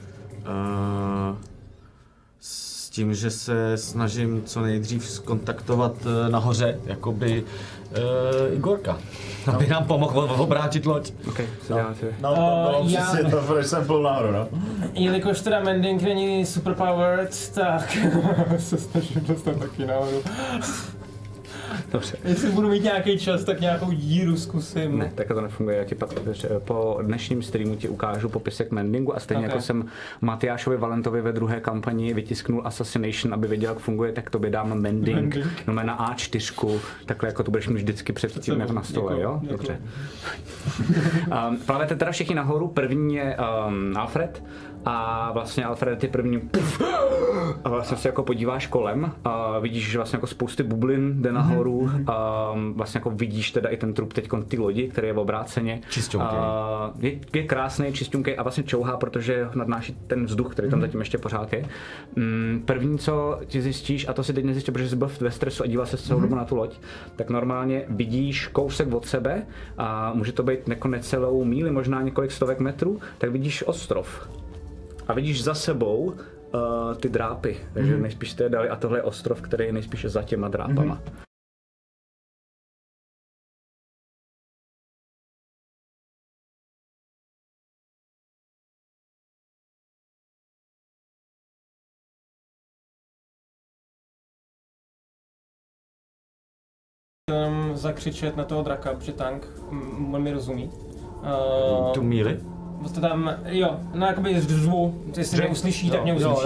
S tím, že se snažím co nejdřív skontaktovat nahoře, jakoby Igorka. Aby nám pomohl obrátit loď. Okay, co děláte? No, to bylo přesně to, proč jsem plul nahoru, no. Jelikož teda Mending není superpowered, tak se snažím dostat taky nahoru. Dobře. Jestli budu mít nějaký čas, tak nějakou díru zkusím. Ne, tak to nefunguje. Já ti pak po dnešním streamu ti ukážu popisek Mendingu a stejně jako jsem Matyášovi Valentovi ve druhé kampani vytisknul Assassination, aby věděl, jak funguje, tak to vydám Mending. No na A4, takhle jako to budeš mít vždycky před tím na stole, jo? Dobře. Plavete teda všichni nahoru, první je Alfred. A vlastně Alfred, ty první a vlastně se jako podíváš kolem a vidíš, že vlastně jako spousty bublin jde nahoru a vlastně jako vidíš teda i ten trup teďkon ty lodi, který je v obráceně. Čisťunký. Je krásný, čisťunký a vlastně čouhá, protože nadnáší ten vzduch, který tam zatím ještě pořád je. První, co ti zjistíš, a to si teď nezjistíš, protože jsi byl ve stresu a díval se celou dobu na tu loď, tak normálně vidíš kousek od sebe a může to být jako necelou míli, možná několik stovek metrů, tak vidíš ostrov. A vidíš za sebou ty drápy, takže nejspíš jste je dali a tohle je ostrov, který je nejspíš za těma drápama. Zakřičet na toho draka, protože tank on mi rozumí. Tu míli? To tam, jo, no jakoby zřvu, jestli mě uslyší, tak mě uslyší.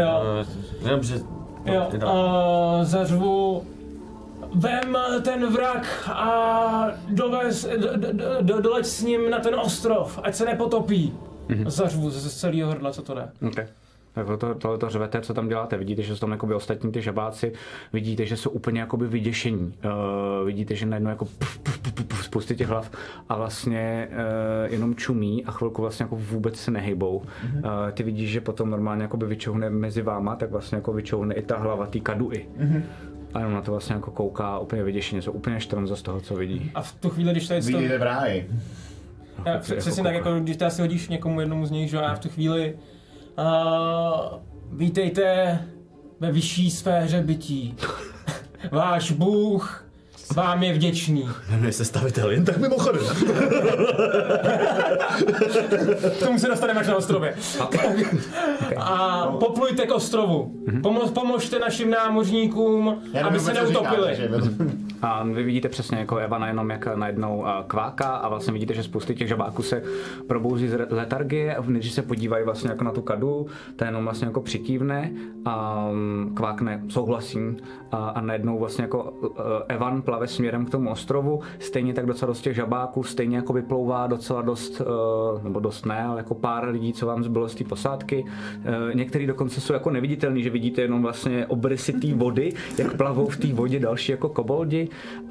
Zařvu, vem ten vrak a doleď s ním na ten ostrov, ať se nepotopí. Zařvu z celého hrdla, co to jde. Okay. Tohle řvete, co tam děláte, vidíte, že jsou tam jakoby ostatní ty žabáci, vidíte, že jsou úplně jakoby vyděšení, vidíte, že najednou jako spousty těch hlav a vlastně jenom čumí a chvilku vlastně jako vůbec se nehybou. Ty vidíš, že potom normálně jakoby vyčouhne mezi váma, tak vlastně jako vyčouhne i ta hlava té kaduy. A jenom na to vlastně jako kouká úplně vyděšeně, jsou úplně štronzo z toho, co vidí. A v tu chvíli, když tady vidíte v ráji. Přesně tak, jako když si hodíš někomu jednomu z nich, že já v tu chvíli vítejte ve vyšší sféře bytí. Váš Bůh vám je vděčný. Jmenuje se stavitel, jen tak mimochodem. K tomu se dostaneme až na ostrově. A poplujte k ostrovu. Pomožte našim námořníkům, aby se neutopili. A vy vidíte přesně jako Evana jenom jak najednou kváká a vlastně vidíte, že spousty těch žabáků se probouzí z letargie a když se podívají vlastně jako na tu kadu, ta jenom vlastně jako přikývne a kvákne, souhlasím a najednou vlastně jako Evan plave směrem k tomu ostrovu, stejně tak docela dost těch žabáků, stejně jako vyplouvá docela dost, nebo dost ne, ale jako pár lidí, co vám zbylo z té posádky. Některý dokonce jsou jako neviditelní, že vidíte jenom vlastně obrysy té vody, jak plavou v té vodě další jako koboldi.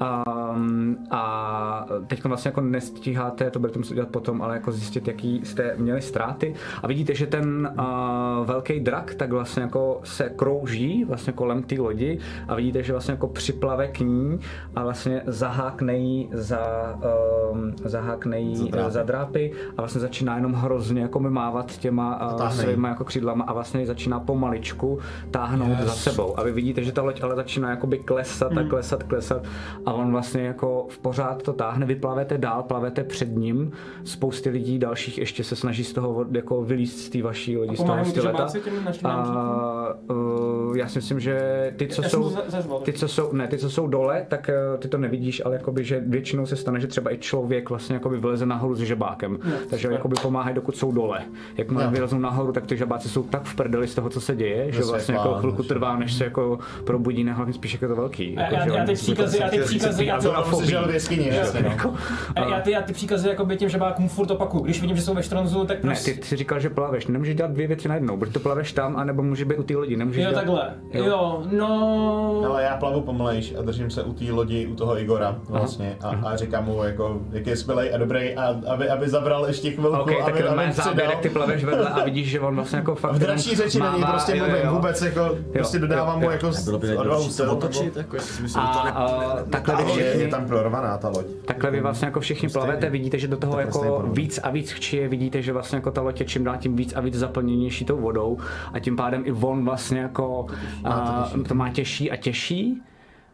A teď vlastně jako nestíháte, to budete muset dělat potom, ale jako zjistit, jaký jste měli ztráty. A vidíte, že ten velký drak tak vlastně jako se krouží vlastně kolem té lodi a vidíte, že vlastně jako připlave k ní a vlastně zahákne jí za drápy a vlastně začíná jenom hrozně jako mávat těma svýma jako křídlama a vlastně začíná pomaličku táhnout za sebou. A vy vidíte, že ta loď ale začíná jakoby klesat a klesat a on vlastně jako v pořád to táhne, vy plavete dál, plavete před ním, spousty lidí dalších ještě se snaží z toho jako vylízt z té vaší lodi, z toho styleta. Já si myslím, že ty, co jsou dole, tak ty to nevidíš, ale jakoby, že většinou se stane, že třeba i člověk vlastně jakoby vyleze nahoru s žabákem, takže jakoby pomáhají, dokud jsou dole. Jakmile vylezou nahoru, tak ty žabáci jsou tak v prdeli z toho, co se děje, že vlastně jako chvilku trvá, než se jako probudí, ne, hlavně spíš jako to velký. Já ty příkazy jakoby těm žabákům furt opakuju. Když vidím, že jsou ve štronzu, tak prostě... Ne, ty si říkal, že plaveš, nemůžeš dělat dvě věci najednou, protože to plaveš tam, anebo může být u té lodi, nemůžeš dělat... takhle, jo, no... Ale já plavu pomalejš a držím se u té lodi, u toho Igora vlastně a říkám mu jako, jak je skvělej a dobrý a aby zabral ještě chvilku, okay, aby záběrek, ty plaveš vedle a vidíš, že on vlastně jako fakt... V dračí řeči na něj prostě mluvím, vůbec jako, prostě dodávám mu jako odvahu se otočit, jako jestli si myslím, je tam prorvaná ta loď. Takhle vy vlastně jako všichni plavete, vidíte, že do toho jako víc a víc chčije, vidíte, že vlastně jako ta loď je čím dál tím víc a víc zaplněnější tou vodou a tím pádem i on vlastně jako to má těžší a těžší.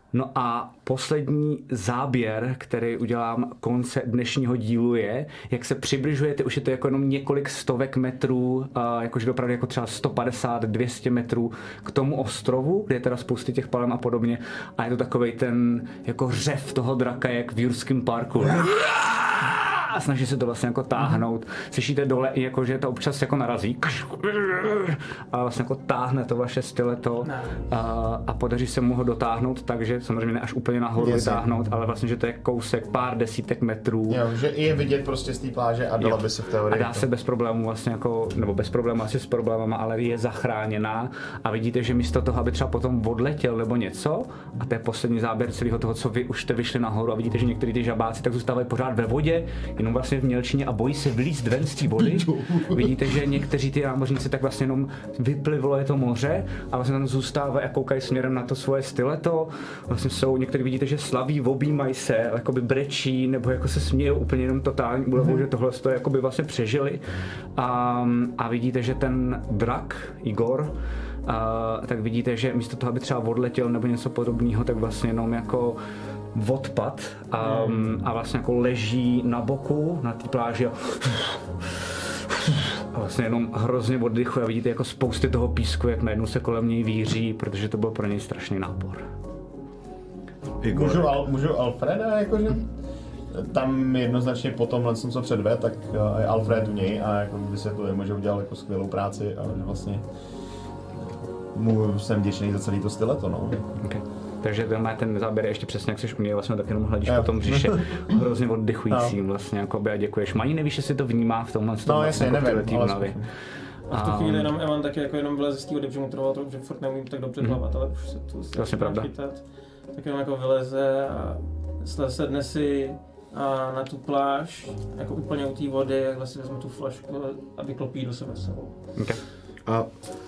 No a poslední záběr, který udělám konce dnešního dílu je, jak se přibližujete, už je to jako jenom několik stovek metrů, jakože opravdu jako třeba 150, 200 metrů k tomu ostrovu, kde je teda spousty těch palem a podobně a je to takovej ten jako řev toho draka, jak v Jurském parku. A snaží se to vlastně jako táhnout. Slyšíte dole i jako, že to občas jako narazí. A vlastně jako táhne to vaše styleto a podaří se mu ho dotáhnout, takže samozřejmě ne až úplně nahoru vytáhnout, ale vlastně, že to je kousek, pár desítek metrů. Jo, že je vidět prostě z té pláže a dala by se v teorii. A dá se bez problémů vlastně jako, nebo bez problémů asi s problémama, ale je zachráněná a vidíte, že místo toho, aby třeba potom odletěl nebo něco, a to je poslední záběr celého toho, co vy už jste vyšli nahoru a vidíte, že některý ty žabáci tak zůstávají pořád ve vodě, jenom vlastně v mělčině a bojí se vlízt ven z té vody. Vidíte, že někteří ty námořníci tak vlastně jenom vyplivlo je to moře a vlastně tam zůstávají a koukají směrem na to svoje styleto. Vlastně jsou, někteří vidíte, že slaví, objímají se, jakoby brečí nebo jako se smějí úplně jenom totální úlevou, že tohle to jakoby vlastně přežili. A vidíte, že ten drak, Igor, tak vidíte, že místo toho, aby třeba odletěl nebo něco podobného, tak vlastně jenom jako odpad a vlastně jako leží na boku na té pláži a vlastně jenom hrozně oddychuje a vidíte jako spousty toho písku, jak najednou se kolem něj víří, protože to byl pro něj strašný nápor. Můžu Alfreda jakože? Tam jednoznačně po tomhle, co předved, tak je Alfred u něj a jako vysvětluje mu, že udělal jako skvělou práci a že vlastně mu jsem vděčný za celý to styleto, no. Okay. Takže ten záběr je ještě přesně, jak jsi u něj, vlastně tak jenom hledíš po tom břiše, hrozně oddychujícím vlastně, jakoby a děkuješ. Mají nevíš, jestli to vnímá v tomhle no, jasně, nevím, ale a v tu chvíli jenom Evan taky jako jenom vyleze z té vody, protože mu trvalo to, že furt neumím tak dobře plavat, ale už se tu vlastně pravda. Chytat. Tak jenom jako vyleze a sedne si na tu pláž, jako úplně u té vody, jak vlastně vezme tu flašku a vyklopí do sebe sebou. Okay. A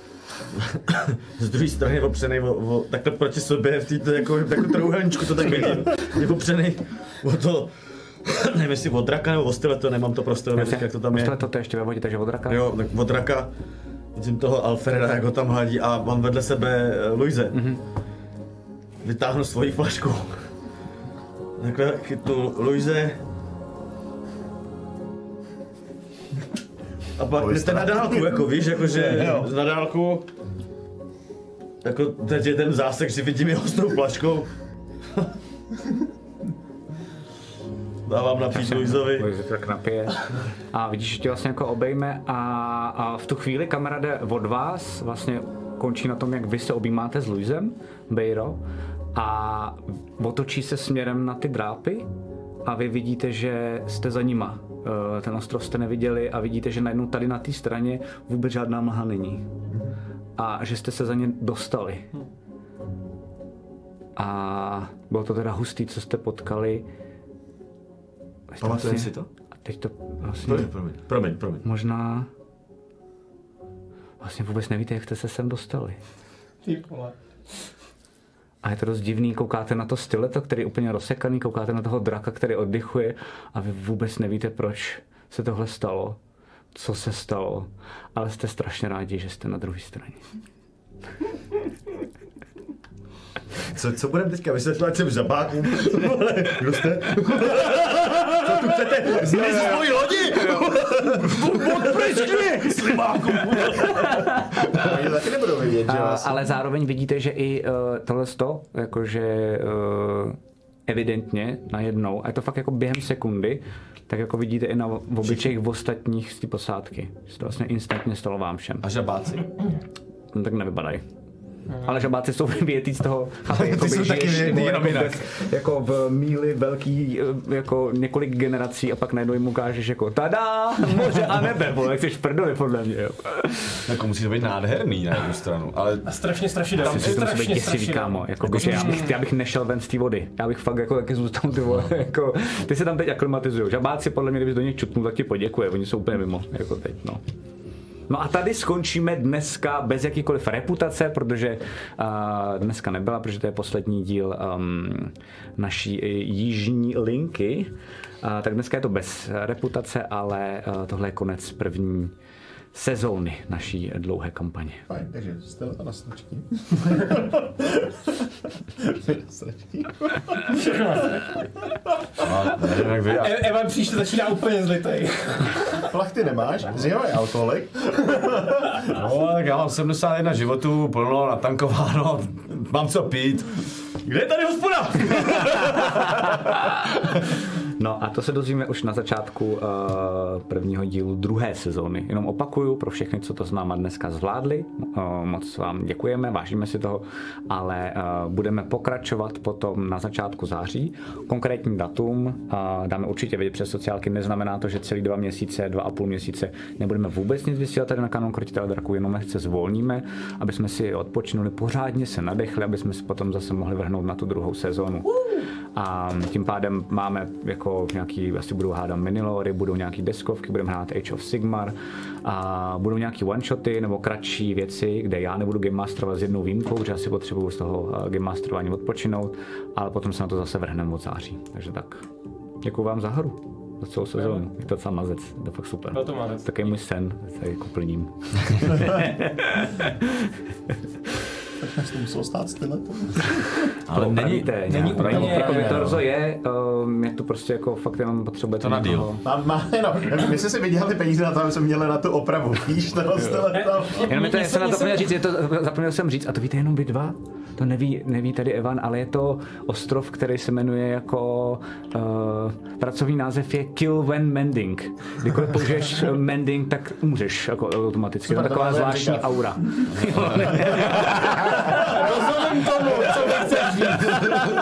z druhé strany je opřenej takhle proti sobě v této jako trouhelníčku, to tak vidím. Je opřenej o to, nevím jestli od draka nebo o styleto, nemám to prostě jak to tam je. Styleto to ještě ve vodě, takže od draka? Jo, tak od draka. Vidím toho Alfreda, jak ho tam hladí a mám vedle sebe Luise. Vytáhnu svoji flašku. Takhle chytnu Luise. A pak jdete na dálku, jako víš, jakože na dálku. Jako teď je ten zásek, že vidím jeho s tou flaškou. Dávám napít Luisovi. Luis tak napije. A vidíš, že tě vlastně jako obejme a v tu chvíli kamera jde od vás, vlastně končí na tom, jak vy se objímáte s Luisem, Bejro, a otočí se směrem na ty drápy a vy vidíte, že jste za nima. Ten ostrov jste neviděli a vidíte, že najednou tady na té straně vůbec žádná mlha není. A že jste se za ně dostali. A bylo to teda hustý, co jste potkali. Pamatujeme si to? A teď to vlastně... Promiň. Možná... Vlastně vůbec nevíte, jak jste se sem dostali. Ty vole. A je to dost divný, koukáte na to styleto, který je úplně rozsekaný, koukáte na toho draka, který oddychuje a vy vůbec nevíte, proč se tohle stalo, co se stalo, ale jste strašně rádi, že jste na druhé straně. Co budeme teďka vysvětlovat těm žabákům? Kdo jste? Co tu chcete? Zmizí z mojí lodi! Odpryskni! Slimáku! Oni taky nebudou vidět, že vlastně. Ale zároveň vidíte, že i tohleto, jakože evidentně najednou, a je to fakt jako během sekundy, tak jako vidíte i na obličejích ostatních z té posádky. Že to vlastně instantně stalo vám všem. A žabáci? No, tak nevypadají. Ale žabáci jsou vyjetý z toho, ty jsou taky vyjetý jenom jinak. Jako v míli velký, jako několik generací a pak najednou jim ukážeš jako tada, moře a nebe, vole, jak jsi prdoli podle mě. Jako musí to být nádherný na jednu stranu, ale... A strašně strašidelný. Strašně děsivý, kámo, jako že já bych nešel ven z té vody, já bych fakt jako taky zůstal ty vole, jako, ty se tam teď aklimatizujou, žabáci podle mě, kdybys do nich čutnul, tak ti poděkuje, oni jsou úplně mimo, jako teď, no. No a tady skončíme dneska bez jakýkoliv reputace, protože dneska nebyla, protože to je poslední díl naší jižní linky. Tak dneska je to bez reputace, ale tohle je konec první sezóny naší dlouhé kampaně. Fajn, takže styl a nastračky. Evan příště začíná úplně zlitej. Plachty nemáš? Zjevaj alkoholik. No, tak já mám 71 životů, plno, natankováno, mám co pít. Kde je tady hospoda? No a to se dozvíme už na začátku prvního dílu druhé sezóny. Jenom opakuju pro všechny, co to s náma dneska zvládli. Moc vám děkujeme, vážíme si toho, ale budeme pokračovat potom na začátku září. Konkrétní datum dáme určitě vědět přes sociálky, neznamená to, že celý 2 měsíce, 2,5 měsíce nebudeme vůbec nic vysílat tady na kanon Krotitele draků, jenom lehce zvolníme, aby jsme si odpočinuli, pořádně se nadechli, aby jsme si potom zase mohli vrhnout na tu druhou sezónu. A tím pádem máme jako nějaký, asi budou hádat minilory, budou nějaký deskovky, budeme hrát Age of Sigmar a budou nějaký one-shoty nebo kratší věci, kde já nebudu game masterovat s jednou výjimkou, že asi potřebuju z toho game masterování odpočinout, ale potom se na to zase vrhneme od září. Takže tak, děkuju vám za hru, za celou sezónu. Je to docela mazec, je to fakt super. Takový můj sen, tady plním. Tak to muselo stát stylem. Ale není úplně jako Vitorzo je to prostě jako fakt jenom potřebujete to na deal. My jsme si vydělali peníze na to, aby jsme měli na tu opravu. Víš, to jenom to je, jsem zapomněl jsem říct, a to víte jenom vy dva? To neví tady Evan, ale je to ostrov, který se jmenuje jako pracovní název je Kill When Mending. Kdykoliv použiješ mending, tak umřeš jako automaticky. To je taková zvláštní aura. Rozumím tomu, co bych chceš říct.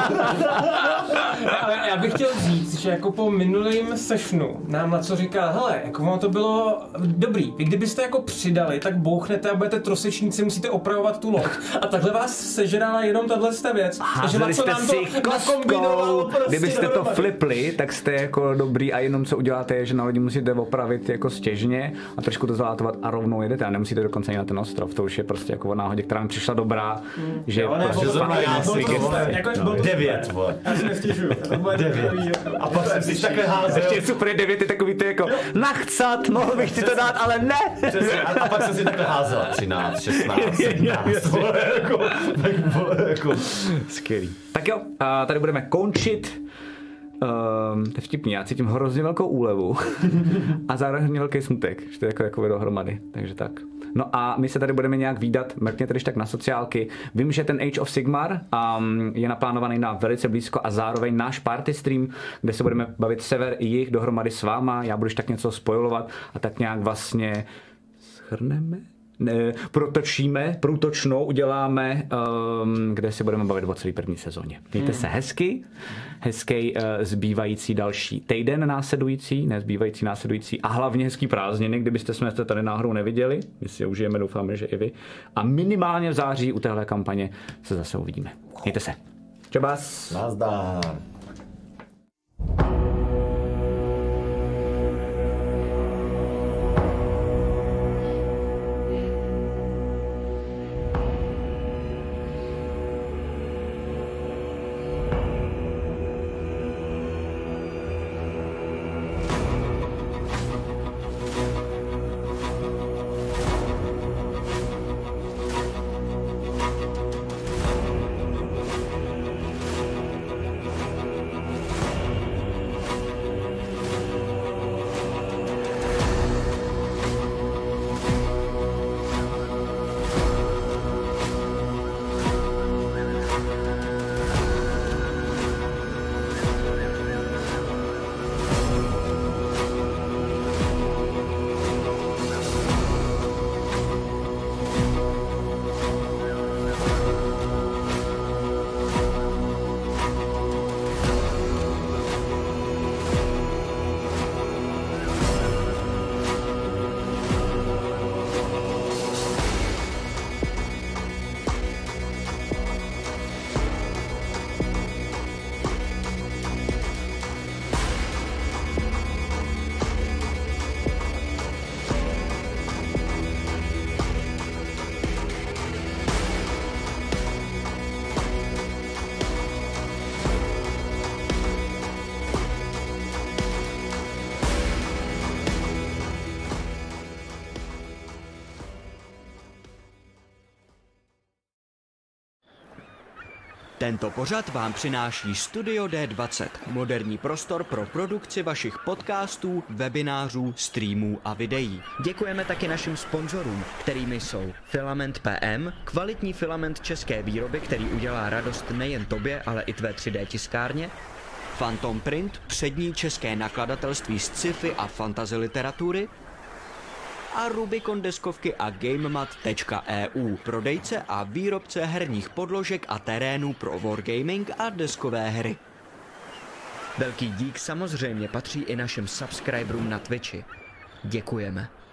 Ale já bych chtěl říct, že jako po minulým sessionu nám Laco říká, hele, jako ono to bylo dobrý, vy kdybyste jako přidali, tak bouchnete a budete trosečníci, musíte opravovat tu loď. A takhle vás sežrala jenom tato věc. Takže Laco nám to nakombinoval prostě. Kdybyste to flipli, tak jste jako dobrý a jenom co uděláte je, že na lodi musíte opravit jako stěžně a trošku to zalátovat a rovnou jedete a nemusíte dokonce ani na ten ostrov. To už je prostě jako náhodě, která mi přišla dobrá, že prostě to 9, vole. Já si nestěžuju. 9. A pak jsem si takhle házel. Ještě super 9 je takový ty jako nachcat, mohl bych ti to dát, ale ne. Přesně, a pak jsem si takhle házel. 13, 16, 17. Vole, jako. Skvělý. Tak jo, a tady budeme končit. To je vtipný, já cítím hrozně velkou úlevu a zároveň velký smutek, že to je jako dohromady, takže tak. No a my se tady budeme nějak vídat, mrkněte když tak na sociálky. Vím, že ten Age of Sigmar je naplánovaný na velice blízko a zároveň náš party stream, kde se budeme bavit sever i jih dohromady s váma, já budu tak něco spojovat a tak nějak vlastně shrneme? Průtočnou uděláme, kde si budeme bavit o celé první sezóně. Mějte se hezky, hezký zbývající další týden následující a hlavně hezký prázdniny, kdybyste jsme to tady náhodou neviděli, my si je užijeme, doufáme, že i vy. A minimálně v září u téhle kampaně se zase uvidíme. Mějte se. Čabás. Nazdar. Tento pořad vám přináší Studio D20, moderní prostor pro produkci vašich podcastů, webinářů, streamů a videí. Děkujeme taky našim sponzorům, kterými jsou Filament PM, kvalitní filament české výroby, který udělá radost nejen tobě, ale i tvé 3D tiskárně, Phantom Print, přední české nakladatelství z sci-fi a fantasy literatury, a Rubicon deskovky a GameMat.eu, prodejce a výrobce herních podložek a terénů pro wargaming a deskové hry. Velký dík samozřejmě patří i našim subscriberům na Twitchi. Děkujeme.